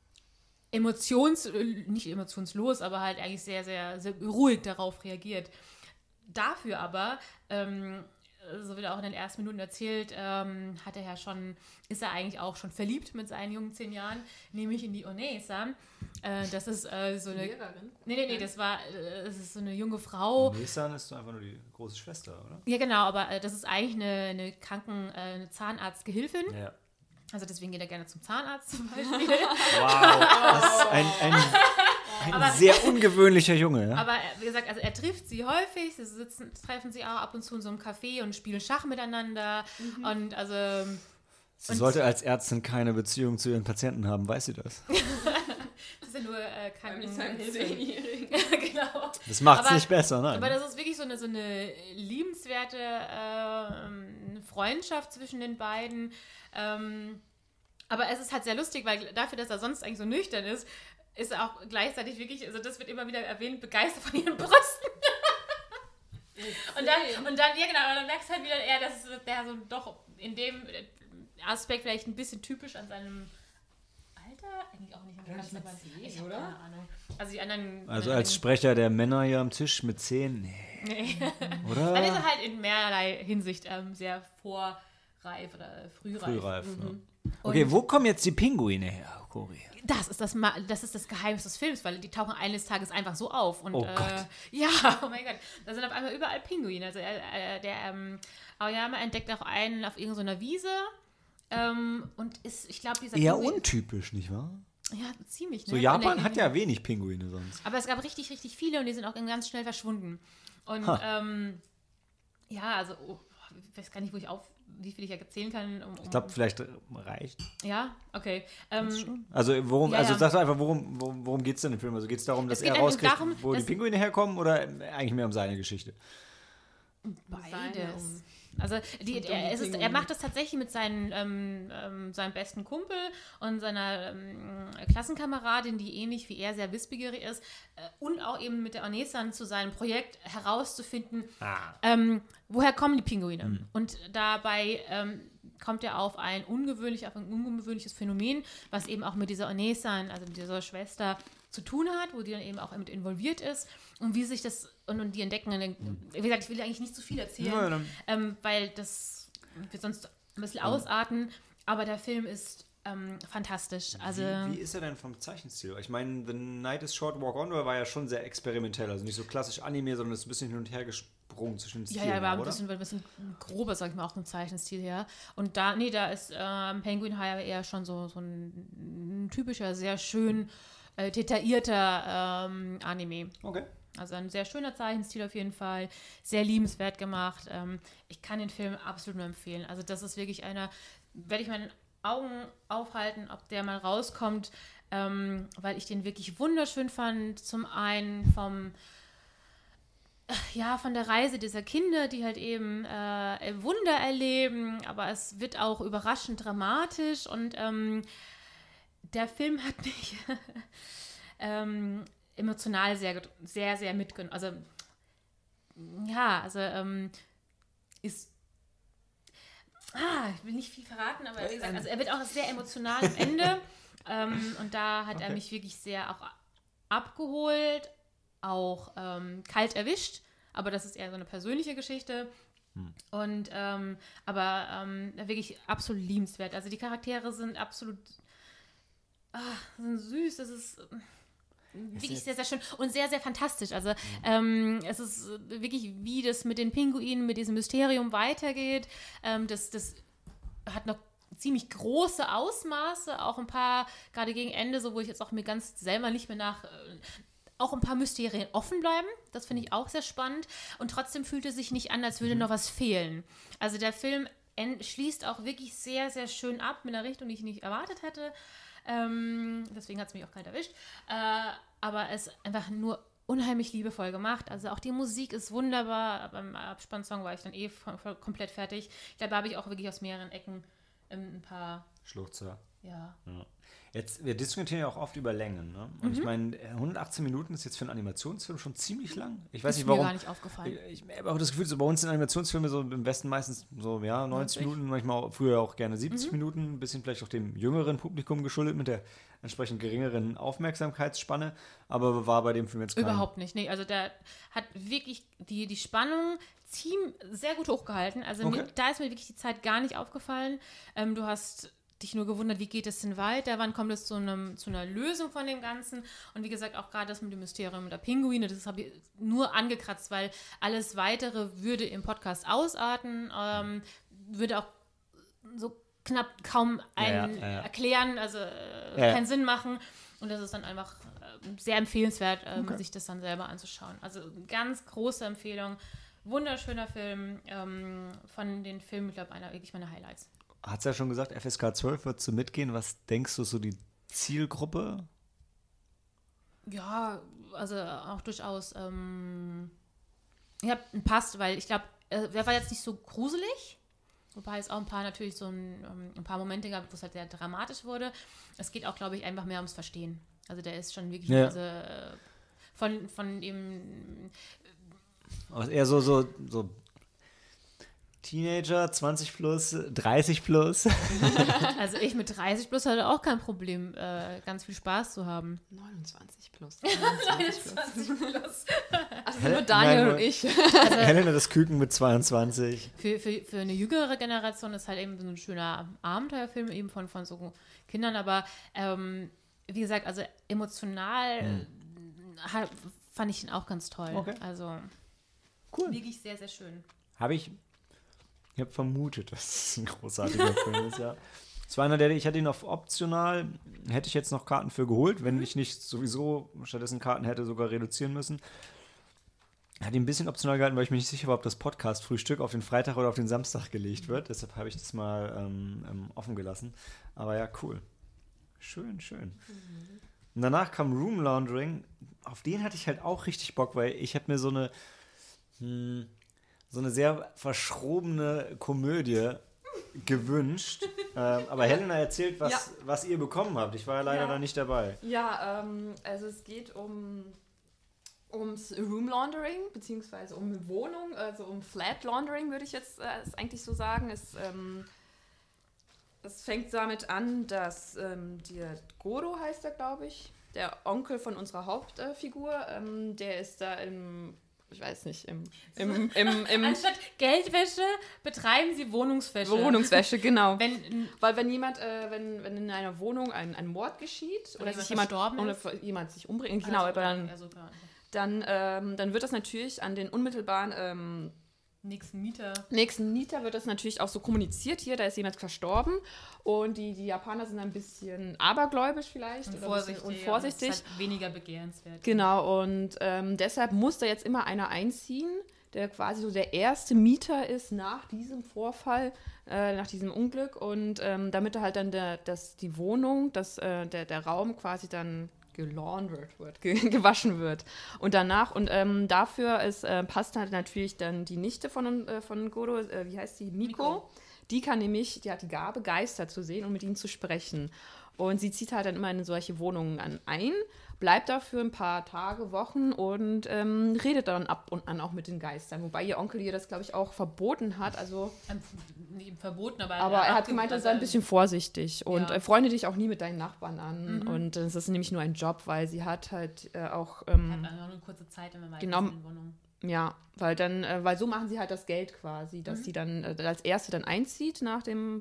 nicht emotionslos, aber halt eigentlich sehr, sehr, sehr ruhig darauf reagiert. Dafür aber, so wie er auch in den ersten Minuten erzählt, ist er eigentlich auch schon verliebt mit seinen jungen 10 Jahren, nämlich in die Onesa. Das ist so eine... Lehrerin? Nee, das ist so eine junge Frau. Onesa ist einfach nur die große Schwester, oder? Ja, genau, aber das ist eigentlich eine Zahnarztgehilfin. Ja. Also deswegen geht er gerne zum Zahnarzt zum Beispiel. Wow, das ist ein sehr ungewöhnlicher Junge. Ja? Aber wie gesagt, also er trifft sie häufig, treffen sie auch ab und zu in so einem Café und spielen Schach miteinander. Und also... Sie sollte als Ärztin keine Beziehung zu ihren Patienten haben, weiß sie das? Das ist ja nur Krankenhilfe. Genau. Das macht es nicht besser, nein. Aber das ist wirklich so eine liebenswerte Freundschaft zwischen den beiden. Aber es ist halt sehr lustig, weil dafür, dass er sonst eigentlich so nüchtern ist er auch gleichzeitig wirklich, also das wird immer wieder erwähnt, begeistert von ihren Brüsten. Und dann, ja genau, und dann merkst du halt wieder eher, dass der so doch in dem Aspekt vielleicht ein bisschen typisch an seinem Alter, eigentlich auch nicht. Ich habe keine Ahnung. Also die anderen... Also als Sprecher der Männer hier am Tisch mit 10, nee. Oder? Dann ist er halt in mehrerlei Hinsicht sehr vorreif oder frühreif. Okay, wo kommen jetzt die Pinguine her, Cori? Das ist das Geheimnis des Films, weil die tauchen eines Tages einfach so auf. Und, oh Gott. Ja, oh mein Gott. Da sind auf einmal überall Pinguine. Also Aoyama entdeckt auch einen auf irgendeiner Wiese. Und ist, ich glaube, dieser eher Pinguin, untypisch, nicht wahr? Ja, ziemlich. Ne? So Japan hat ja wenig Pinguine sonst. Aber es gab richtig, richtig viele und die sind auch ganz schnell verschwunden. Und ja, also ich weiß gar nicht, wie viel ich erzählen kann. Ich glaube, vielleicht reicht. Ja, okay. Also worum? Ja, also sagst du einfach, worum geht es denn im Film? Also geht es darum, dass er rauskriegt, wo die Pinguine herkommen, oder eigentlich mehr um seine Geschichte? Beides. Also er macht das tatsächlich mit seinem besten Kumpel und seiner Klassenkameradin, die ähnlich wie er sehr wissbegierig ist, und auch eben mit der Onesan zu seinem Projekt herauszufinden, woher kommen die Pinguine. Und dabei kommt er auf ein ungewöhnliches Phänomen, was eben auch mit dieser Onesan, also mit dieser Schwester, zu tun hat, wo die dann eben auch mit involviert ist und wie sich das, und die entdecken, wie gesagt, ich will eigentlich nicht zu viel erzählen, weil das wird sonst ein bisschen ausarten, aber der Film ist fantastisch. Also wie ist er denn vom Zeichenstil? Ich meine, The Night is Short, Walk On war ja schon sehr experimentell, also nicht so klassisch Anime, sondern ist ein bisschen hin und her gesprungen zwischen den Stilen. Ja, war ein bisschen grober, sag ich mal, auch vom Zeichenstil her. Und da ist Penguin High eher schon so ein typischer, sehr schön detaillierter Anime. Okay. Also ein sehr schöner Zeichenstil auf jeden Fall, sehr liebenswert gemacht. Ich kann den Film absolut nur empfehlen. Also das ist wirklich werde ich meine Augen aufhalten, ob der mal rauskommt, weil ich den wirklich wunderschön fand. Zum einen von der Reise dieser Kinder, die halt eben Wunder erleben, aber es wird auch überraschend dramatisch und der Film hat mich emotional sehr, sehr, sehr mitgenommen. Also, ist. Ich will nicht viel verraten, aber wie gesagt, also er wird auch sehr emotional am Ende. Und da hat er mich wirklich sehr auch abgeholt, auch kalt erwischt. Aber das ist eher so eine persönliche Geschichte. Und wirklich absolut liebenswert. Also die Charaktere sind absolut sind süß, das ist wirklich sehr, sehr schön und sehr, sehr fantastisch. Also es ist wirklich, wie das mit den Pinguinen, mit diesem Mysterium weitergeht. Das hat noch ziemlich große Ausmaße, auch ein paar, gerade gegen Ende, so wo ich jetzt auch mir ganz selber nicht mehr auch ein paar Mysterien offen bleiben. Das finde ich auch sehr spannend. Und trotzdem fühlt es sich nicht an, als würde noch was fehlen. Also der Film schließt auch wirklich sehr, sehr schön ab mit einer Richtung, die ich nicht erwartet hätte. Deswegen hat es mich auch kalt erwischt. Aber es ist einfach nur unheimlich liebevoll gemacht. Also auch die Musik ist wunderbar. Beim Abspannsong war ich dann komplett fertig. Ich glaube, da habe ich auch wirklich aus mehreren Ecken ein paar Schluchzer. Ja. Jetzt, wir diskutieren ja auch oft über Längen, ne? Und ich meine, 118 Minuten ist jetzt für einen Animationsfilm schon ziemlich lang. Ich weiß nicht, warum. Mir gar nicht aufgefallen. Ich habe auch das Gefühl, so bei uns sind Animationsfilme so im Westen meistens so, 90 Minuten, manchmal früher auch gerne 70 Minuten, ein bisschen vielleicht auch dem jüngeren Publikum geschuldet mit der entsprechend geringeren Aufmerksamkeitsspanne, aber war bei dem Film jetzt überhaupt nicht. Nee, also der hat wirklich die Spannung sehr gut hochgehalten. Also da ist mir wirklich die Zeit gar nicht aufgefallen. Du hast dich nur gewundert, wie geht es denn weiter, wann kommt es zu einer Lösung von dem Ganzen, und wie gesagt, auch gerade das mit dem Mysterium der Pinguine, das habe ich nur angekratzt, weil alles Weitere würde im Podcast ausarten, würde auch so knapp kaum erklären, also keinen Sinn machen, und das ist dann einfach sehr empfehlenswert, sich das dann selber anzuschauen. Also ganz große Empfehlung, wunderschöner Film, von den Filmen, ich glaube, wirklich meiner Highlights. hat es ja schon gesagt, FSK 12 würdest du mitgehen. Was denkst du, so die Zielgruppe? Ja, also auch durchaus. Ja, passt, weil ich glaube, der war jetzt nicht so gruselig. Wobei es auch ein paar natürlich so ein paar Momente gab, wo es halt sehr dramatisch wurde. Es geht auch, glaube ich, einfach mehr ums Verstehen. Also der ist schon wirklich von dem... Aber eher so Teenager, 20 plus, 30 plus. Also ich mit 30 plus hatte auch kein Problem, ganz viel Spaß zu haben. 29 plus. 29 plus. Also nur Daniel und ich. Also, Helena das Küken mit 22. Für eine jüngere Generation ist halt eben so ein schöner Abenteuerfilm eben von so Kindern, aber wie gesagt, also emotional fand ich ihn auch ganz toll. Okay. Also cool. Wirklich sehr, sehr schön. Ich habe vermutet, dass es ein großartiger Film ist, ja. Es war einer ich hatte ihn auf optional, hätte ich jetzt noch Karten für geholt, wenn ich nicht sowieso stattdessen Karten hätte sogar reduzieren müssen. Ich hatte ihn ein bisschen optional gehalten, weil ich mir nicht sicher war, ob das Podcast-Frühstück auf den Freitag oder auf den Samstag gelegt wird. Deshalb habe ich das mal offen gelassen. Aber ja, cool. Schön. Und danach kam Room Laundering. Auf den hatte ich halt auch richtig Bock, weil ich habe mir so eine sehr verschrobene Komödie gewünscht. Aber Helena erzählt, was ihr bekommen habt. Ich war ja leider da nicht dabei. Ja, also es geht ums Room Laundering, beziehungsweise um Wohnung, also um Flat Laundering, würde ich jetzt eigentlich so sagen. Es fängt damit an, dass der Goro heißt er, glaube ich, der Onkel von unserer Hauptfigur, der ist da ich weiß nicht, Anstatt Geldwäsche betreiben sie Wohnungswäsche. Wohnungswäsche, genau. Weil wenn in einer Wohnung ein Mord geschieht oder sich jemand sich umbringt, genau, dann wird das natürlich an den unmittelbaren nächsten Mieter wird das natürlich auch so kommuniziert, hier, da ist jemand verstorben und die Japaner sind ein bisschen abergläubisch vielleicht und vorsichtig. Das ist halt weniger begehrenswert. Genau, und deshalb muss da jetzt immer einer einziehen, der quasi so der erste Mieter ist nach diesem Vorfall, nach diesem Unglück und damit halt dann die Wohnung, der Raum quasi dann gelaundert wird, gewaschen wird. Und danach, dafür passt halt natürlich dann die Nichte von Goro, wie heißt die? Miko. Die hat die Gabe, Geister zu sehen und mit ihnen zu sprechen. Und sie zieht halt dann immer in solche Wohnungen ein, bleibt dafür ein paar Tage, Wochen und redet dann ab und an auch mit den Geistern. Wobei ihr Onkel ihr das, glaube ich, auch verboten hat. Also, nicht verboten, aber er hat gemeint, sei ein bisschen vorsichtig und freunde dich auch nie mit deinen Nachbarn an. Mhm. Und das ist nämlich nur ein Job, weil sie hat halt auch... hat nur eine kurze Zeit, wenn man in Wohnung. Ja, weil so machen sie halt das Geld quasi, dass sie dann als Erste dann einzieht nach dem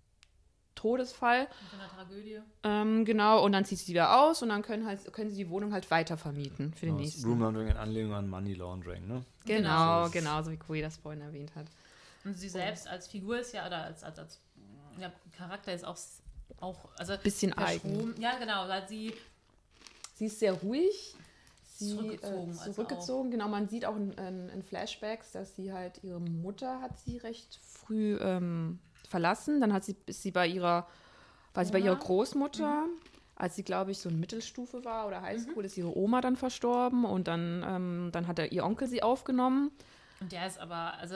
Todesfall. Mit einer Tragödie. Genau, und dann zieht sie wieder aus und dann können sie die Wohnung halt weiter vermieten für den nächsten. Room Laundering in Anlehnung an Money Laundering, ne? Genau, so wie Koi das vorhin erwähnt hat. Und sie selbst als Figur ist ja, oder als Charakter ist auch also bisschen eigen. Ja, genau, weil sie ist sehr ruhig. Zurückgezogen, genau. Man sieht auch in Flashbacks, dass sie halt ihre Mutter hat sie recht früh verlassen. Dann ist sie bei ihrer Großmutter, als sie, glaube ich, so in Mittelstufe war oder Highschool, ist ihre Oma dann verstorben und dann hat ihr Onkel sie aufgenommen. Und der ist aber, also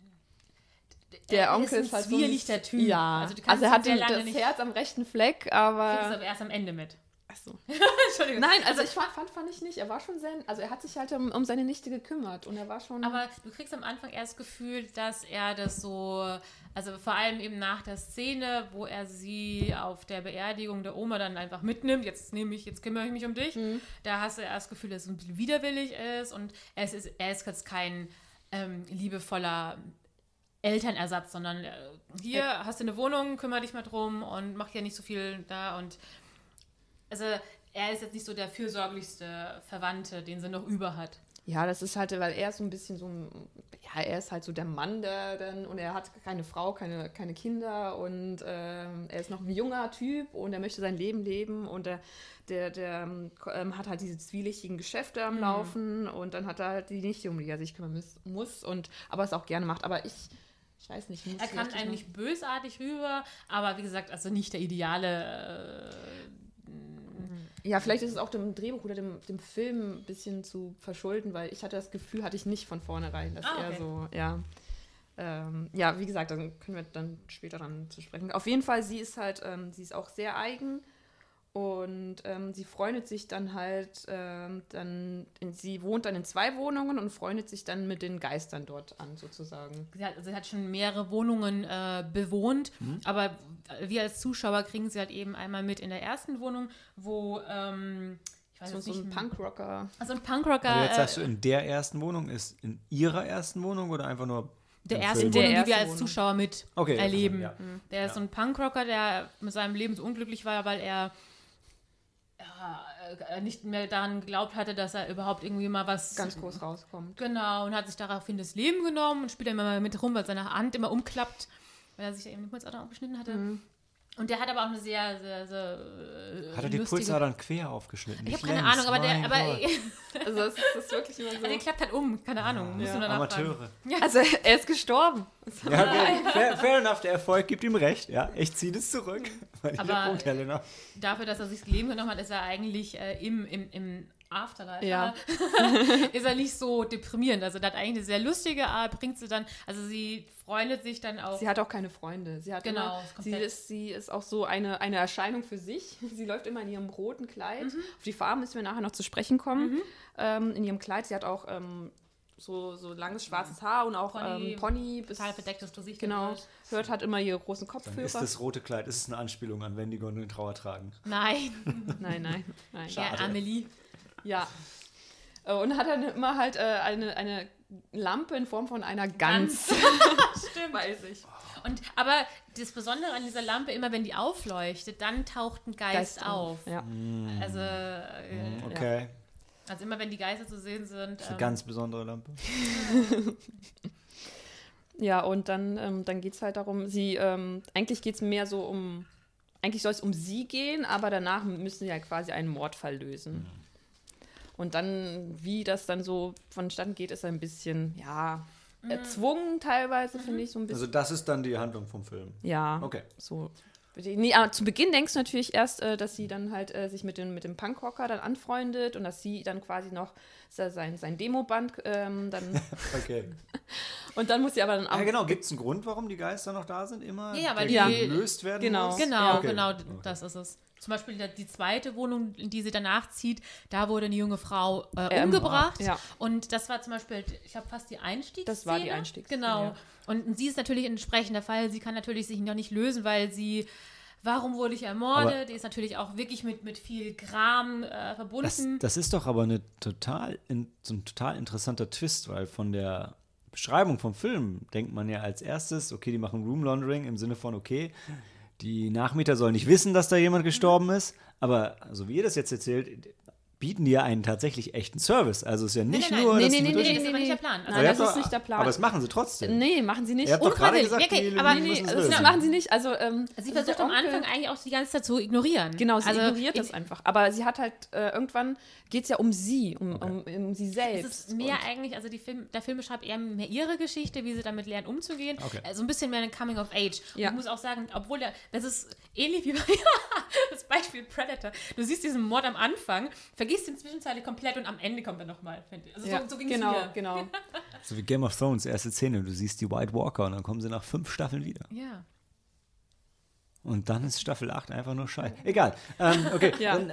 der Onkel ist halt so ein Typ. Ja, also er hat das Herz am rechten Fleck, aber... Kriegst du aber erst am Ende mit. Achso. Entschuldigung. Nein, also ich fand ich nicht. Er war schon er hat sich halt um seine Nichte gekümmert und er war schon... Aber du kriegst am Anfang erst das Gefühl, dass er das so, also vor allem eben nach der Szene, wo er sie auf der Beerdigung der Oma dann einfach mitnimmt, jetzt kümmere ich mich um dich, da hast du erst das Gefühl, dass es ein bisschen widerwillig ist und er ist jetzt kein liebevoller Elternersatz, sondern hier hast du eine Wohnung, kümmere dich mal drum und mach ja nicht so viel da und also er ist jetzt nicht so der fürsorglichste Verwandte, den sie noch über hat. Ja, das ist halt, weil er ist so ein bisschen er ist halt so der Mann, und er hat keine Frau, keine Kinder und er ist noch ein junger Typ und er möchte sein Leben leben und der hat halt diese zwielichtigen Geschäfte am Laufen und dann hat er halt die Nichte, um die er sich kümmern muss aber es auch gerne macht. Aber ich ich weiß nicht. Er kann eigentlich bösartig rüber, aber wie gesagt, also nicht der ideale... Ja, vielleicht ist es auch dem Drehbuch oder dem Film ein bisschen zu verschulden, weil ich hatte das Gefühl, hatte ich nicht von vornherein, dass er so, ja, wie gesagt, dann können wir dann später dann zu sprechen. Auf jeden Fall, sie ist halt, sie ist auch sehr eigen und sie freundet sich dann halt, sie wohnt dann in 2 Wohnungen und freundet sich dann mit den Geistern dort an, sozusagen. Sie hat schon mehrere Wohnungen bewohnt, aber wir als Zuschauer kriegen sie halt eben einmal mit in der ersten Wohnung, wo ich weiß so ein Punkrocker. Also ein Punkrocker. Also jetzt sagst du, in der ersten Wohnung ist in ihrer ersten Wohnung oder einfach nur der ersten Wohnung, die wir als Zuschauer mit erleben. Ja. Der ist so ein Punkrocker, der mit seinem Leben so unglücklich war, weil er nicht mehr daran geglaubt hatte, dass er überhaupt irgendwie mal was ganz groß rauskommt. Genau, und hat sich daraufhin das Leben genommen und spielt dann immer mal mit rum, weil seine Hand immer umklappt, weil er sich ja eben die Pulsadern aufgeschnitten hatte. Und der hat aber auch eine sehr, sehr, sehr hat er die Pulsadern quer aufgeschnitten? Ich habe keine Ahnung, aber also das ist wirklich immer so. Also der klappt halt keine Ahnung. Ja, Amateure. Ja. Also er ist gestorben. Ja, okay. Fair enough, der Erfolg gibt ihm recht. Ja, ich ziehe das zurück. Aber Punkt, Helena. Dafür, dass er sich das Leben genommen hat, ist er eigentlich im Afterlife. Ja. Ist er nicht so deprimierend. Also der hat eigentlich eine sehr lustige Art, bringt sie dann, also sie freundet sich dann auch. Sie hat auch keine Freunde. Sie hat sie ist auch so eine Erscheinung für sich. Sie läuft immer in ihrem roten Kleid. Auf die Farben müssen wir nachher noch zu sprechen kommen. In ihrem Kleid. Sie hat auch so langes schwarzes Haar und auch Pony. Total verdecktes Gesicht. Genau. Hat immer ihre großen Kopfhörer. Dann ist das rote Kleid, ist es eine Anspielung an Wendigo und den Trauer tragen? Nein. Nein. Ja, Amelie. Ja. Und hat dann immer halt eine Lampe in Form von einer Gans. Stimmt. Weiß ich. Aber das Besondere an dieser Lampe, immer wenn die aufleuchtet, dann taucht ein Geist auf. Ja. Also, okay. Ja. Also immer wenn die Geister zu sehen sind. Das ist eine ganz besondere Lampe. Ja, und dann geht es halt darum, eigentlich geht es mehr so eigentlich soll es um sie gehen, aber danach müssen sie ja quasi einen Mordfall lösen. Und dann, wie das dann so vonstatten geht, ist ein bisschen, erzwungen teilweise, finde ich, so ein bisschen. Also das ist dann die Handlung vom Film? Ja. Okay. So. Nee, aber zu Beginn denkst du natürlich erst, dass sie dann halt sich mit dem Punkrocker dann anfreundet und dass sie dann quasi noch sein Demoband dann... Okay. Und dann muss sie aber dann auch... Ja, genau. Gibt es einen Grund, warum die Geister noch da sind? Immer? Ja, weil die gelöst werden muss? Genau, Okay. genau, das ist es. Zum Beispiel die zweite Wohnung, in die sie danach zieht, da wurde eine junge Frau umgebracht. Ja. Und das war zum Beispiel, ich glaube, fast die Einstiegsszene. Das war die Einstiegsszene. Genau. Ja. Und sie ist natürlich ein entsprechender Fall. Sie kann natürlich sich noch nicht lösen, weil sie... Warum wurde ich ermordet? Die ist natürlich auch wirklich mit viel Gram verbunden. Das ist doch aber so ein total interessanter Twist, weil von der Beschreibung vom Film denkt man ja als erstes, okay, die machen Room Laundering im Sinne von, okay, die Nachmieter sollen nicht wissen, dass da jemand gestorben ist, aber so wie ihr das jetzt erzählt, bieten die ja einen tatsächlich echten Service. Also es ist ja nicht nur... Nee, das ist aber nicht der Plan. Nein, das ist nicht der Plan. Aber das machen sie trotzdem. Nee, machen sie nicht. Ihr habt doch gerade gesagt, das machen sie nicht. Also, sie versucht am Anfang eigentlich auch die ganze Zeit zu ignorieren. Genau, sie ignoriert das einfach. Aber sie hat halt, irgendwann geht es ja um sie, um sie selbst. Es ist mehr eigentlich, also der Film beschreibt eher mehr ihre Geschichte, wie sie damit lernt umzugehen. Okay. Also ein bisschen mehr ein Coming of Age. Ja. Und ich muss auch sagen, obwohl das ist ähnlich wie bei das Beispiel Predator. Du siehst diesen Mord am Anfang, vergisst den zwischenzeitlich komplett und am Ende kommt er nochmal. Also so ging es mir. Genau. So wie Game of Thrones, erste Szene, du siehst die White Walker und dann kommen sie nach 5 Staffeln wieder. Ja. Und dann ist Staffel 8 einfach nur Scheiße. Egal. Okay, dann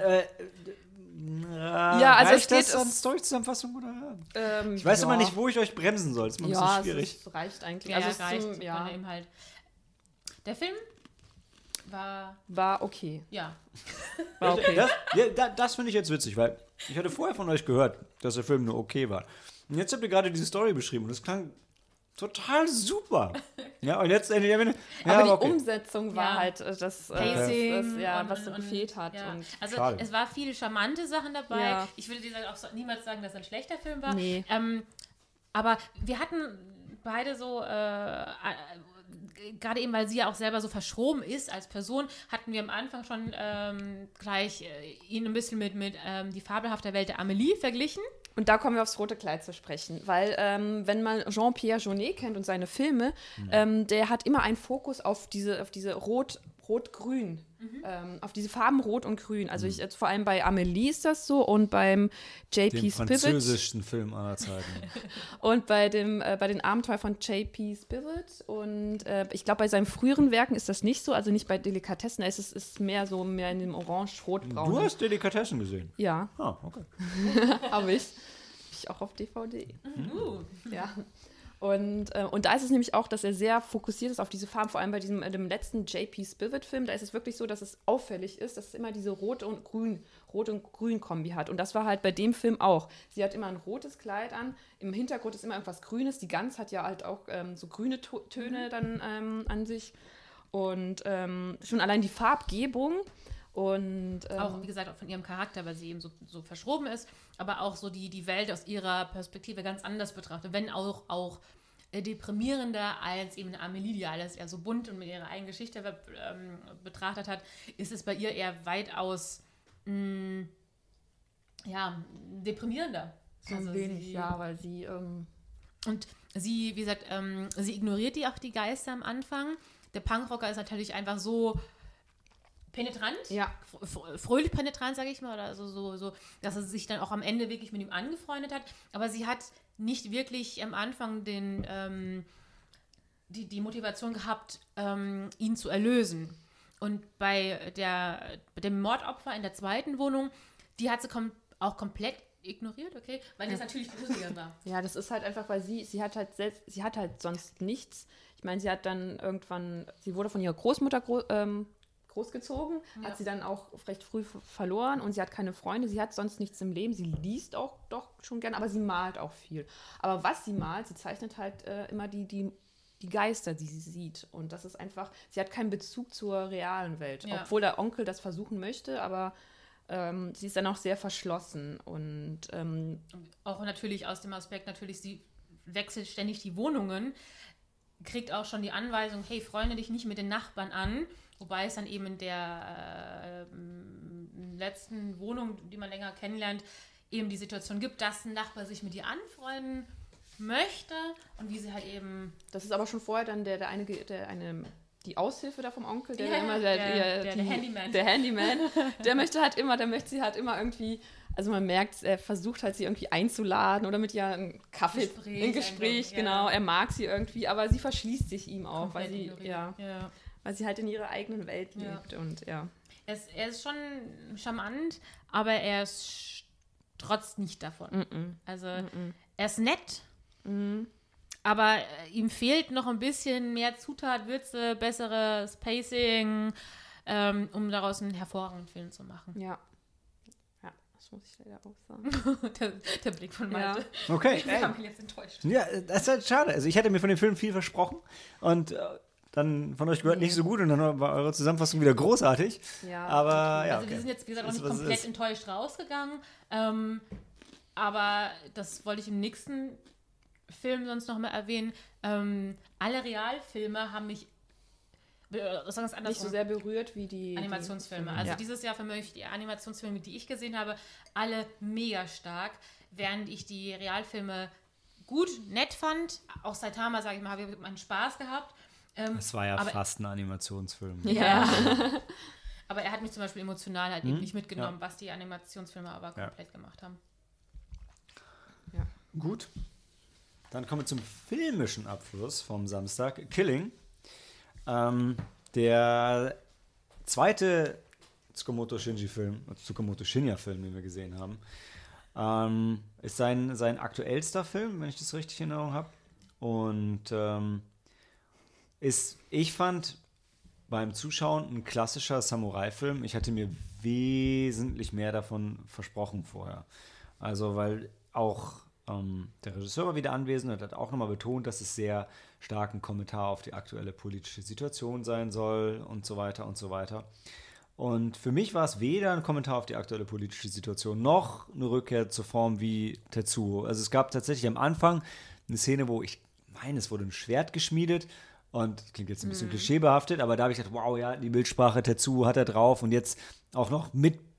also es geht um Story-Zusammenfassung oder? Ich weiß immer nicht, wo ich euch bremsen soll. Das ist immer ein bisschen schwierig. Es reicht eigentlich. Ja, es reicht. Eben halt. Der Film war okay. Ja. War okay. Das finde ich jetzt witzig, weil ich hatte vorher von euch gehört, dass der Film nur okay war. Und jetzt habt ihr gerade diese Story beschrieben und das klang total super. Ja, und jetzt endlich. Aber die Umsetzung war halt das Pacing, was so gefehlt hat. Ja. Und also schade. Es war viele charmante Sachen dabei. Ja. Ich würde dir auch niemals sagen, dass es ein schlechter Film war. Nee. Aber wir hatten beide so gerade eben, weil sie ja auch selber so verschroben ist als Person, hatten wir am Anfang schon gleich ihn ein bisschen mit die fabelhafte Welt der Amelie verglichen. Und da kommen wir aufs rote Kleid zu sprechen, weil wenn man Jean-Pierre Jeunet kennt und seine Filme, der hat immer einen Fokus auf diese Rot-Grün, auf diese Farben Rot und Grün. Also jetzt vor allem bei Amélie ist das so und beim J.P. Spivot. Dem französischsten Film aller Zeiten. Und bei den Abenteuern von J.P. Spivot und ich glaube, bei seinen früheren Werken ist das nicht so, also nicht bei Delikatessen, es ist mehr in dem orange-rot-braun. Du hast Delikatessen gesehen? Ja. Ah, okay. Habe ich. Auch auf DVD. Ja. Und da ist es nämlich auch, dass er sehr fokussiert ist auf diese Farben, vor allem bei dem letzten J.P. Spivot-Film, da ist es wirklich so, dass es auffällig ist, dass es immer diese Rot- und Grün-Kombi hat. Und das war halt bei dem Film auch. Sie hat immer ein rotes Kleid an, im Hintergrund ist immer irgendwas Grünes, die Gans hat ja halt auch so grüne Töne dann an sich. Und schon allein die Farbgebung und auch, wie gesagt, auch von ihrem Charakter, weil sie eben so verschroben ist, aber auch so die Welt aus ihrer Perspektive ganz anders betrachtet, wenn auch deprimierender als eben eine Amélie, die alles eher so bunt und mit ihrer eigenen Geschichte betrachtet hat, ist es bei ihr eher weitaus deprimierender. Also wenig, weil sie und sie, wie gesagt, sie ignoriert auch die Geister am Anfang. Der Punkrocker ist natürlich einfach so penetrant, fröhlich penetrant, sage ich mal, oder so, dass er sich dann auch am Ende wirklich mit ihm angefreundet hat. Aber sie hat nicht wirklich am Anfang die Motivation gehabt, ihn zu erlösen. Und bei dem Mordopfer in der zweiten Wohnung, die hat sie auch komplett ignoriert, okay, weil das natürlich gruseliger war. Ja, das ist halt einfach, weil sie hat halt sonst nichts. Ich meine, sie hat dann irgendwann, sie wurde von ihrer Großmutter großgezogen, hat sie dann auch recht früh verloren und sie hat keine Freunde, sie hat sonst nichts im Leben, sie liest auch doch schon gern, aber sie malt auch viel. Aber was sie malt, sie zeichnet halt immer die Geister, die sie sieht und das ist einfach, sie hat keinen Bezug zur realen Welt, obwohl der Onkel das versuchen möchte, aber sie ist dann auch sehr verschlossen und auch natürlich aus dem Aspekt, sie wechselt ständig die Wohnungen, kriegt auch schon die Anweisung, hey, freunde dich nicht mit den Nachbarn an, wobei es dann eben in der letzten Wohnung, die man länger kennenlernt, eben die Situation gibt, dass ein Nachbar sich mit ihr anfreunden möchte und wie sie halt eben... Das ist aber schon vorher dann die Aushilfe da vom Onkel, der Handyman. Der Handyman, der möchte sie halt immer irgendwie, also man merkt, er versucht halt sie irgendwie einzuladen oder mit ihr ein Gespräch, genau, er mag sie irgendwie, aber sie verschließt sich ihm auch, weil sie halt in ihrer eigenen Welt lebt und Er ist schon charmant, aber er strotzt nicht davon. Also er ist nett, aber ihm fehlt noch ein bisschen mehr Zutat, Würze, besseres Pacing, um daraus einen hervorragenden Film zu machen. Ja, das muss ich leider auch sagen. der Blick von Malte. Ja. Okay. Wir haben ihn jetzt enttäuscht. Ja, das ist halt schade. Also ich hätte mir von dem Film viel versprochen und dann von euch gehört nicht so gut und dann war eure Zusammenfassung wieder großartig. Ja. Aber also wir sind jetzt, wie gesagt, auch nicht komplett enttäuscht rausgegangen. Aber das wollte ich im nächsten Film sonst noch mal erwähnen. Alle Realfilme haben mich nicht so sehr berührt wie die Animationsfilme. Also dieses Jahr für mich die Animationsfilme, die ich gesehen habe, alle mega stark, während ich die Realfilme gut, nett fand. Auch Saitama, sage ich mal, habe ich meinen Spaß gehabt. Das war ja fast ein Animationsfilm. Ja. Aber er hat mich zum Beispiel emotional halt eben nicht mitgenommen, was die Animationsfilme aber komplett gemacht haben. Ja. Gut. Dann kommen wir zum filmischen Abschluss vom Samstag. Killing. Der zweite Tsukamoto Shinya-Film, den wir gesehen haben, ist sein aktuellster Film, wenn ich das richtig in Erinnerung habe. Und ich fand beim Zuschauen ein klassischer Samurai-Film. Ich hatte mir wesentlich mehr davon versprochen vorher. Also, weil auch der Regisseur war wieder anwesend und hat auch nochmal betont, dass es sehr stark ein Kommentar auf die aktuelle politische Situation sein soll und so weiter und so weiter. Und für mich war es weder ein Kommentar auf die aktuelle politische Situation noch eine Rückkehr zur Form wie Tetsuo. Also es gab tatsächlich am Anfang eine Szene, wo ich meine, es wurde ein Schwert geschmiedet und klingt jetzt ein bisschen klischeebehaftet, aber da habe ich gedacht, wow, ja, die Bildsprache Tetsuo hat er drauf und jetzt auch noch mit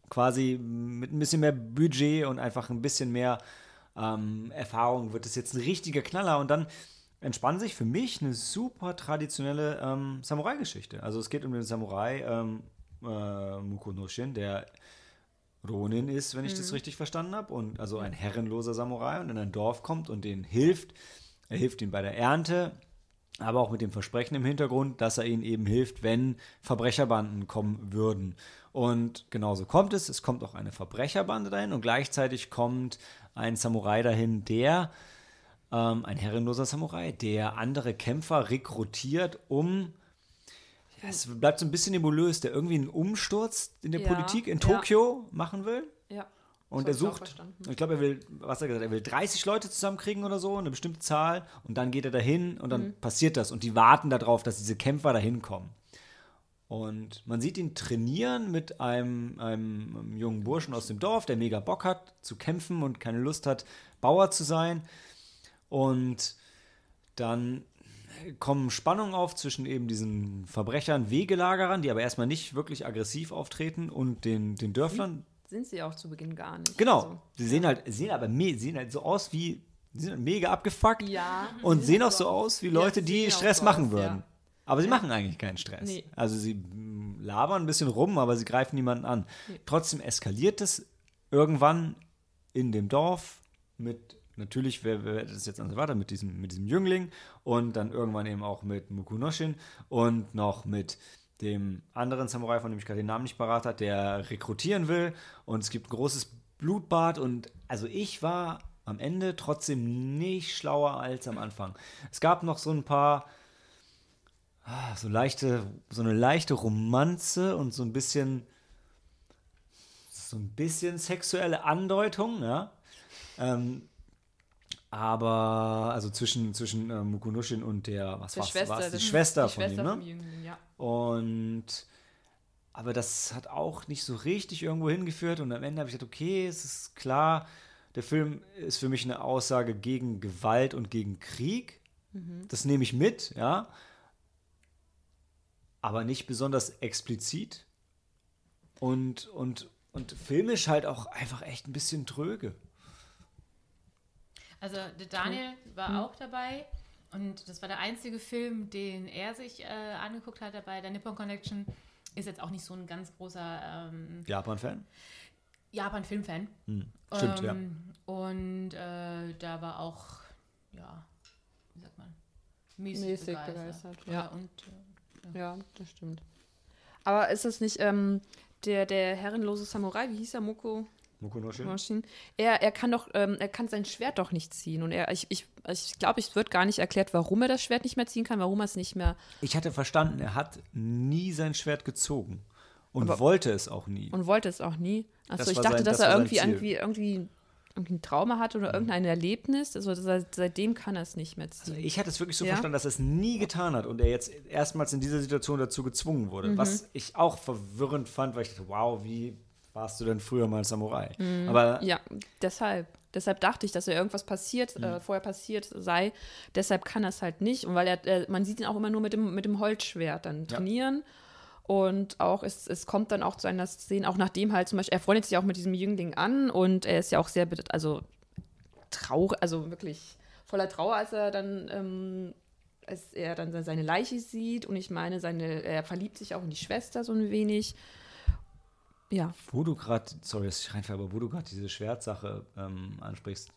quasi mit ein bisschen mehr Budget und einfach ein bisschen mehr Erfahrung wird es jetzt ein richtiger Knaller. Und dann entspann sich für mich eine super traditionelle Samurai-Geschichte. Also es geht um den Samurai Mukonoshin, der Ronin ist, wenn ich das richtig verstanden habe, und also ein herrenloser Samurai und in ein Dorf kommt und denen hilft. Er hilft ihnen bei der Ernte, aber auch mit dem Versprechen im Hintergrund, dass er ihnen eben hilft, wenn Verbrecherbanden kommen würden. Und genauso kommt es. Es kommt auch eine Verbrecherbande dahin und gleichzeitig kommt ein Samurai dahin, ein herrenloser Samurai, der andere Kämpfer rekrutiert, es bleibt so ein bisschen nebulös, der irgendwie einen Umsturz in der Politik in Tokio machen will. Ja. Und er sucht, ich glaube, er will 30 Leute zusammenkriegen oder so, eine bestimmte Zahl, und dann geht er dahin und dann passiert das. Und die warten darauf, dass diese Kämpfer dahin kommen. Und man sieht ihn trainieren mit einem jungen Burschen aus dem Dorf, der mega Bock hat zu kämpfen und keine Lust hat, Bauer zu sein. Und dann kommen Spannungen auf zwischen eben diesen Verbrechern, Wegelagerern, die aber erstmal nicht wirklich aggressiv auftreten, und den Dörflern. Sind sie auch zu Beginn gar nicht. Genau. Also, sie sehen halt so aus wie, sie sind mega abgefuckt und sehen auch so aus wie Leute, die Stress machen würden. Ja. Aber sie machen eigentlich keinen Stress. Nee. Also sie labern ein bisschen rum, aber sie greifen niemanden an. Nee. Trotzdem eskaliert es irgendwann in dem Dorf natürlich, wer das jetzt anders weiter, mit diesem Jüngling und dann irgendwann eben auch mit Mukonoshin und noch mit dem anderen Samurai, von dem ich gerade den Namen nicht parat habe, der rekrutieren will, und es gibt ein großes Blutbad, und also ich war am Ende trotzdem nicht schlauer als am Anfang. Es gab noch so ein paar so eine leichte Romanze und so ein bisschen sexuelle Andeutung, ja. Aber, also zwischen Mukonoshin und die Schwester von ihm, ne? Vom Jüngling, ja. Aber das hat auch nicht so richtig irgendwo hingeführt, und am Ende habe ich gedacht, okay, es ist klar, der Film ist für mich eine Aussage gegen Gewalt und gegen Krieg. Das nehme ich mit, ja. Aber nicht besonders explizit. Und filmisch halt auch einfach echt ein bisschen tröge. Also der Daniel war auch dabei, und das war der einzige Film, den er sich angeguckt hat dabei. Der Nippon Connection ist jetzt auch nicht so ein ganz großer Japan-Fan? Japan-Film-Fan. Stimmt, ja. Und da war auch, wie sagt man, mäßig begeistert. Ja, das stimmt. Aber ist das nicht der herrenlose Samurai, wie hieß er, Mukonoshin? Er kann sein Schwert doch nicht ziehen. Und ich glaube, es wird gar nicht erklärt, warum er das Schwert nicht mehr ziehen kann, warum er es nicht mehr... Ich hatte verstanden, er hat nie sein Schwert gezogen. Und wollte es auch nie. Achso, ich dachte, dass er irgendwie ein Trauma hat oder irgendein Erlebnis. Also seitdem kann er es nicht mehr ziehen. Also ich hatte es wirklich so verstanden, dass er es nie getan hat und er jetzt erstmals in dieser Situation dazu gezwungen wurde. Was ich auch verwirrend fand, weil ich dachte, wow, wie warst du denn früher mal Samurai? Aber ja, deshalb dachte ich, dass irgendwas vorher passiert sei. Deshalb kann er es halt nicht. Und weil man sieht ihn auch immer nur mit dem Holzschwert dann trainieren. Und auch, es kommt dann auch zu einer Szene, auch nachdem halt zum Beispiel, er freundet sich auch mit diesem Jüngling an, und er ist ja auch sehr, traurig, also wirklich voller Trauer, als er dann seine Leiche sieht. Und ich meine, er verliebt sich auch in die Schwester so ein wenig. Ja. Wo du gerade, sorry, dass ich reinfahre, aber wo du gerade diese Schwertsache ansprichst,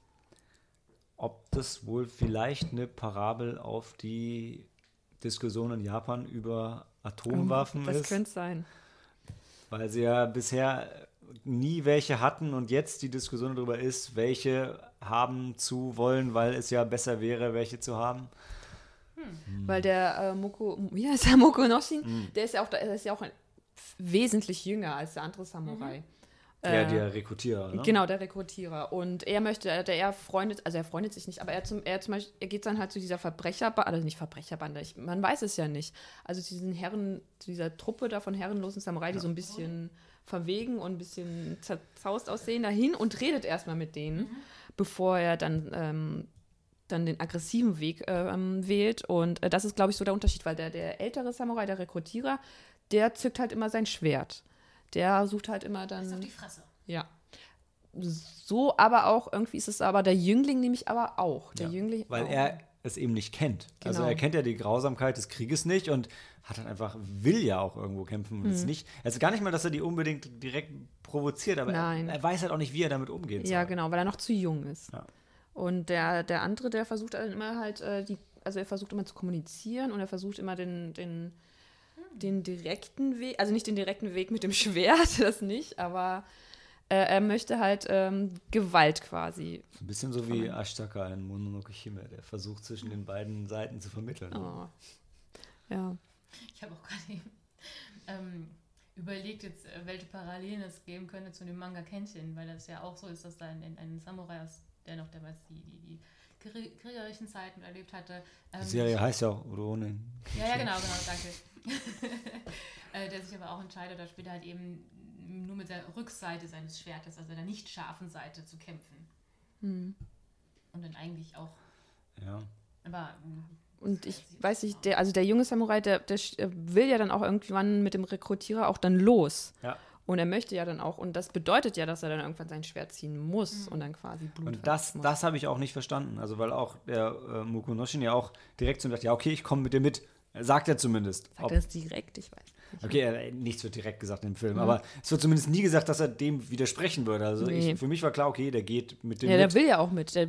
ob das wohl vielleicht eine Parabel auf die Diskussion in Japan über Atomwaffen ist. Das könnte sein. Weil sie ja bisher nie welche hatten und jetzt die Diskussion darüber ist, welche haben zu wollen, weil es ja besser wäre, welche zu haben. Weil der Mukonoshin, der ist ja auch wesentlich jünger als der andere Samurai. Der Rekrutierer, ne? Genau, der Rekrutierer. Und er freundet sich nicht, aber er geht dann halt zu dieser Verbrecherbande, also nicht Verbrecherbande, man weiß es ja nicht. Also zu dieser Truppe da von herrenlosen Samurai, die so ein bisschen verwegen und ein bisschen zerzaust aussehen, dahin und redet erstmal mit denen, bevor er dann den aggressiven Weg wählt. Und das ist, glaube ich, so der Unterschied, weil der ältere Samurai, der Rekrutierer, der zückt halt immer sein Schwert. der sucht halt immer dann... Das ist auf die Fresse. Ja. So, aber auch, irgendwie ist es aber der Jüngling nämlich aber auch. Der Jüngling weil auch. er es eben nicht kennt. Genau. Also er kennt ja die Grausamkeit des Krieges nicht und hat dann einfach, will ja auch irgendwo kämpfen. Und es nicht, also gar nicht mal, dass er die unbedingt direkt provoziert, aber er weiß halt auch nicht, wie er damit umgeht. Ja, genau, weil er noch zu jung ist. Ja. Und der andere, der versucht dann immer halt, also er versucht immer zu kommunizieren und er versucht immer den direkten Weg, also nicht den direkten Weg mit dem Schwert, das nicht, aber er möchte halt Gewalt quasi. So ein bisschen so wie Ashtaka in Mononoke Hime, der versucht zwischen den beiden Seiten zu vermitteln. Oh. Ja. Ich habe auch gerade überlegt, jetzt, welche Parallelen es geben könnte zu dem Manga Kenshin, weil das ja auch so ist, dass da ein Samurai ist, der noch damals die kriegerischen Zeiten erlebt hatte. Die Serie heißt ja auch Urone. Ja, genau, danke. Der sich aber auch entscheidet, da später halt eben nur mit der Rückseite seines Schwertes, also der nicht scharfen Seite, zu kämpfen. Und dann eigentlich auch. Ja. Aber. Und ich weiß nicht, der junge Samurai, der will ja dann auch irgendwann mit dem Rekrutierer auch dann los. Ja. Und er möchte ja dann auch, und das bedeutet ja, dass er dann irgendwann sein Schwert ziehen muss und dann quasi Blut Und das habe ich auch nicht verstanden. Also weil auch der Mukonoshin ja auch direkt zu ihm sagt, ja okay, ich komme mit dir mit. Sagt er zumindest. Sagt er das direkt? Ich weiß nicht. Okay, nichts wird direkt gesagt im Film, aber es wird zumindest nie gesagt, dass er dem widersprechen würde. Also für mich war klar, okay, der geht mit dem mit. Ja, der will ja auch mit.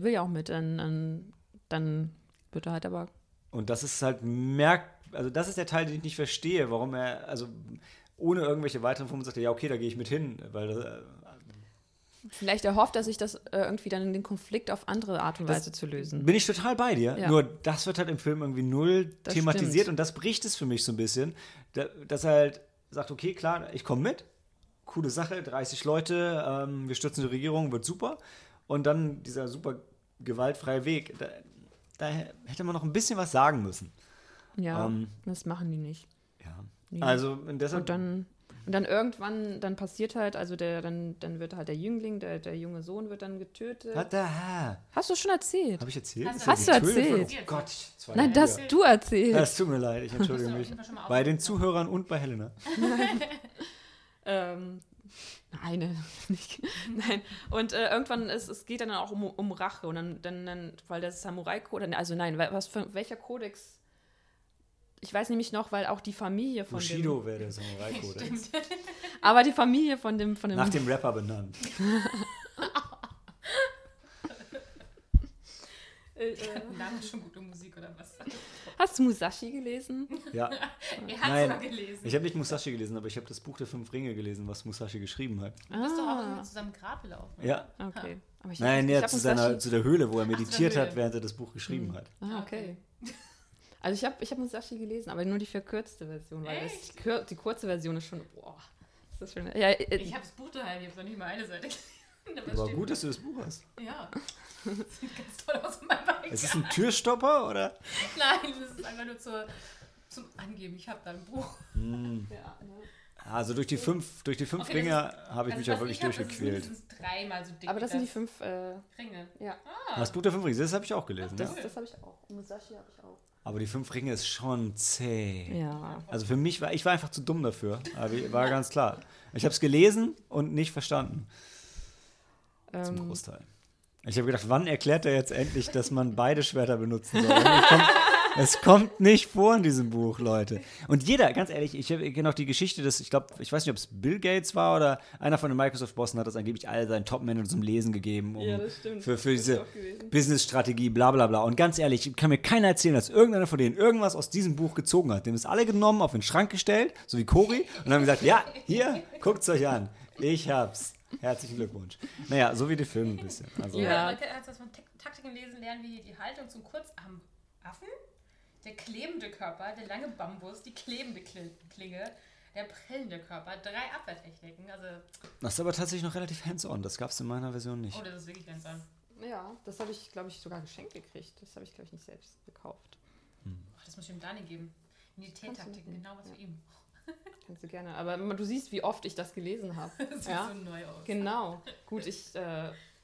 Dann wird er halt aber... Und das ist halt also das ist der Teil, den ich nicht verstehe, warum er, also ohne irgendwelche weiteren Formen sagt, ja okay, da gehe ich mit hin, weil vielleicht erhofft er sich das irgendwie dann in den Konflikt auf andere Art und Weise zu lösen. Bin ich total bei dir, nur das wird halt im Film irgendwie null das thematisiert stimmt. und das bricht es für mich so ein bisschen, dass er halt sagt, okay, klar, ich komme mit, coole Sache, 30 Leute, wir stürzen die Regierung, wird super und dann dieser super gewaltfreie Weg, da hätte man noch ein bisschen was sagen müssen. Ja, das machen die nicht. Ja, Nee. also deshalb... Und dann irgendwann, dann passiert halt, also dann wird halt der Jüngling, der junge Sohn wird dann getötet. Hast du schon erzählt? Habe ich erzählt? Hast du erzählt? Oh Gott. Nein, das hast du erzählt. Es tut mir leid, ich entschuldige mich. Bei den Zuhörern und bei Helena. Nein, nicht. Nein. Und irgendwann, es geht dann auch um Rache. Und dann weil das Samurai-Kodex, also nein, welcher Kodex? Ich weiß nämlich noch, weil auch die Familie von Bushido wäre der Samurai-Kodex. Aber die Familie von dem... Nach dem Rapper benannt. Namen schon gute Musik oder was? Hast du Musashi gelesen? Ja. Er hat es mal gelesen. Ich habe nicht Musashi gelesen, aber ich habe das Buch der 5 Ringe gelesen, was Musashi geschrieben hat. Du bist doch auch irgendwie zu seinem Grab gelaufen. Ja. Okay. Aber zu der Höhle, wo er meditiert hat, während er das Buch geschrieben hat. Ah, okay. Also ich hab Musashi gelesen, aber nur die verkürzte Version, weil die kurze Version ist schon, boah, ist das schon... Ja, ich habe das Buch daheim, ich habe noch nicht mal eine Seite gelesen. Aber gut, dass du das Buch hast. Ja. Das sieht ganz toll aus in meinem Regal. Ist es ein Türstopper, oder? Nein, das ist einfach nur zum Angeben. Ich habe da ein Buch. Ja, ne? Also durch die fünf Ringe habe ich mich ja wirklich durchgequält. Das ist dreimal so dick. Aber das sind die 5 Ringe. Ja. Das Buch der 5 Ringe, das habe ich auch gelesen. Das habe ich auch. Musashi habe ich auch. Aber die 5 Ringe ist schon zäh. Ja. Also für mich ich war einfach zu dumm dafür. Aber war ganz klar. Ich habe es gelesen und nicht verstanden. Zum Großteil. Ich habe gedacht, wann erklärt er jetzt endlich, dass man beide Schwerter benutzen soll? Es kommt nicht vor in diesem Buch, Leute. Und jeder, ganz ehrlich, ich kenne auch die Geschichte, ich weiß nicht, ob es Bill Gates war oder einer von den Microsoft-Bossen hat das angeblich all seinen Top-Managern zum Lesen gegeben. Das stimmt. Für diese Business-Strategie, bla bla bla. Und ganz ehrlich, kann mir keiner erzählen, dass irgendeiner von denen irgendwas aus diesem Buch gezogen hat. Dem ist alle genommen, auf den Schrank gestellt, so wie Cory, und haben gesagt, ja, hier, guckt's euch an. Ich hab's. Herzlichen Glückwunsch. Naja, so wie die Filme ein bisschen. Also, man kann was von Taktiken lesen lernen, wie die Haltung zum Kurzaffen, der klebende Körper, der lange Bambus, die klebende Klinge, der prellende Körper, 3 Abwehrtechniken. Also das ist aber tatsächlich noch relativ hands-on. Das gab es in meiner Version nicht. Oh, das ist wirklich hands-on. Ja, das habe ich, glaube ich, sogar geschenkt gekriegt. Das habe ich, glaube ich, nicht selbst gekauft. Ach, das muss ich ihm Dani geben. Militärtaktiken, genau was für ihn. Kannst du gerne. Aber du siehst, wie oft ich das gelesen habe. Das sieht so neu aus. Genau. Gut, ich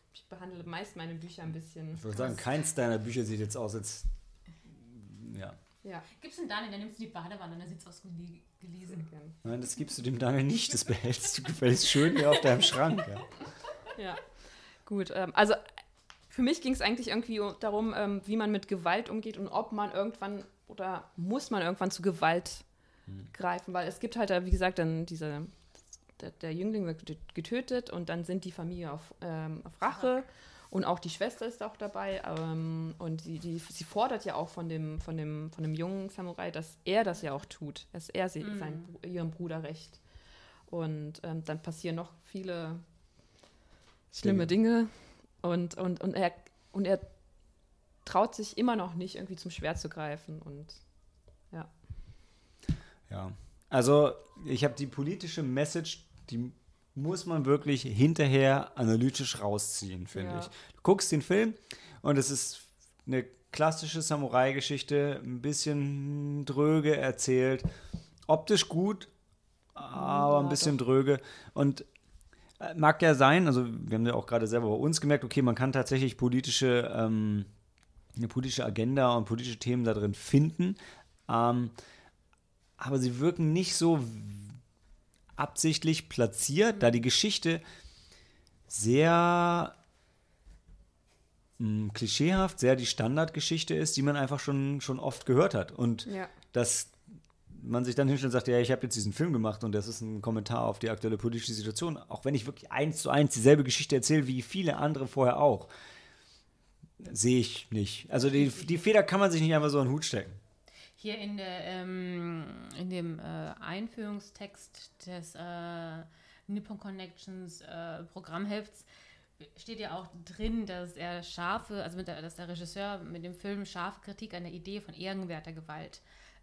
behandle meist meine Bücher ein bisschen. Ich würde sagen, keins deiner Bücher sieht jetzt aus, als... Ja. Ja. Gibst du den Daniel, dann nimmst du die Badewanne und dann sieht es aus gelesen. Nein, das gibst du dem Daniel nicht, das behältst du gefälligst schön hier auf deinem Schrank. Ja, gut. Also für mich ging es eigentlich irgendwie darum, wie man mit Gewalt umgeht und ob man irgendwann oder muss man irgendwann zu Gewalt greifen, weil es gibt halt, wie gesagt, dann der Jüngling wird getötet und dann sind die Familie auf Rache und auch die Schwester ist auch dabei und sie fordert ja auch von dem jungen Samurai, dass er das ja auch tut, dass er ihrem Bruder rächt. Und dann passieren noch viele schlimme Dinge und er traut sich immer noch nicht, irgendwie zum Schwert zu greifen und ja. Ja, also ich habe die politische Message, die muss man wirklich hinterher analytisch rausziehen, finde ich. Du guckst den Film und es ist eine klassische Samurai-Geschichte, ein bisschen dröge erzählt, optisch gut, aber ein bisschen dröge und mag ja sein, also wir haben ja auch gerade selber bei uns gemerkt, okay, man kann tatsächlich eine politische Agenda und politische Themen da drin finden, aber sie wirken nicht so absichtlich platziert, da die Geschichte sehr klischeehaft, sehr die Standardgeschichte ist, die man einfach schon oft gehört hat. Und dass man sich dann hinstellt und sagt, ja, ich habe jetzt diesen Film gemacht und das ist ein Kommentar auf die aktuelle politische Situation, auch wenn ich wirklich 1:1 dieselbe Geschichte erzähle, wie viele andere vorher auch, sehe ich nicht. Also die Feder kann man sich nicht einfach so in den Hut stecken. Hier in dem Einführungstext des Nippon Connections Programmhefts steht ja auch drin, dass dass der Regisseur mit dem Film scharfe Kritik an der Idee von ehrenwerter Gewalt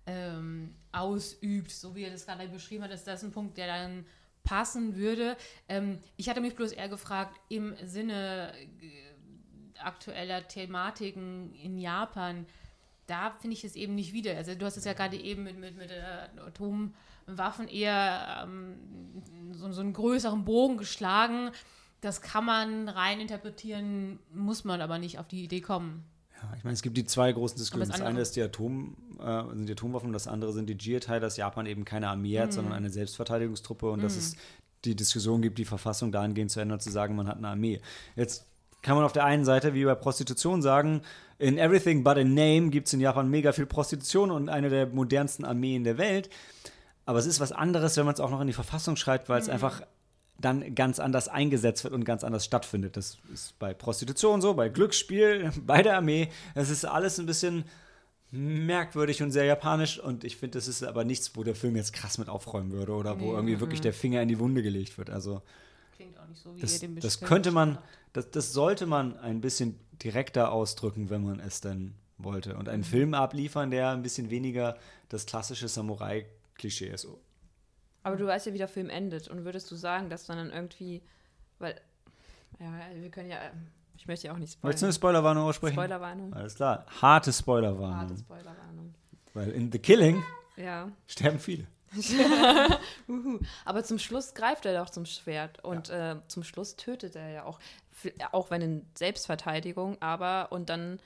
ausübt, so wie er das gerade beschrieben hat, ist das ein Punkt, der dann passen würde. Ich hatte mich bloß eher gefragt, im Sinne aktueller Thematiken in Japan, da finde ich es eben nicht wieder. Also du hast es ja gerade eben mit Atomwaffen eher so einen größeren Bogen geschlagen. Das kann man rein interpretieren, muss man aber nicht auf die Idee kommen. Ja, ich meine, es gibt die zwei großen Diskussionen. Das eine ist sind die Atomwaffen, das andere sind die Jieitai, dass Japan eben keine Armee hat, sondern eine Selbstverteidigungstruppe und dass es die Diskussion gibt, die Verfassung dahingehend zu ändern, zu sagen, man hat eine Armee. Jetzt kann man auf der einen Seite, wie bei Prostitution, sagen, in everything but a name gibt es in Japan mega viel Prostitution und eine der modernsten Armeen der Welt. Aber es ist was anderes, wenn man es auch noch in die Verfassung schreibt, weil es einfach dann ganz anders eingesetzt wird und ganz anders stattfindet. Das ist bei Prostitution so, bei Glücksspiel, bei der Armee. Das ist alles ein bisschen merkwürdig und sehr japanisch und ich finde, das ist aber nichts, wo der Film jetzt krass mit aufräumen würde oder wo irgendwie wirklich der Finger in die Wunde gelegt wird. Also klingt auch nicht so, wie ihr den das könnte man, das sollte man ein bisschen direkter ausdrücken, wenn man es denn wollte. Und einen Film abliefern, der ein bisschen weniger das klassische Samurai-Klischee ist. Aber du weißt ja, wie der Film endet. Und würdest du sagen, dass man dann irgendwie, weil, ja, wir können ja, ich möchte ja auch nicht spoilern. Möchtest du eine Spoilerwarnung aussprechen? Spoilerwarnung. Alles klar. Harte Spoilerwarnung. Harte Spoilerwarnung. Weil in The Killing sterben viele. Aber zum Schluss greift er doch zum Schwert und zum Schluss tötet er ja auch wenn in Selbstverteidigung, aber und dann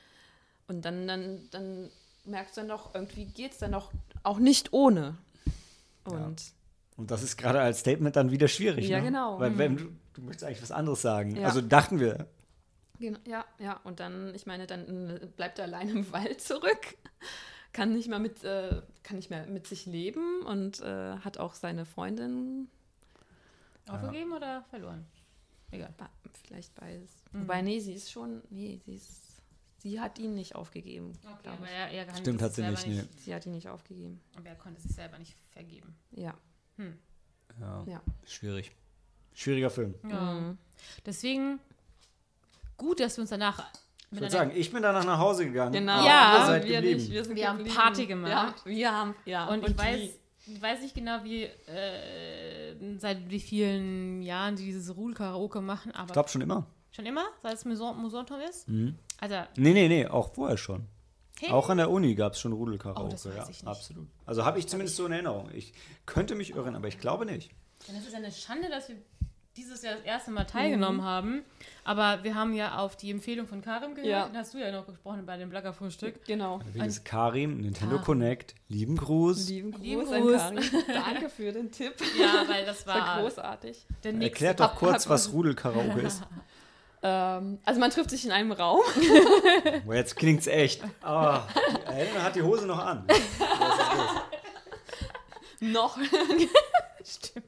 merkst du dann doch, irgendwie geht es dann doch auch nicht ohne. Und das ist gerade als Statement dann wieder schwierig. Ja, ne? genau. Weil wenn du möchtest eigentlich was anderes sagen. Ja. Also dachten wir. Ja. Und dann, ich meine, dann bleibt er allein im Wald zurück. Kann nicht mehr mit sich leben und hat auch seine Freundin aufgegeben oder verloren? Egal. Vielleicht beides. Wobei, sie hat ihn nicht aufgegeben. Okay, aber er kann Stimmt, hat sie nicht. Nee. Sie hat ihn nicht aufgegeben. Aber er konnte sich selber nicht vergeben. Ja. Ja. Schwierig. Schwieriger Film. Ja. Deswegen gut, dass wir uns danach ich würde sagen, ich bin danach nach Hause gegangen. Genau. Ja, wir haben Party gemacht. Und ich weiß nicht genau, seit wie vielen Jahren sie dieses Rudel-Karaoke machen. Aber ich glaube schon immer. Schon immer? Seit es Musanturm ist? Mhm. Also, nee, auch vorher schon. Hey. Auch an der Uni gab es schon Rudel-Karaoke. Das weiß ich nicht. Absolut. Also habe ich zumindest so in Erinnerung. Ich könnte mich irren, aber ich glaube nicht. Dann ist es eine Schande, dass wir dieses Jahr das erste Mal teilgenommen haben. Aber wir haben ja auf die Empfehlung von Karim gehört. Den hast du ja noch gesprochen bei dem Blogger-Frühstück. Genau. Ist Karim, Nintendo Connect. Lieben Gruß. Lieben Gruß an Karim. Danke für den Tipp. Ja, weil das war großartig. Erklärt doch kurz, was Rudelkaraoke ist. Also man trifft sich in einem Raum. Boah, jetzt klingt's echt. Aber Helena hat die Hose noch an. Noch. Stimmt.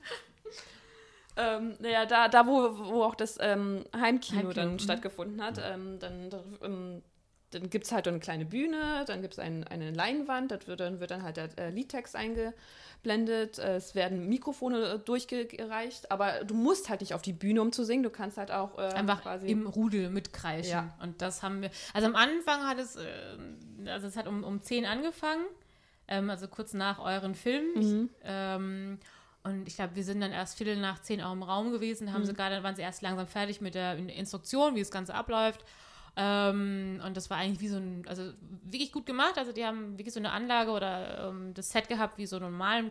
Da wo auch das Heimkino dann stattgefunden hat, dann gibt es halt eine kleine Bühne, dann gibt es eine Leinwand, dann wird halt der Liedtext eingeblendet, es werden Mikrofone durchgereicht, aber du musst halt nicht auf die Bühne, um zu singen, du kannst halt auch einfach quasi im Rudel mitkreischen. Ja. Und das haben wir, also am Anfang hat es, es hat um 10 angefangen, also kurz nach euren Filmen. Und ich glaube, wir sind dann erst 9:15 auch im Raum gewesen, dann waren sie erst langsam fertig mit der Instruktion, wie das Ganze abläuft. Und das war eigentlich wie so also wirklich gut gemacht. Also die haben wirklich so eine Anlage oder das Set gehabt, wie so einen normalen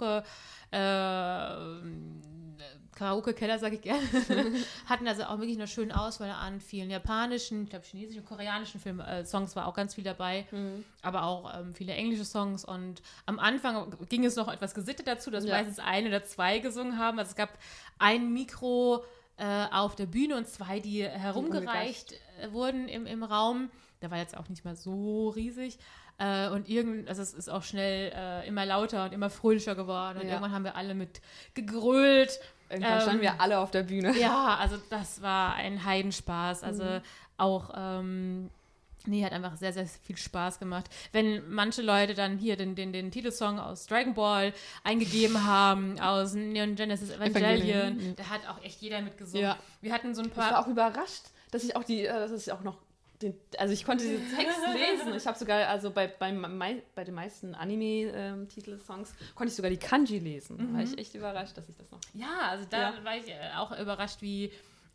Karaoke-Keller, sage ich gerne. Hatten also auch wirklich eine schöne Auswahl an vielen japanischen, ich glaube chinesischen, koreanischen Songs war auch ganz viel dabei, aber auch viele englische Songs. Und am Anfang ging es noch etwas gesittet dazu, dass meistens 1 oder 2 gesungen haben. Also es gab ein Mikro auf der Bühne und 2, die herumgereicht wurden im Raum. Der war jetzt auch nicht mehr so riesig. Und also es ist auch schnell immer lauter und immer fröhlicher geworden. Und irgendwann haben wir alle mit gegrölt. Irgendwann standen wir alle auf der Bühne. Ja, also das war ein Heidenspaß. Also auch, hat einfach sehr, sehr viel Spaß gemacht. Wenn manche Leute dann hier den Titelsong aus Dragon Ball eingegeben haben, aus Neon Genesis Evangelion, da hat auch echt jeder mitgesungen. Ja. Wir hatten so ein paar... Ich war auch überrascht, dass ich auch noch ich konnte diesen Text lesen. Ich habe sogar, also bei den meisten Anime-Titelsongs konnte ich sogar die Kanji lesen. Da war ich echt überrascht, dass ich das noch... Ja, also da war ich auch überrascht, wie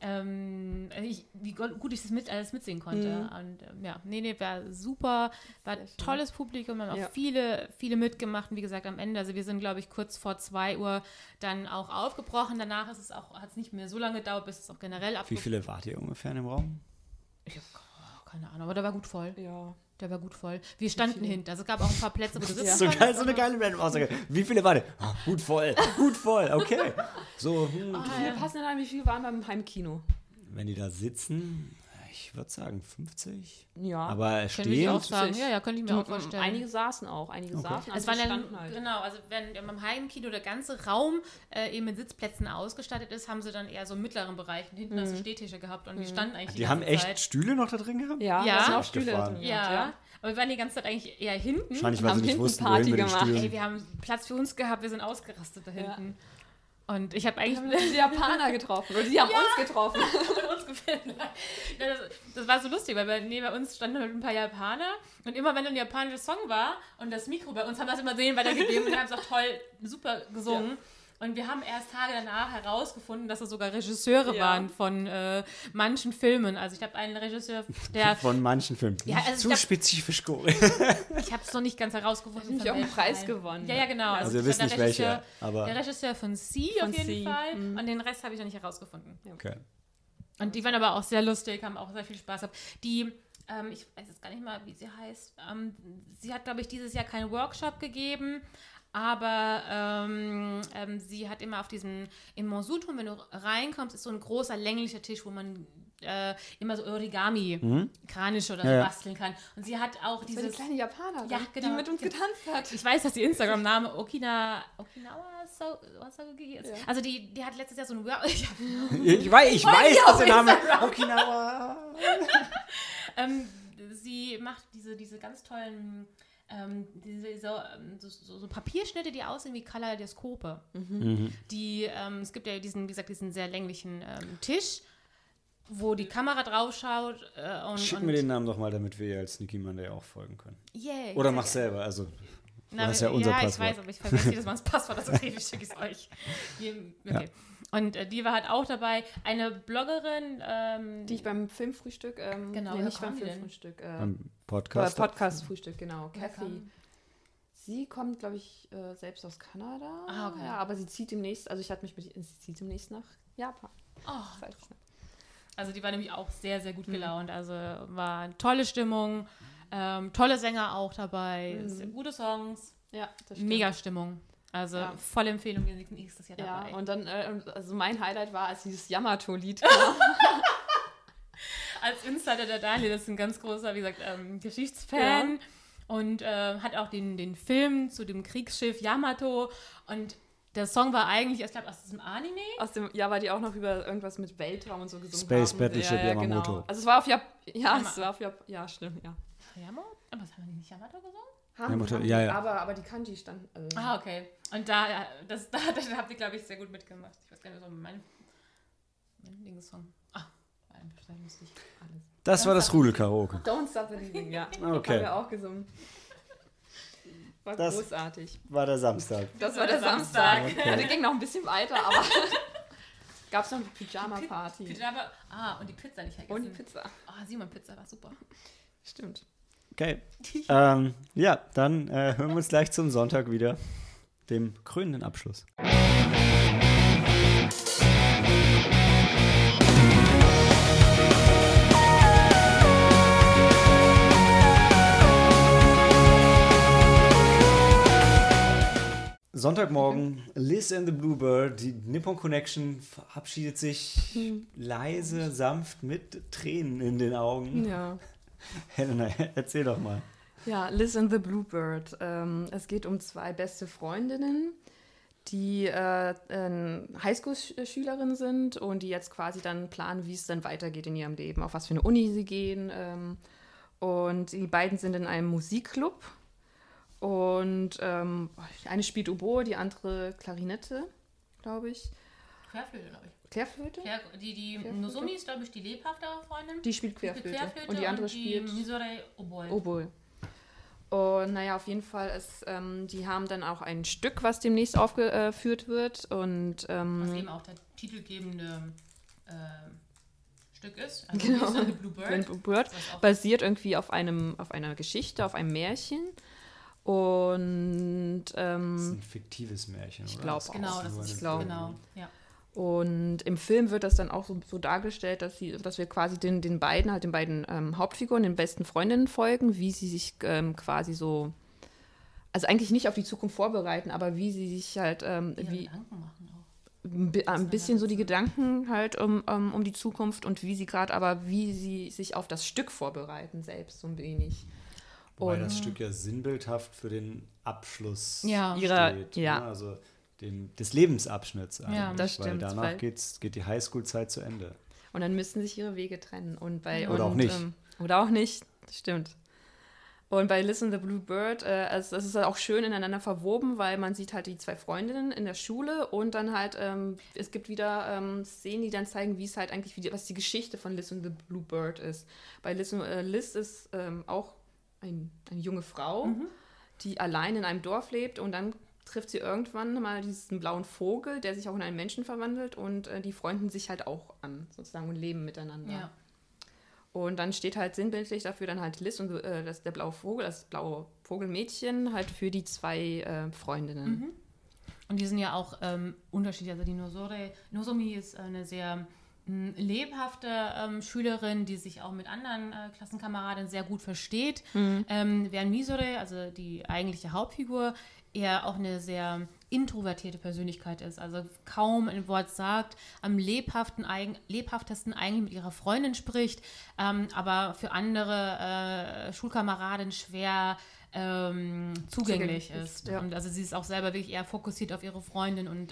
gut ich das alles mitsingen konnte. Und war super, war tolles Publikum, wir haben auch viele mitgemacht. Und wie gesagt, am Ende, also wir sind, glaube ich, kurz vor 2 Uhr dann auch aufgebrochen. Danach hat es nicht mehr so lange gedauert, bis es auch generell abgebrochen. Wie viele wart ihr ungefähr im Raum? Ich habe keine Ahnung, aber der war gut voll. Ja. Der war gut voll. Wir standen hinten. Also es gab auch ein paar Plätze, wo du sitzen so konntest. So eine geile random Aussage. Wie viele waren gut voll, okay. So, wie viele passen denn an, wie viele waren beim Heimkino? Wenn die da sitzen, ich würde sagen 50. Ja. Aber könnte ich auch sagen. Ja, könnte ich mir auch vorstellen. Einige saßen auch. Es waren halt. Genau, also wenn beim Heimkino der ganze Raum eben mit Sitzplätzen ausgestattet ist, haben sie dann eher so im mittleren Bereich hinten also Stehtische gehabt und wir standen eigentlich die haben echt Zeit. Stühle noch da drin gehabt? Ja, da sind auch Stühle drin. Ja. Aber wir waren die ganze Zeit eigentlich eher hinten. Wahrscheinlich, weil sie nicht wussten, Party gemacht. Ey, wir haben Platz für uns gehabt, wir sind ausgerastet da hinten. Und ich habe eigentlich die Japaner getroffen. Oder die haben uns getroffen. Und uns gefilmt. Das war so lustig, weil bei uns standen halt ein paar Japaner. Und immer wenn ein japanischer Song war und das Mikro bei uns, haben das immer denen weitergegeben und haben es auch toll, super gesungen. Ja. Und wir haben erst Tage danach herausgefunden, dass es sogar Regisseure waren von manchen Filmen. Also ich habe einen Regisseur, der... Von manchen Filmen. Ja, also spezifisch, Corey. Ich habe es noch nicht ganz herausgefunden. Ich habe auch einen Preis gewonnen. Ja, genau. Also wir wissen nicht welcher. Aber der Regisseur von C auf jeden Fall. Und den Rest habe ich noch nicht herausgefunden. Okay. Und die waren aber auch sehr lustig, haben auch sehr viel Spaß gehabt. Die... ich weiß jetzt gar nicht mal, wie sie heißt. Sie hat, glaube ich, dieses Jahr keinen Workshop gegeben, aber sie hat immer auf im Monsuturm, wenn du reinkommst, ist so ein großer, länglicher Tisch, wo man immer so Origami-Kranische oder so basteln kann. Und sie hat auch das eine kleine Japaner, genau, die mit uns getanzt hat. Ich weiß, dass ihr Instagram-Name Okinawa ist. Also die hat letztes Jahr so ein Workshop. Ich weiß, dass der Name Okinawa... sie macht diese ganz tollen so Papierschnitte, die aussehen wie Kaleidoskope. Es gibt ja diesen sehr länglichen Tisch, wo die Kamera drauf schaut. Schick mir den Namen doch mal, damit wir als Sneaky Monday auch folgen können. Yeah, oder mach selber, also das ist ja unser Passwort. Ich weiß, aber ich vergesse jedes Mal das Passwort, also okay, ich schicke es euch. Okay. Ja. Und die war halt auch dabei. Eine Bloggerin, die ich beim Filmfrühstück, genau, nicht beim Filmfrühstück, beim Podcast-Frühstück, genau, Kathy. Sie kommt, glaube ich, selbst aus Kanada. Ah, okay. Ja, aber sie zieht demnächst, also sie zieht demnächst nach Japan. Oh. Also die war nämlich auch sehr, sehr gut gelaunt. Also war eine tolle Stimmung, tolle Sänger auch dabei, sehr gute Songs, Ja, das stimmt. mega Stimmung. Also volle Empfehlung, nächstes Jahr dabei. Ja, und dann, also mein Highlight war, als dieses Yamato-Lied kam. Als Insider der Daniel, das ist ein ganz großer, wie gesagt, Geschichtsfan. Ja. Und hat auch den Film zu dem Kriegsschiff Yamato. Und der Song war eigentlich, ich glaube, aus diesem Anime. Weil die auch noch über irgendwas mit Weltraum und so gesungen Space haben. Battleship Yamamoto. Genau. Also es war auf ja, stimmt, ja. Yamato? Aber was haben die nicht Yamato gesungen? Yamato, ja. Aber die Kanji standen. Okay. Und da habt ihr, glaube ich, sehr gut mitgemacht. Ich weiß gar nicht, was mein Ding-Song. Lustig. Alles. Das war das Rudel-Karaoke. Don't Stop Believing, ja. Okay. Haben wir auch gesungen. War großartig. War der Samstag. Das war der Samstag. Okay. Der ging noch ein bisschen weiter, aber gab es noch eine Pyjama-Party. Und die Pizza nicht vergessen. Und die Pizza. Simon Pizza war super. Stimmt. Okay. Ja, dann hören wir uns gleich zum Sonntag wieder, dem krönenden Abschluss. Sonntagmorgen, Liz and the Bluebird, die Nippon Connection verabschiedet sich leise, sanft mit Tränen in den Augen. Ja. Helena, erzähl doch mal. Ja, Liz and the Bluebird. Es geht um 2 beste Freundinnen, die Highschool-Schülerinnen sind und die jetzt quasi dann planen, wie es dann weitergeht in ihrem Leben, auf was für eine Uni sie gehen. Und die beiden sind in einem Musikclub. Und eine spielt Oboe, die andere Klarinette, glaube ich. Querflöte, glaube ich. Querflöte? Die Nozomi ist, glaube ich, die lebhaftere Freundin. Die spielt Querflöte. Und die andere spielt Misore Oboe. Oboe. Und naja, auf jeden Fall die haben dann auch ein Stück, was demnächst aufgeführt wird. Und, was eben auch der titelgebende Stück ist. Also genau. The Bluebird. Basiert irgendwie auf einer Geschichte, auf einem Märchen. Und das ist ein fiktives Märchen, oder? Ich glaube auch. Genau, das ist genau, ja. Und im Film wird das dann auch so dargestellt, dass wir quasi den beiden Hauptfiguren, den besten Freundinnen folgen, wie sie sich quasi so, also eigentlich nicht auf die Zukunft vorbereiten, aber wie sie sich halt Gedanken machen auch. Ein bisschen so die Gedanken halt um die Zukunft und wie sie sich auf das Stück vorbereiten selbst so ein wenig. Wobei das Stück ja sinnbildhaft für den Abschluss steht. Ne? Also des Lebensabschnitts eigentlich. Ja, das stimmt. Weil danach geht die Highschool-Zeit zu Ende. Und dann müssen sich ihre Wege trennen. Oder auch nicht. Oder auch nicht, das stimmt. Und bei Liz and the Bluebird, das ist auch schön ineinander verwoben, weil man sieht halt die 2 Freundinnen in der Schule und dann halt, es gibt wieder Szenen, die dann zeigen, wie es halt eigentlich, was die Geschichte von Liz and the Bluebird ist. Bei Liz ist auch eine junge Frau, die allein in einem Dorf lebt und dann trifft sie irgendwann mal diesen blauen Vogel, der sich auch in einen Menschen verwandelt und die freunden sich halt auch an, sozusagen, und leben miteinander. Ja. Und dann steht halt sinnbildlich dafür dann halt Liz und der blaue Vogel, das blaue Vogelmädchen halt für die 2 Freundinnen. Und die sind ja auch unterschiedlich. Also die Nozomi ist eine sehr lebhafte Schülerin, die sich auch mit anderen Klassenkameradinnen sehr gut versteht. Während Misore, also die eigentliche Hauptfigur, eher auch eine sehr introvertierte Persönlichkeit ist, also kaum ein Wort sagt, am lebhaftesten eigentlich mit ihrer Freundin spricht, aber für andere Schulkameradinnen schwer zugänglich ist. Ja. Und also sie ist auch selber wirklich eher fokussiert auf ihre Freundin und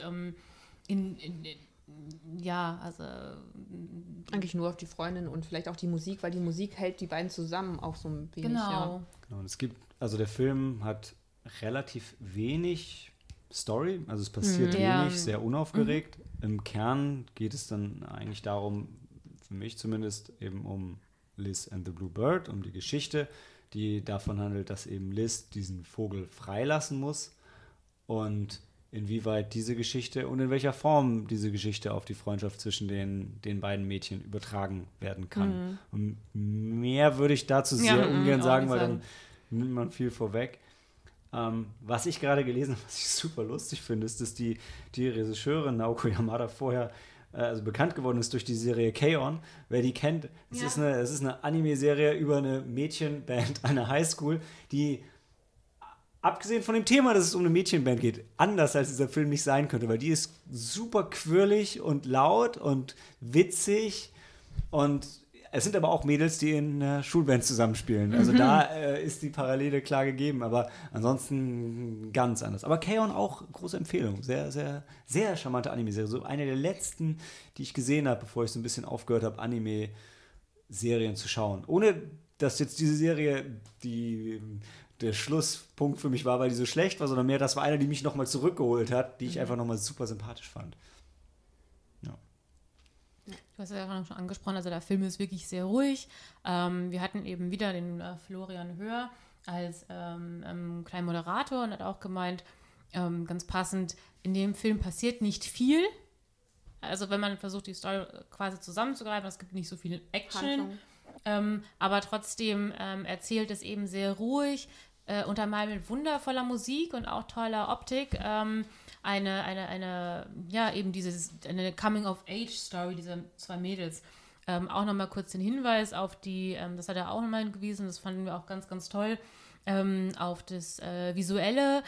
eigentlich nur auf die Freundin und vielleicht auch die Musik, weil die Musik hält die beiden zusammen auch so ein wenig. Genau. Und es gibt, also der Film hat relativ wenig Story, also es passiert wenig, sehr unaufgeregt. Im Kern geht es dann eigentlich darum, für mich zumindest, eben um Liz and the Bluebird, um die Geschichte, die davon handelt, dass eben Liz diesen Vogel freilassen muss und inwieweit diese Geschichte und in welcher Form diese Geschichte auf die Freundschaft zwischen den beiden Mädchen übertragen werden kann. Und mehr würde ich dazu sehr ungern sagen, weil dann nimmt man viel vorweg. Was ich gerade gelesen habe, was ich super lustig finde, ist, dass die Regisseurin Naoko Yamada vorher bekannt geworden ist durch die Serie K-On! Wer die kennt, es ist eine Anime-Serie über eine Mädchenband einer Highschool, die abgesehen von dem Thema, dass es um eine Mädchenband geht, anders als dieser Film nicht sein könnte, weil die ist super quirlig und laut und witzig und es sind aber auch Mädels, die in einer Schulband zusammenspielen. Also da ist die Parallele klar gegeben, aber ansonsten ganz anders. Aber K-On! Auch große Empfehlung. Sehr, sehr, sehr charmante Anime-Serie. So eine der letzten, die ich gesehen habe, bevor ich so ein bisschen aufgehört habe, Anime-Serien zu schauen. Ohne, dass jetzt diese Serie der Schlusspunkt für mich war, weil die so schlecht war, sondern mehr, das war eine, die mich nochmal zurückgeholt hat, die ich einfach nochmal super sympathisch fand. Du hast ja gerade schon angesprochen, also der Film ist wirklich sehr ruhig. Wir hatten eben wieder den Florian Höhr als kleinen Moderator und hat auch gemeint, ganz passend, in dem Film passiert nicht viel. Also wenn man versucht, die Story quasi zusammenzugreifen, es gibt nicht so viel Action, aber trotzdem erzählt es eben sehr ruhig, untermalt mit wundervoller Musik und auch toller Optik. Eine Coming-of-Age-Story dieser zwei Mädels. Auch nochmal kurz den Hinweis auf das hat er auch nochmal hingewiesen, das fanden wir auch ganz, ganz toll, auf das Visuelle.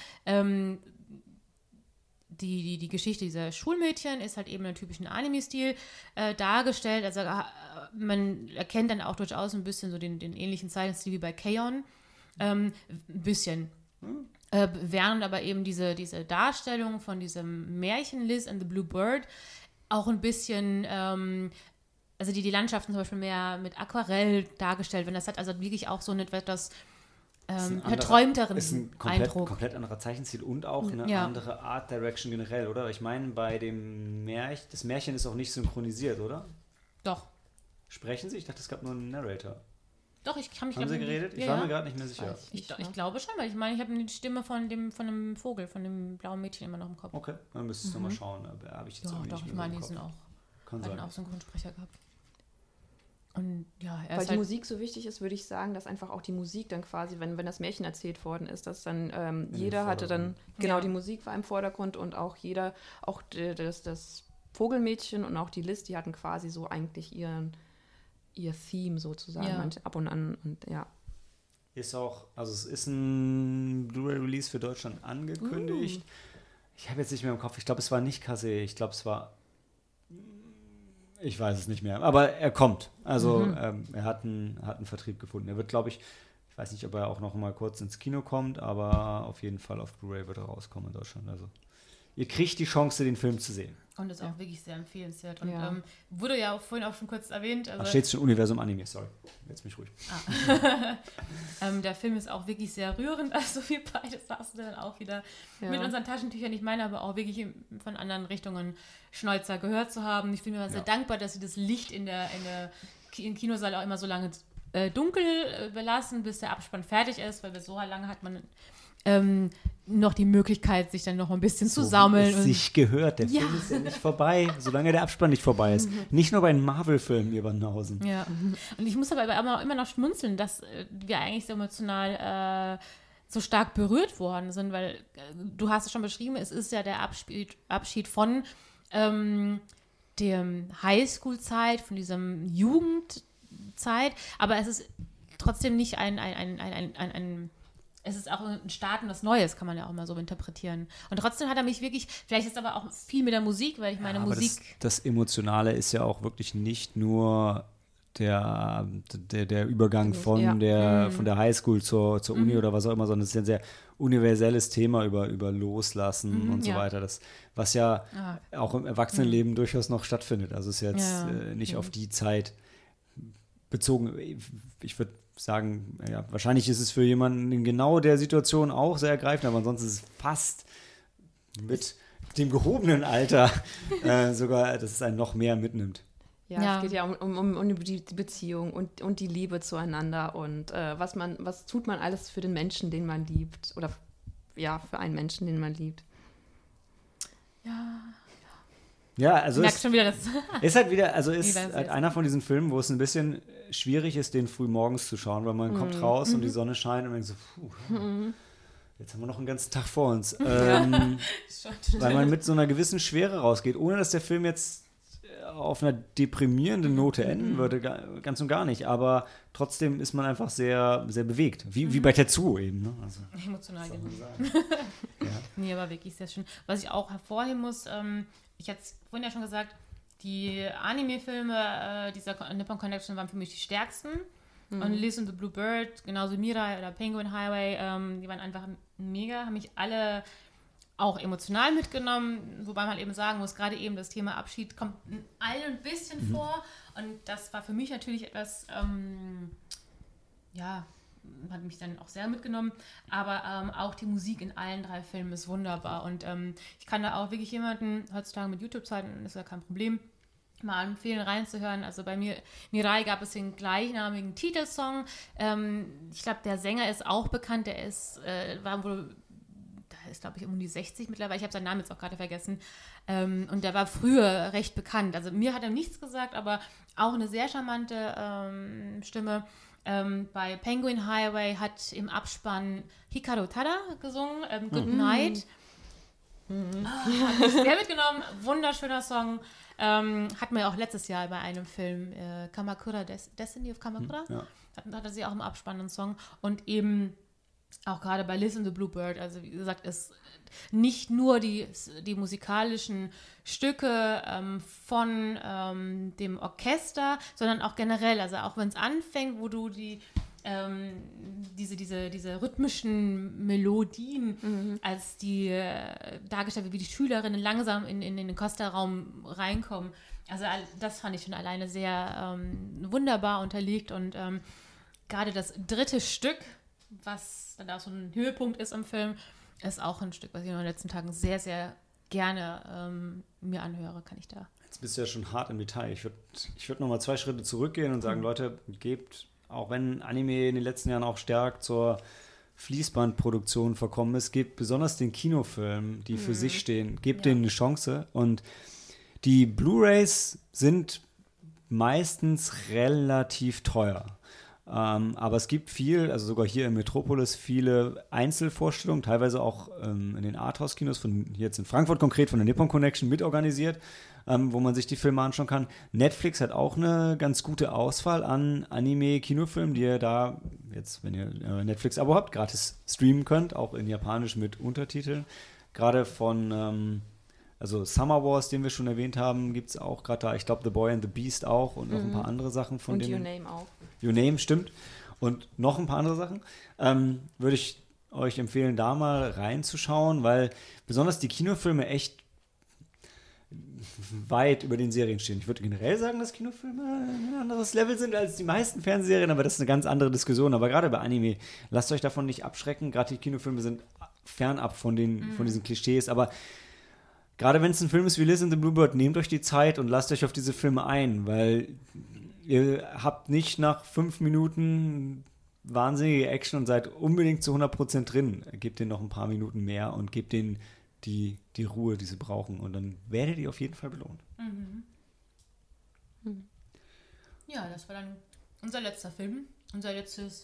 Die Geschichte dieser Schulmädchen ist halt eben im typischen Anime-Stil dargestellt. Also man erkennt dann auch durchaus ein bisschen so den ähnlichen Zeichenstil wie bei K-On! Ein bisschen. Während aber eben diese Darstellung von diesem Märchen Liz and the Blue Bird auch ein bisschen, also die Landschaften zum Beispiel mehr mit Aquarell dargestellt werden. Das hat also wirklich auch so einen etwas verträumteren Eindruck. Komplett anderer Zeichenstil und auch eine andere Art Direction generell, oder? Ich meine, bei dem das Märchen ist auch nicht synchronisiert, oder? Doch. Sprechen Sie? Ich dachte, es gab nur einen Narrator. Doch, ich kann mich... Haben Sie geredet? Ich war mir gerade nicht mehr sicher. Ich glaube schon, weil ich meine, ich habe die Stimme von dem Vogel, von dem blauen Mädchen immer noch im Kopf. Okay, dann müsstest du mal schauen. Aber habe ich jetzt doch, ich meine, die sind auch... Hatten auch Synchronsprecher gehabt. Und ja, weil die Musik so wichtig ist, würde ich sagen, dass einfach auch die Musik dann quasi, wenn das Märchen erzählt worden ist, dass dann jeder hatte dann, genau, die Musik war im Vordergrund und auch jeder, auch das Vogelmädchen und auch die Liz, die hatten quasi so eigentlich ihr Theme sozusagen, ab und an und ja. Ist auch, also es ist ein Blu-ray-Release für Deutschland angekündigt. Ich habe jetzt nicht mehr im Kopf, ich glaube, es war nicht Kase, ich glaube, es war, ich weiß es nicht mehr, aber er kommt. Also er hat einen Vertrieb gefunden. Er wird, glaube ich weiß nicht, ob er auch noch mal kurz ins Kino kommt, aber auf jeden Fall auf Blu-ray wird er rauskommen in Deutschland. Also ihr kriegt die Chance, den Film zu sehen. Und ist auch wirklich sehr empfehlenswert. Und wurde ja auch vorhin auch schon kurz erwähnt. Also steht schon Universum Anime, sorry. Jetzt mich ruhig. Der Film ist auch wirklich sehr rührend. Also wir beide saßen dann auch wieder mit unseren Taschentüchern. Ich meine aber auch wirklich von anderen Richtungen Schnäuzer gehört zu haben. Ich bin mir sehr dankbar, dass sie das Licht im Kinosaal auch immer so lange dunkel belassen, bis der Abspann fertig ist, weil so lange hat man noch die Möglichkeit, sich dann noch ein bisschen zu sammeln. So wie es sich gehört. Der Film ist ja nicht vorbei, solange der Abspann nicht vorbei ist. Nicht nur bei den Marvel-Filmen hier Bandenhausen. Ja, und ich muss aber immer noch schmunzeln, dass wir eigentlich so emotional so stark berührt worden sind, weil du hast es schon beschrieben, es ist ja der Abschied von der Highschool-Zeit, von diesem Jugendzeit, aber es ist trotzdem nicht es ist auch ein Start in was Neues, kann man ja auch mal so interpretieren. Und trotzdem hat er mich wirklich, vielleicht ist aber auch viel mit der Musik, weil ich meine Musik... Das Emotionale ist ja auch wirklich nicht nur der Übergang von der Highschool zur Uni oder was auch immer, sondern es ist ja ein sehr universelles Thema über Loslassen und so weiter, was ja auch im Erwachsenenleben durchaus noch stattfindet. Also es ist jetzt nicht auf die Zeit bezogen. Ich würde sagen, wahrscheinlich ist es für jemanden in genau der Situation auch sehr ergreifend, aber ansonsten ist es fast mit dem gehobenen Alter sogar, dass es einen noch mehr mitnimmt. Ja, es geht ja um die Beziehung und die Liebe zueinander und was tut man alles für den Menschen, den man liebt oder für einen Menschen, den man liebt. Ja, also merkst schon wieder, das ist halt wieder, also ist halt einer von diesen Filmen, wo es ein bisschen schwierig ist, den früh morgens zu schauen, weil man kommt raus und die Sonne scheint und man denkt so, Jetzt haben wir noch einen ganzen Tag vor uns. Weil man mit so einer gewissen Schwere rausgeht, ohne dass der Film jetzt auf einer deprimierenden Note enden würde, ganz und gar nicht. Aber trotzdem ist man einfach sehr, sehr bewegt. Wie bei Tetsuo eben. Ne? Also, emotional genug. Nee, aber wirklich sehr schön. Was ich auch hervorheben muss, ich hatte es vorhin ja schon gesagt, die Anime-Filme dieser Nippon Connection waren für mich die stärksten. Und Liz and the Blue Bird, genauso Mirai oder Penguin Highway, die waren einfach mega, haben mich alle auch emotional mitgenommen, wobei man eben sagen muss, gerade eben das Thema Abschied kommt in allen ein bisschen vor und das war für mich natürlich etwas, hat mich dann auch sehr mitgenommen, aber auch die Musik in allen 3 Filmen ist wunderbar und ich kann da auch wirklich jemanden, heutzutage mit YouTube-Zeiten ist ja kein Problem, mal empfehlen reinzuhören. Also bei Mirai gab es den gleichnamigen Titelsong. Ich glaube, der Sänger ist auch bekannt, der ist, glaube ich, um die 60 mittlerweile. Ich habe seinen Namen jetzt auch gerade vergessen. Und der war früher recht bekannt. Also mir hat er nichts gesagt, aber auch eine sehr charmante Stimme. Bei Penguin Highway hat im Abspann Hikaru Tada gesungen, Good Night. Hat mich sehr mitgenommen. Wunderschöner Song. Hatten wir auch letztes Jahr bei einem Film, Kamakura, Destiny of Kamakura. Hatte sie auch im Abspann einen Song. Und eben auch gerade bei Liz and the Blue Bird, also wie gesagt, ist nicht nur die musikalischen Stücke von dem Orchester, sondern auch generell, also auch wenn es anfängt, wo du diese rhythmischen Melodien, als die dargestellt wird, wie die Schülerinnen langsam in den Costa-Raum reinkommen. Also das fand ich schon alleine sehr wunderbar unterlegt und gerade das 3. Stück, was dann auch so ein Höhepunkt ist im Film, ist auch ein Stück, was ich in den letzten Tagen sehr, sehr gerne mir anhöre, kann ich da. Jetzt bist du ja schon hart im Detail. Ich würd noch mal 2 Schritte zurückgehen und sagen, Leute, gebt, auch wenn Anime in den letzten Jahren auch stark zur Fließbandproduktion verkommen ist, gebt besonders den Kinofilmen, die für sich stehen, gebt denen eine Chance. Und die Blu-rays sind meistens relativ teuer. Aber es gibt also sogar hier in Metropolis, viele Einzelvorstellungen, teilweise auch in den Arthouse-Kinos, von hier jetzt in Frankfurt konkret, von der Nippon Connection mitorganisiert, wo man sich die Filme anschauen kann. Netflix hat auch eine ganz gute Auswahl an Anime-Kinofilmen, die ihr da jetzt, wenn ihr Netflix-Abo habt, gratis streamen könnt, auch in Japanisch mit Untertiteln. Gerade von also Summer Wars, den wir schon erwähnt haben, gibt es auch gerade da. Ich glaube, The Boy and the Beast auch und noch ein paar andere Sachen von denen. Und Your Name auch. Your Name, stimmt. Und noch ein paar andere Sachen. Würde ich euch empfehlen, da mal reinzuschauen, weil besonders die Kinofilme echt weit über den Serien stehen. Ich würde generell sagen, dass Kinofilme ein anderes Level sind als die meisten Fernsehserien, aber das ist eine ganz andere Diskussion. Aber gerade bei Anime, lasst euch davon nicht abschrecken. Gerade die Kinofilme sind fernab von diesen Klischees, aber gerade wenn es ein Film ist wie Liz and the Blue Bird, nehmt euch die Zeit und lasst euch auf diese Filme ein, weil ihr habt nicht nach 5 Minuten wahnsinnige Action und seid unbedingt zu 100% drin. Gebt denen noch ein paar Minuten mehr und gebt denen die Ruhe, die sie brauchen. Und dann werdet ihr auf jeden Fall belohnt. Ja, das war dann unser letzter Film. Unser letztes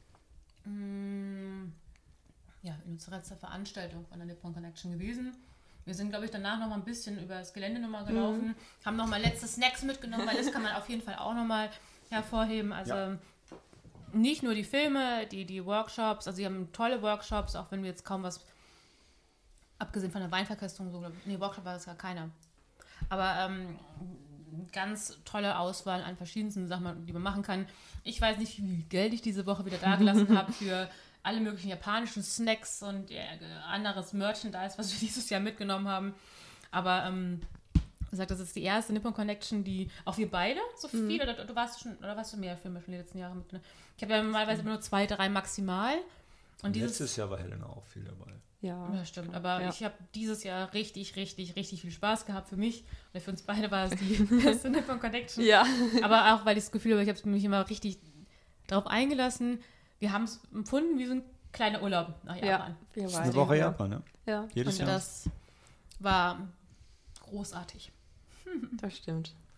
unsere letzte Veranstaltung von der Nippon Connection gewesen. Wir sind, glaube ich, danach noch mal ein bisschen über das Gelände nochmal gelaufen, haben noch mal letzte Snacks mitgenommen, weil das kann man auf jeden Fall auch noch mal hervorheben. Also nicht nur die Filme, die Workshops, also sie haben tolle Workshops, auch wenn wir jetzt kaum was, abgesehen von der Weinverköstung, Workshop war das gar keiner. Aber ganz tolle Auswahl an verschiedensten Sachen, die man machen kann. Ich weiß nicht, wie viel Geld ich diese Woche wieder dagelassen habe für alle möglichen japanischen Snacks und anderes Merchandise, was wir dieses Jahr mitgenommen haben. Aber das ist die erste Nippon Connection, die auch wir beide so viel, oder warst du mehr Filme schon die letzten Jahre mit? Ne? Ich habe ja normalerweise immer nur 2, 3 maximal. Und letztes Jahr war Helena auch viel dabei. Ja, stimmt. Aber ich habe dieses Jahr richtig, richtig, richtig viel Spaß gehabt für mich. Und für uns beide war es die beste Nippon Connection. Ja. Aber auch, weil ich das Gefühl habe, ich habe mich immer richtig darauf eingelassen. Wir haben es empfunden wie so ein kleiner Urlaub nach Japan. Ja, eine Woche Japan, ne? Ja. Jedes Jahr. Das war großartig. Das stimmt.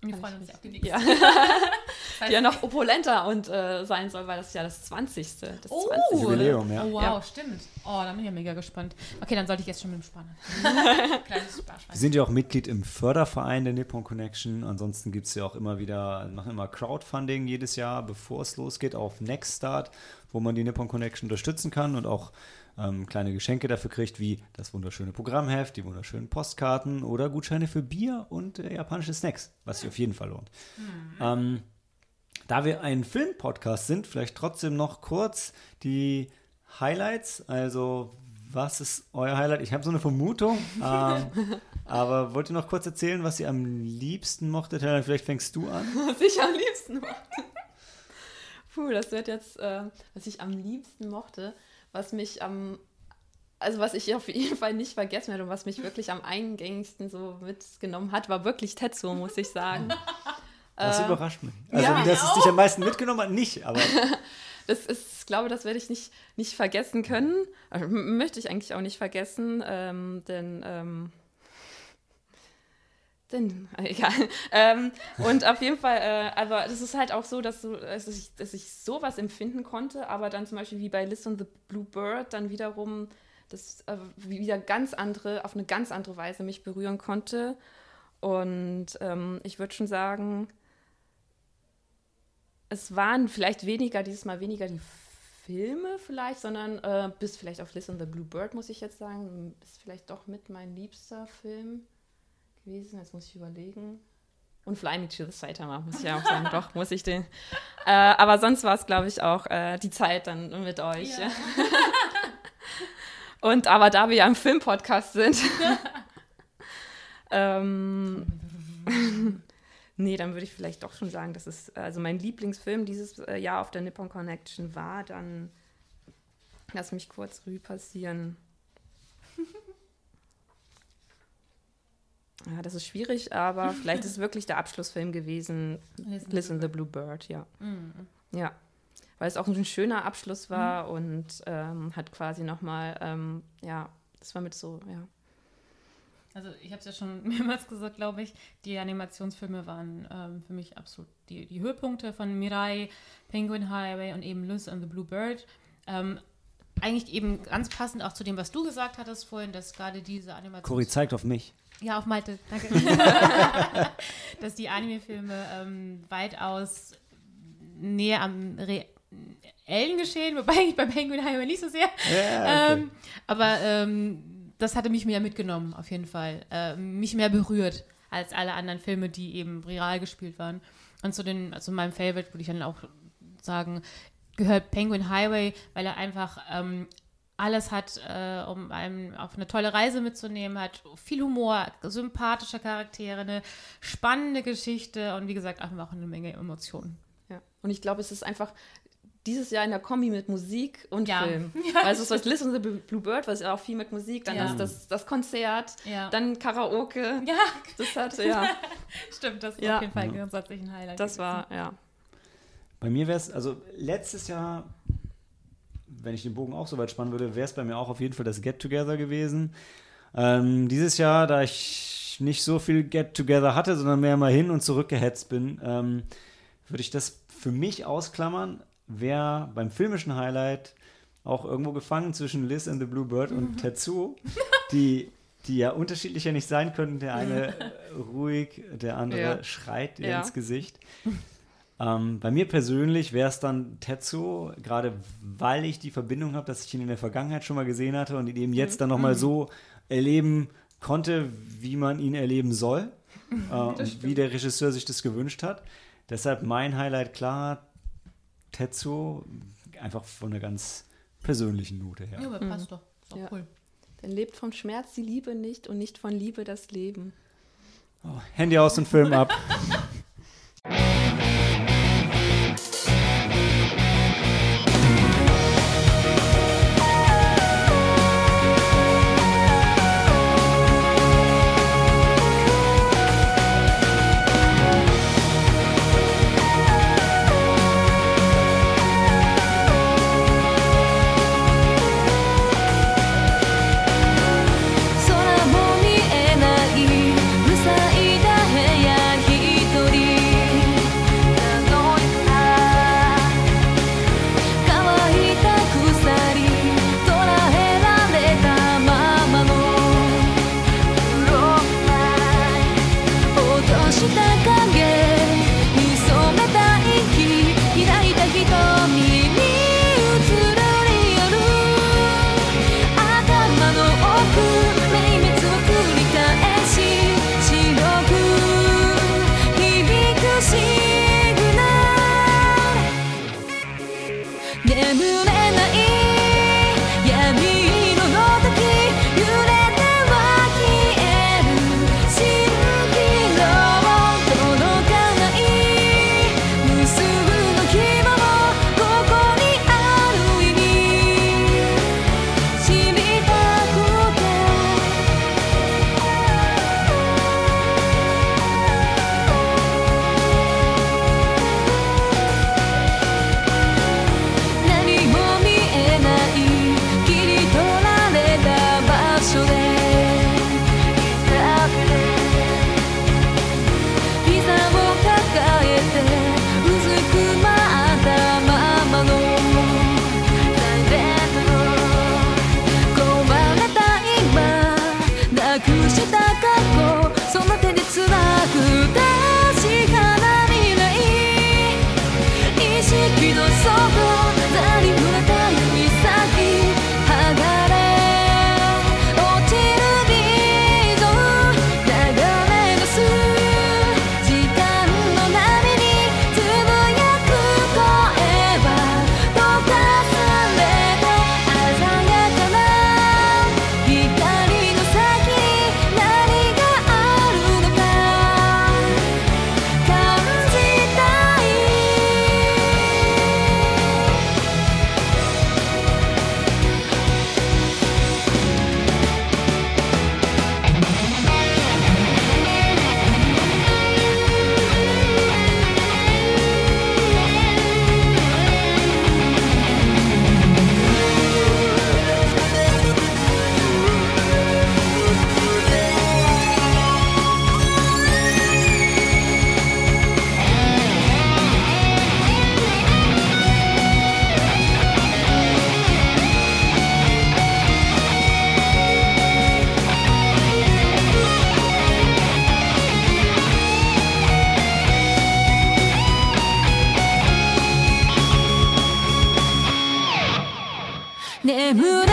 Wir freuen uns ja auf die nächste. Ja. Die ja noch opulenter und sein soll, weil das ist ja das 20. Das 20. Jubiläum, ja. Oh, wow, stimmt. Oh, da bin ich ja mega gespannt. Okay, dann sollte ich jetzt schon mit dem Sparen anfangen. Kleines Sparschwein. Wir sind ja auch Mitglied im Förderverein der Nippon Connection. Ansonsten gibt es ja auch immer wieder, machen immer Crowdfunding jedes Jahr, bevor es losgeht, auf Nextstart, wo man die Nippon Connection unterstützen kann und auch kleine Geschenke dafür kriegt, wie das wunderschöne Programmheft, die wunderschönen Postkarten oder Gutscheine für Bier und japanische Snacks, was sich auf jeden Fall lohnt. Da wir ein Film-Podcast sind, vielleicht trotzdem noch kurz die Highlights. Also, was ist euer Highlight? Ich habe so eine Vermutung, aber wollt ihr noch kurz erzählen, was ihr am liebsten mochtet? Vielleicht fängst du an. Was ich am liebsten mochte? Das wird jetzt, was ich am liebsten mochte, was ich auf jeden Fall nicht vergessen werde und was mich wirklich am eingängigsten so mitgenommen hat, war wirklich Tetsuo, muss ich sagen. Das überrascht mich. Also, dass es dich am meisten mitgenommen hat, nicht, aber... Ich glaube, das werde ich nicht vergessen können. Also, möchte ich eigentlich auch nicht vergessen, denn egal. Und auf jeden Fall, aber das ist halt auch so, dass ich sowas empfinden konnte, aber dann zum Beispiel wie bei Liz und the Blue Bird dann wiederum das wieder auf eine ganz andere Weise mich berühren konnte. Und ich würde schon sagen, es waren vielleicht dieses Mal weniger die Filme vielleicht, sondern bis vielleicht auf Liz and the Blue Bird, muss ich jetzt sagen, ist vielleicht doch mit mein liebster Film gewesen. Jetzt muss ich überlegen. Und Fly Me to the Saitama, muss ich ja auch sagen, doch, muss ich den. Aber sonst war es, glaube ich, auch die Zeit dann mit euch. Ja. Aber da wir ja im Filmpodcast sind, nee, dann würde ich vielleicht doch schon sagen, dass es also mein Lieblingsfilm dieses Jahr auf der Nippon Connection war. Dann lass mich kurz Revue passieren. Ja, das ist schwierig, aber vielleicht ist es wirklich der Abschlussfilm gewesen, Liz and the Blue Bird, ja. Mhm. Ja, weil es auch ein schöner Abschluss war und hat quasi nochmal, das war mit so, ja. Also ich habe es ja schon mehrmals gesagt, glaube ich, die Animationsfilme waren für mich absolut die Höhepunkte von Mirai, Penguin Highway und eben Liz and the Blue Bird. Eigentlich eben ganz passend auch zu dem, was du gesagt hattest vorhin, dass gerade diese Animation... Cory zeigt auf mich. Ja, auf Malte, danke. Dass die Anime-Filme weitaus näher am reellen Geschehen, wobei ich bei Penguin Highway nicht so sehr. Ja, okay. Aber das hatte mich mehr mitgenommen, auf jeden Fall. Mich mehr berührt als alle anderen Filme, die eben real gespielt waren. Und zu meinem Favorite würde ich dann auch sagen, gehört Penguin Highway, weil er einfach alles hat, um einen auf eine tolle Reise mitzunehmen, hat viel Humor, sympathische Charaktere, eine spannende Geschichte und wie gesagt einfach auch eine Menge Emotionen. Ja. Und ich glaube, es ist einfach dieses Jahr in der Kombi mit Musik und Film. Ja. Also es ist Liz and the Blue Bird, was ja auch viel mit Musik, dann ist das Konzert, dann Karaoke. Ja. Das hat, Stimmt, das ist auf jeden Fall grundsätzlich ein Highlight. Das war, Bei mir wäre es, also letztes Jahr, wenn ich den Bogen auch so weit spannen würde, wäre es bei mir auch auf jeden Fall das Get-Together gewesen. Dieses Jahr, da ich nicht so viel Get-Together hatte, sondern mehr mal hin und zurück gehetzt bin, würde ich das für mich ausklammern. Wäre beim filmischen Highlight auch irgendwo gefangen zwischen Liz and the Blue Bird und Tetsuo, die ja unterschiedlicher nicht sein könnten. Der eine ruhig, der andere schreit dir ins Gesicht. Bei mir persönlich wäre es dann Tetsuo, gerade weil ich die Verbindung habe, dass ich ihn in der Vergangenheit schon mal gesehen hatte und ihn eben jetzt dann nochmal so erleben konnte, wie man ihn erleben soll und wie der Regisseur sich das gewünscht hat. Deshalb mein Highlight klar, Tetsuo, einfach von einer ganz persönlichen Note her. Ja, aber passt doch. Ist auch cool. Denn lebt vom Schmerz die Liebe nicht und nicht von Liebe das Leben. Oh, Handy aus und Film ab. 眠れ